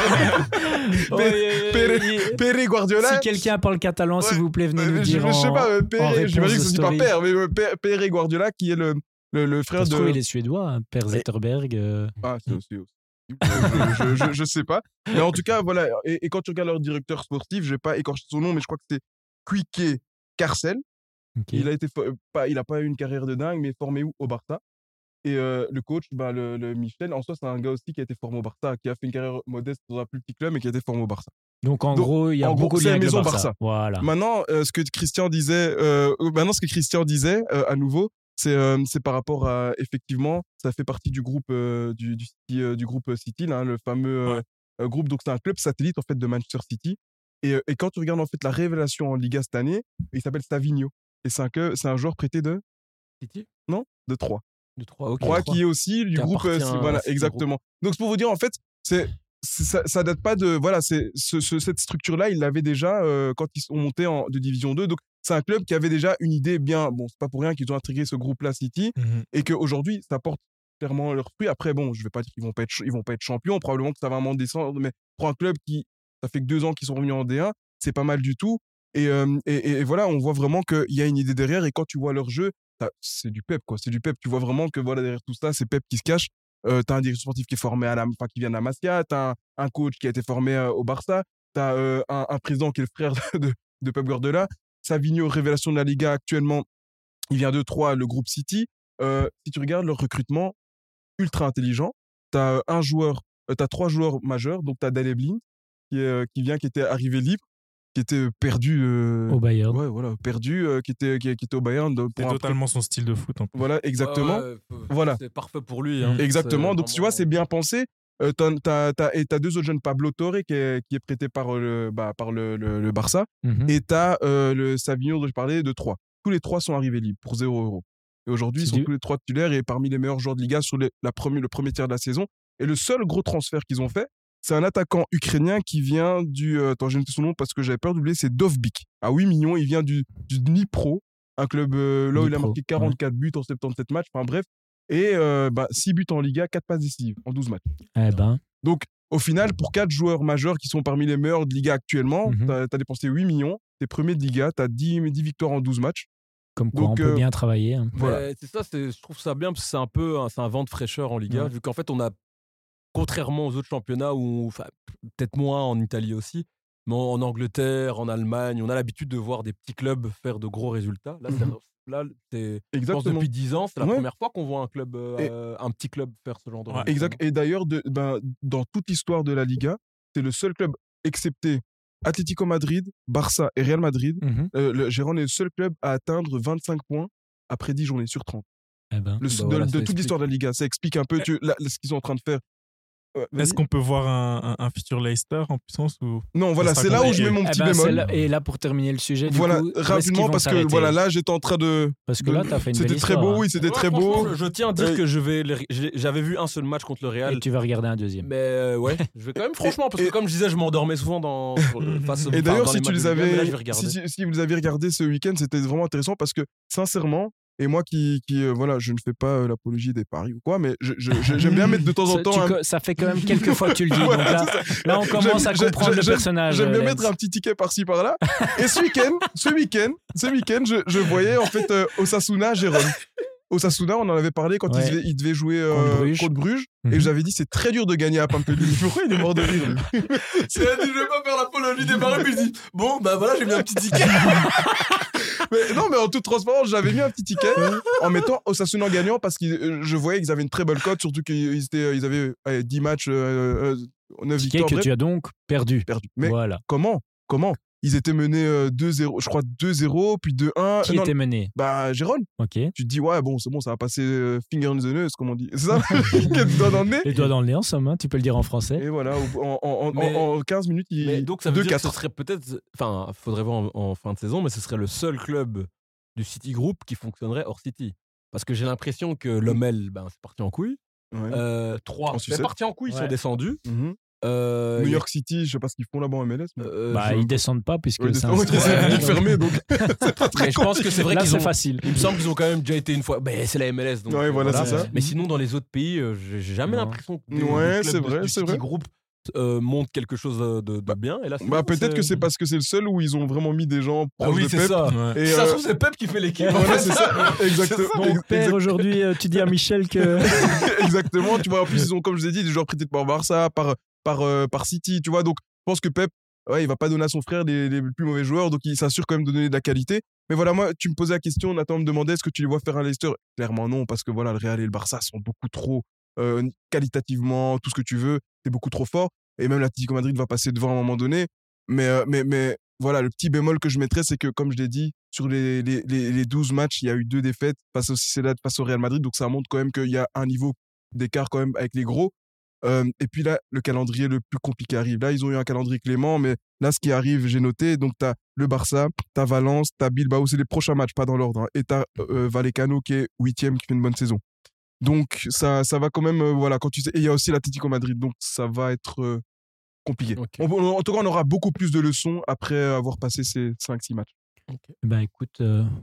pas. Pere Guardiola. Si quelqu'un parle catalan, s'il vous plaît, venez nous dire. Je sais pas, Pere, j'imagine que ça se dit pas Père, mais Pere Guardiola qui est le frère de. Il est suédois, Père Zetterberg. Ah, c'est aussi. Je sais pas. Mais en tout cas, voilà. Et quand tu regardes leur directeur sportif, je vais pas écorcher son nom, mais je crois que c'est Quique Carcel. Okay. Il a pas eu une carrière de dingue, mais formé où? Au Barça. Et le coach, le Michel, en soi, c'est un gars aussi qui a été formé au Barça, qui a fait une carrière modeste dans un plus petit club, mais qui a été formé au Barça. Donc en gros, il y a beaucoup de liens avec le Barça. Voilà. Maintenant, ce que Christian disait, à nouveau, c'est par rapport à, effectivement, ça fait partie du groupe du groupe City, là, le fameux groupe. Donc c'est un club satellite en fait de Manchester City. Et quand tu regardes en fait la révélation en Liga cette année, il s'appelle Savinho. Et c'est un joueur prêté de City? Non, de 3. De 3, ok. 3 qui est aussi du groupe. Voilà, exactement. Donc c'est pour vous dire en fait, ça date pas de voilà, cette structure-là, ils l'avaient déjà quand ils sont montés de Division 2. Donc c'est un club qui avait déjà une idée bien. Bon, c'est pas pour rien qu'ils ont intégré ce groupe-là City et qu'aujourd'hui ça porte clairement leurs fruits. Après, bon, je vais pas dire qu'ils vont pas être champions. Probablement que ça va vraiment descendre. Mais pour un club qui ça fait que 2 ans qu'ils sont revenus en D1, c'est pas mal du tout. Et voilà, on voit vraiment qu'il y a une idée derrière. Et quand tu vois leur jeu, c'est du Pep, quoi. C'est du Pep. Tu vois vraiment que voilà, derrière tout ça, c'est Pep qui se cache. T'as un directeur sportif qui est formé qui vient de la Masia. T'as un coach qui a été formé au Barça. T'as un président qui est le frère de Pep Guardiola. Savinho, révélation de la Liga actuellement, il vient de 3, le groupe City. Si tu regardes leur recrutement, ultra intelligent. T'as 3 joueurs majeurs. Donc t'as Daley Blind qui était arrivé libre, qui était perdu au Bayern. Ouais, voilà, perdu, qui était au Bayern. C'est totalement son style de foot. En plus. Voilà, exactement. Voilà. C'est parfait pour lui. Hein. Exactement. Donc tu vois, c'est bien pensé. T'as 2 autres jeunes, Pablo Torre qui est prêté par le Barça, et t'as le Savinho dont je parlais de 3. Tous les 3 sont arrivés libres pour 0€. Et aujourd'hui, ils sont tous les 3 titulaires et parmi les meilleurs joueurs de Liga sur le premier tiers de la saison. Et le seul gros transfert qu'ils ont fait, c'est un attaquant ukrainien qui vient attends, j'ai noté son nom parce que j'avais peur d'oublier, c'est Dovbyk. À 8 millions, il vient du Dnipro, un club là où il a marqué 44 buts en 77 matchs. Enfin bref. Et 6 buts en Liga, 4 passes décisives en 12 matchs. Donc, au final, pour 4 joueurs majeurs qui sont parmi les meilleurs de Liga actuellement, t'as dépensé 8 millions. T'es premier de Liga, t'as 10 victoires en 12 matchs. Comme quoi, on peut bien travailler. Hein. Voilà. C'est ça, je trouve ça bien parce que c'est un vent de fraîcheur en Liga, vu qu'en fait, on a, contrairement aux autres championnats, peut-être moins en Italie aussi, mais en Angleterre, en Allemagne, on a l'habitude de voir des petits clubs faire de gros résultats. Là, je pense depuis 10 ans, c'est la première fois qu'on voit un petit club faire ce genre de résultats. Exact. Et d'ailleurs, dans toute l'histoire de la Liga, c'est le seul club, excepté Atlético Madrid, Barça et Real Madrid, le Gérone est le seul club à atteindre 25 points après 10 journées sur 30. De toute l'histoire de la Liga. Ça explique un peu ce qu'ils sont en train de faire. Est-ce qu'on peut voir un futur Leicester en puissance ou... Non, voilà, c'est là où je mets mon petit bémol. Et là, pour terminer le sujet, voilà, du coup, rapidement, parce que voilà, là, j'étais en train de. Parce que là, t'as fait une belle C'était très histoire, beau, oui, c'était très beau. Je tiens à dire que j'avais vu un seul match contre le Real. Et tu vas regarder un deuxième. Mais ouais, je vais quand même, franchement, parce que comme je disais, je m'endormais souvent face au. Et d'ailleurs, si vous les avez regardés ce week-end, c'était vraiment intéressant parce que, sincèrement, et moi voilà, je ne fais pas l'apologie des paris ou quoi, mais j'aime bien mettre de temps en temps. Ça fait quand même quelques fois que tu le dis. Voilà, donc là, on commence à comprendre le personnage. J'aime bien mettre un petit ticket par-ci par-là. Et ce week-end, je voyais en fait Osasuna, Gérone. Osasuna, on en avait parlé quand il devait jouer contre Bruges. Et j'avais dit, c'est très dur de gagner à Pampelune. Pourquoi il est mort de rire, lui? Je vais pas faire l'apologie des paris, puis je dis, bon, bah voilà, j'ai mis un petit ticket. Mais en toute transparence, j'avais mis un petit ticket en mettant Osasuna gagnant parce que je voyais qu'ils avaient une très bonne cote, surtout qu'ils avaient 10 matchs, 9 victoires. Que tu as donc perdu. Mais voilà. Comment ils étaient menés 2-0, je crois 2-0, puis 2-1. Qui était mené? Bah, Gérone. Ok. Tu te dis, ouais, bon, c'est bon, ça va passer finger in the nose, comme on dit. C'est ça? Les doigts dans le nez. Les doigts dans le nez, en somme, hein, tu peux le dire en français. Et voilà, en 15 minutes, donc ça veut dire que ce serait peut-être. Enfin, faudrait voir en fin de saison, mais ce serait le seul club du City Group qui fonctionnerait hors City. Parce que j'ai l'impression que l'Omel, c'est parti en couille. Ouais. 3, c'est parti en couille, ils sont descendus. New York City, je sais pas ce qu'ils font là-bas en MLS. Ils descendent pas puisque c'est fermé, donc c'est pas très. Mais je pense que c'est vrai là, qu'ils c'est facile. Il me semble qu'ils ont quand même déjà été une fois. C'est la MLS, donc. Ouais, voilà, c'est ça. Mais sinon, dans les autres pays, j'ai jamais l'impression que c'est vrai, du City Group montre quelque chose de bien. Et là, peut-être que c'est parce que c'est le seul où ils ont vraiment mis des gens proches de Pep. Ça. Et ça se trouve, c'est Pep qui fait l'équipe. Voilà, c'est ça. Exactement. Donc, Père, aujourd'hui, tu dis à Michel que. Exactement. Tu vois, en plus, ils ont, comme je vous ai dit, des joueurs prêtés par Barça, par City, tu vois. Donc, je pense que Pep, il va pas donner à son frère les plus mauvais joueurs, donc il s'assure quand même de donner de la qualité. Mais voilà, moi, tu me posais la question, Nathan me demandait est-ce que tu les vois faire un Leicester? Clairement non, parce que voilà, le Real et le Barça sont beaucoup trop qualitativement, tout ce que tu veux, c'est beaucoup trop fort. Et même l'Atlético Madrid va passer devant à un moment donné. Mais voilà, le petit bémol que je mettrais, c'est que, comme je l'ai dit, sur les 12 matchs, il y a eu 2 défaites face au Real Madrid. Donc ça montre quand même qu'il y a un niveau d'écart quand même avec les gros. Et puis là, le calendrier le plus compliqué arrive. Là, ils ont eu un calendrier clément, mais là, ce qui arrive, j'ai noté. Donc, tu as le Barça, tu as Valence, tu as Bilbao. C'est les prochains matchs, pas dans l'ordre. Et tu as Vallecano qui est 8e, qui fait une bonne saison. Donc, ça va quand même. Voilà, quand tu sais. Et il y a aussi l'Atlético Madrid. Donc, ça va être compliqué. Okay. En tout cas, on aura beaucoup plus de leçons après avoir passé ces 5-6 matchs. Okay. Ben, écoute,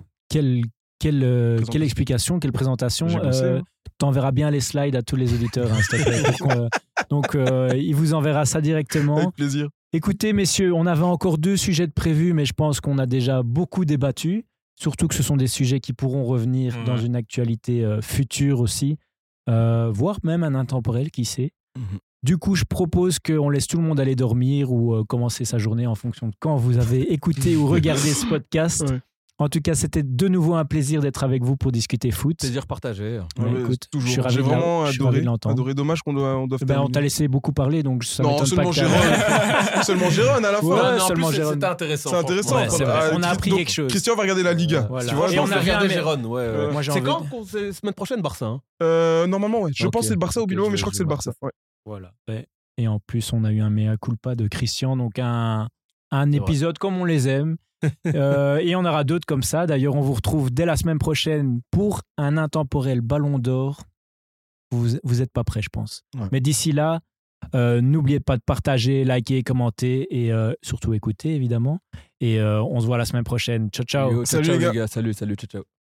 quelle explication, quelle présentation. T'enverras bien les slides à tous les auditeurs, hein, s'il te plaît. Donc, il vous enverra ça directement. Avec plaisir. Écoutez, messieurs, on avait encore 2 sujets de prévus, mais je pense qu'on a déjà beaucoup débattu. Surtout que ce sont des sujets qui pourront revenir dans une actualité future aussi, voire même un intemporel, qui sait. Du coup, je propose qu'on laisse tout le monde aller dormir ou commencer sa journée en fonction de quand vous avez écouté ou regardé ce podcast. Ouais. En tout cas, c'était de nouveau un plaisir d'être avec vous pour discuter foot. Plaisir partagé. Écoute, toujours. Je suis ravi de l'entendre. Adoré. Dommage qu'on doive on t'a laissé beaucoup parler, donc ça m'étonne pas que seulement Gérone à la fin. Ouais, seulement Gérone. C'était intéressant. C'est intéressant. Ouais, c'est vrai. On a appris quelque chose. Christian va regarder la Liga. Voilà. Tu vois, et on a regardé Gérone. Moi, c'est quand? C'est semaine prochaine, Barça. Normalement, ouais. Je pense que c'est le Barça au Bilbao, mais je crois que c'est le Barça. Voilà. Et en plus, on a eu un mea culpa de Christian, donc un épisode comme on les aime. Et on aura d'autres comme ça. D'ailleurs, on vous retrouve dès la semaine prochaine pour un intemporel Ballon d'Or. Vous n'êtes pas prêts, je pense. Ouais. Mais d'ici là, n'oubliez pas de partager, liker, commenter et surtout écouter, évidemment. Et on se voit la semaine prochaine. Ciao, ciao. Salut les gars. Salut, ciao, ciao.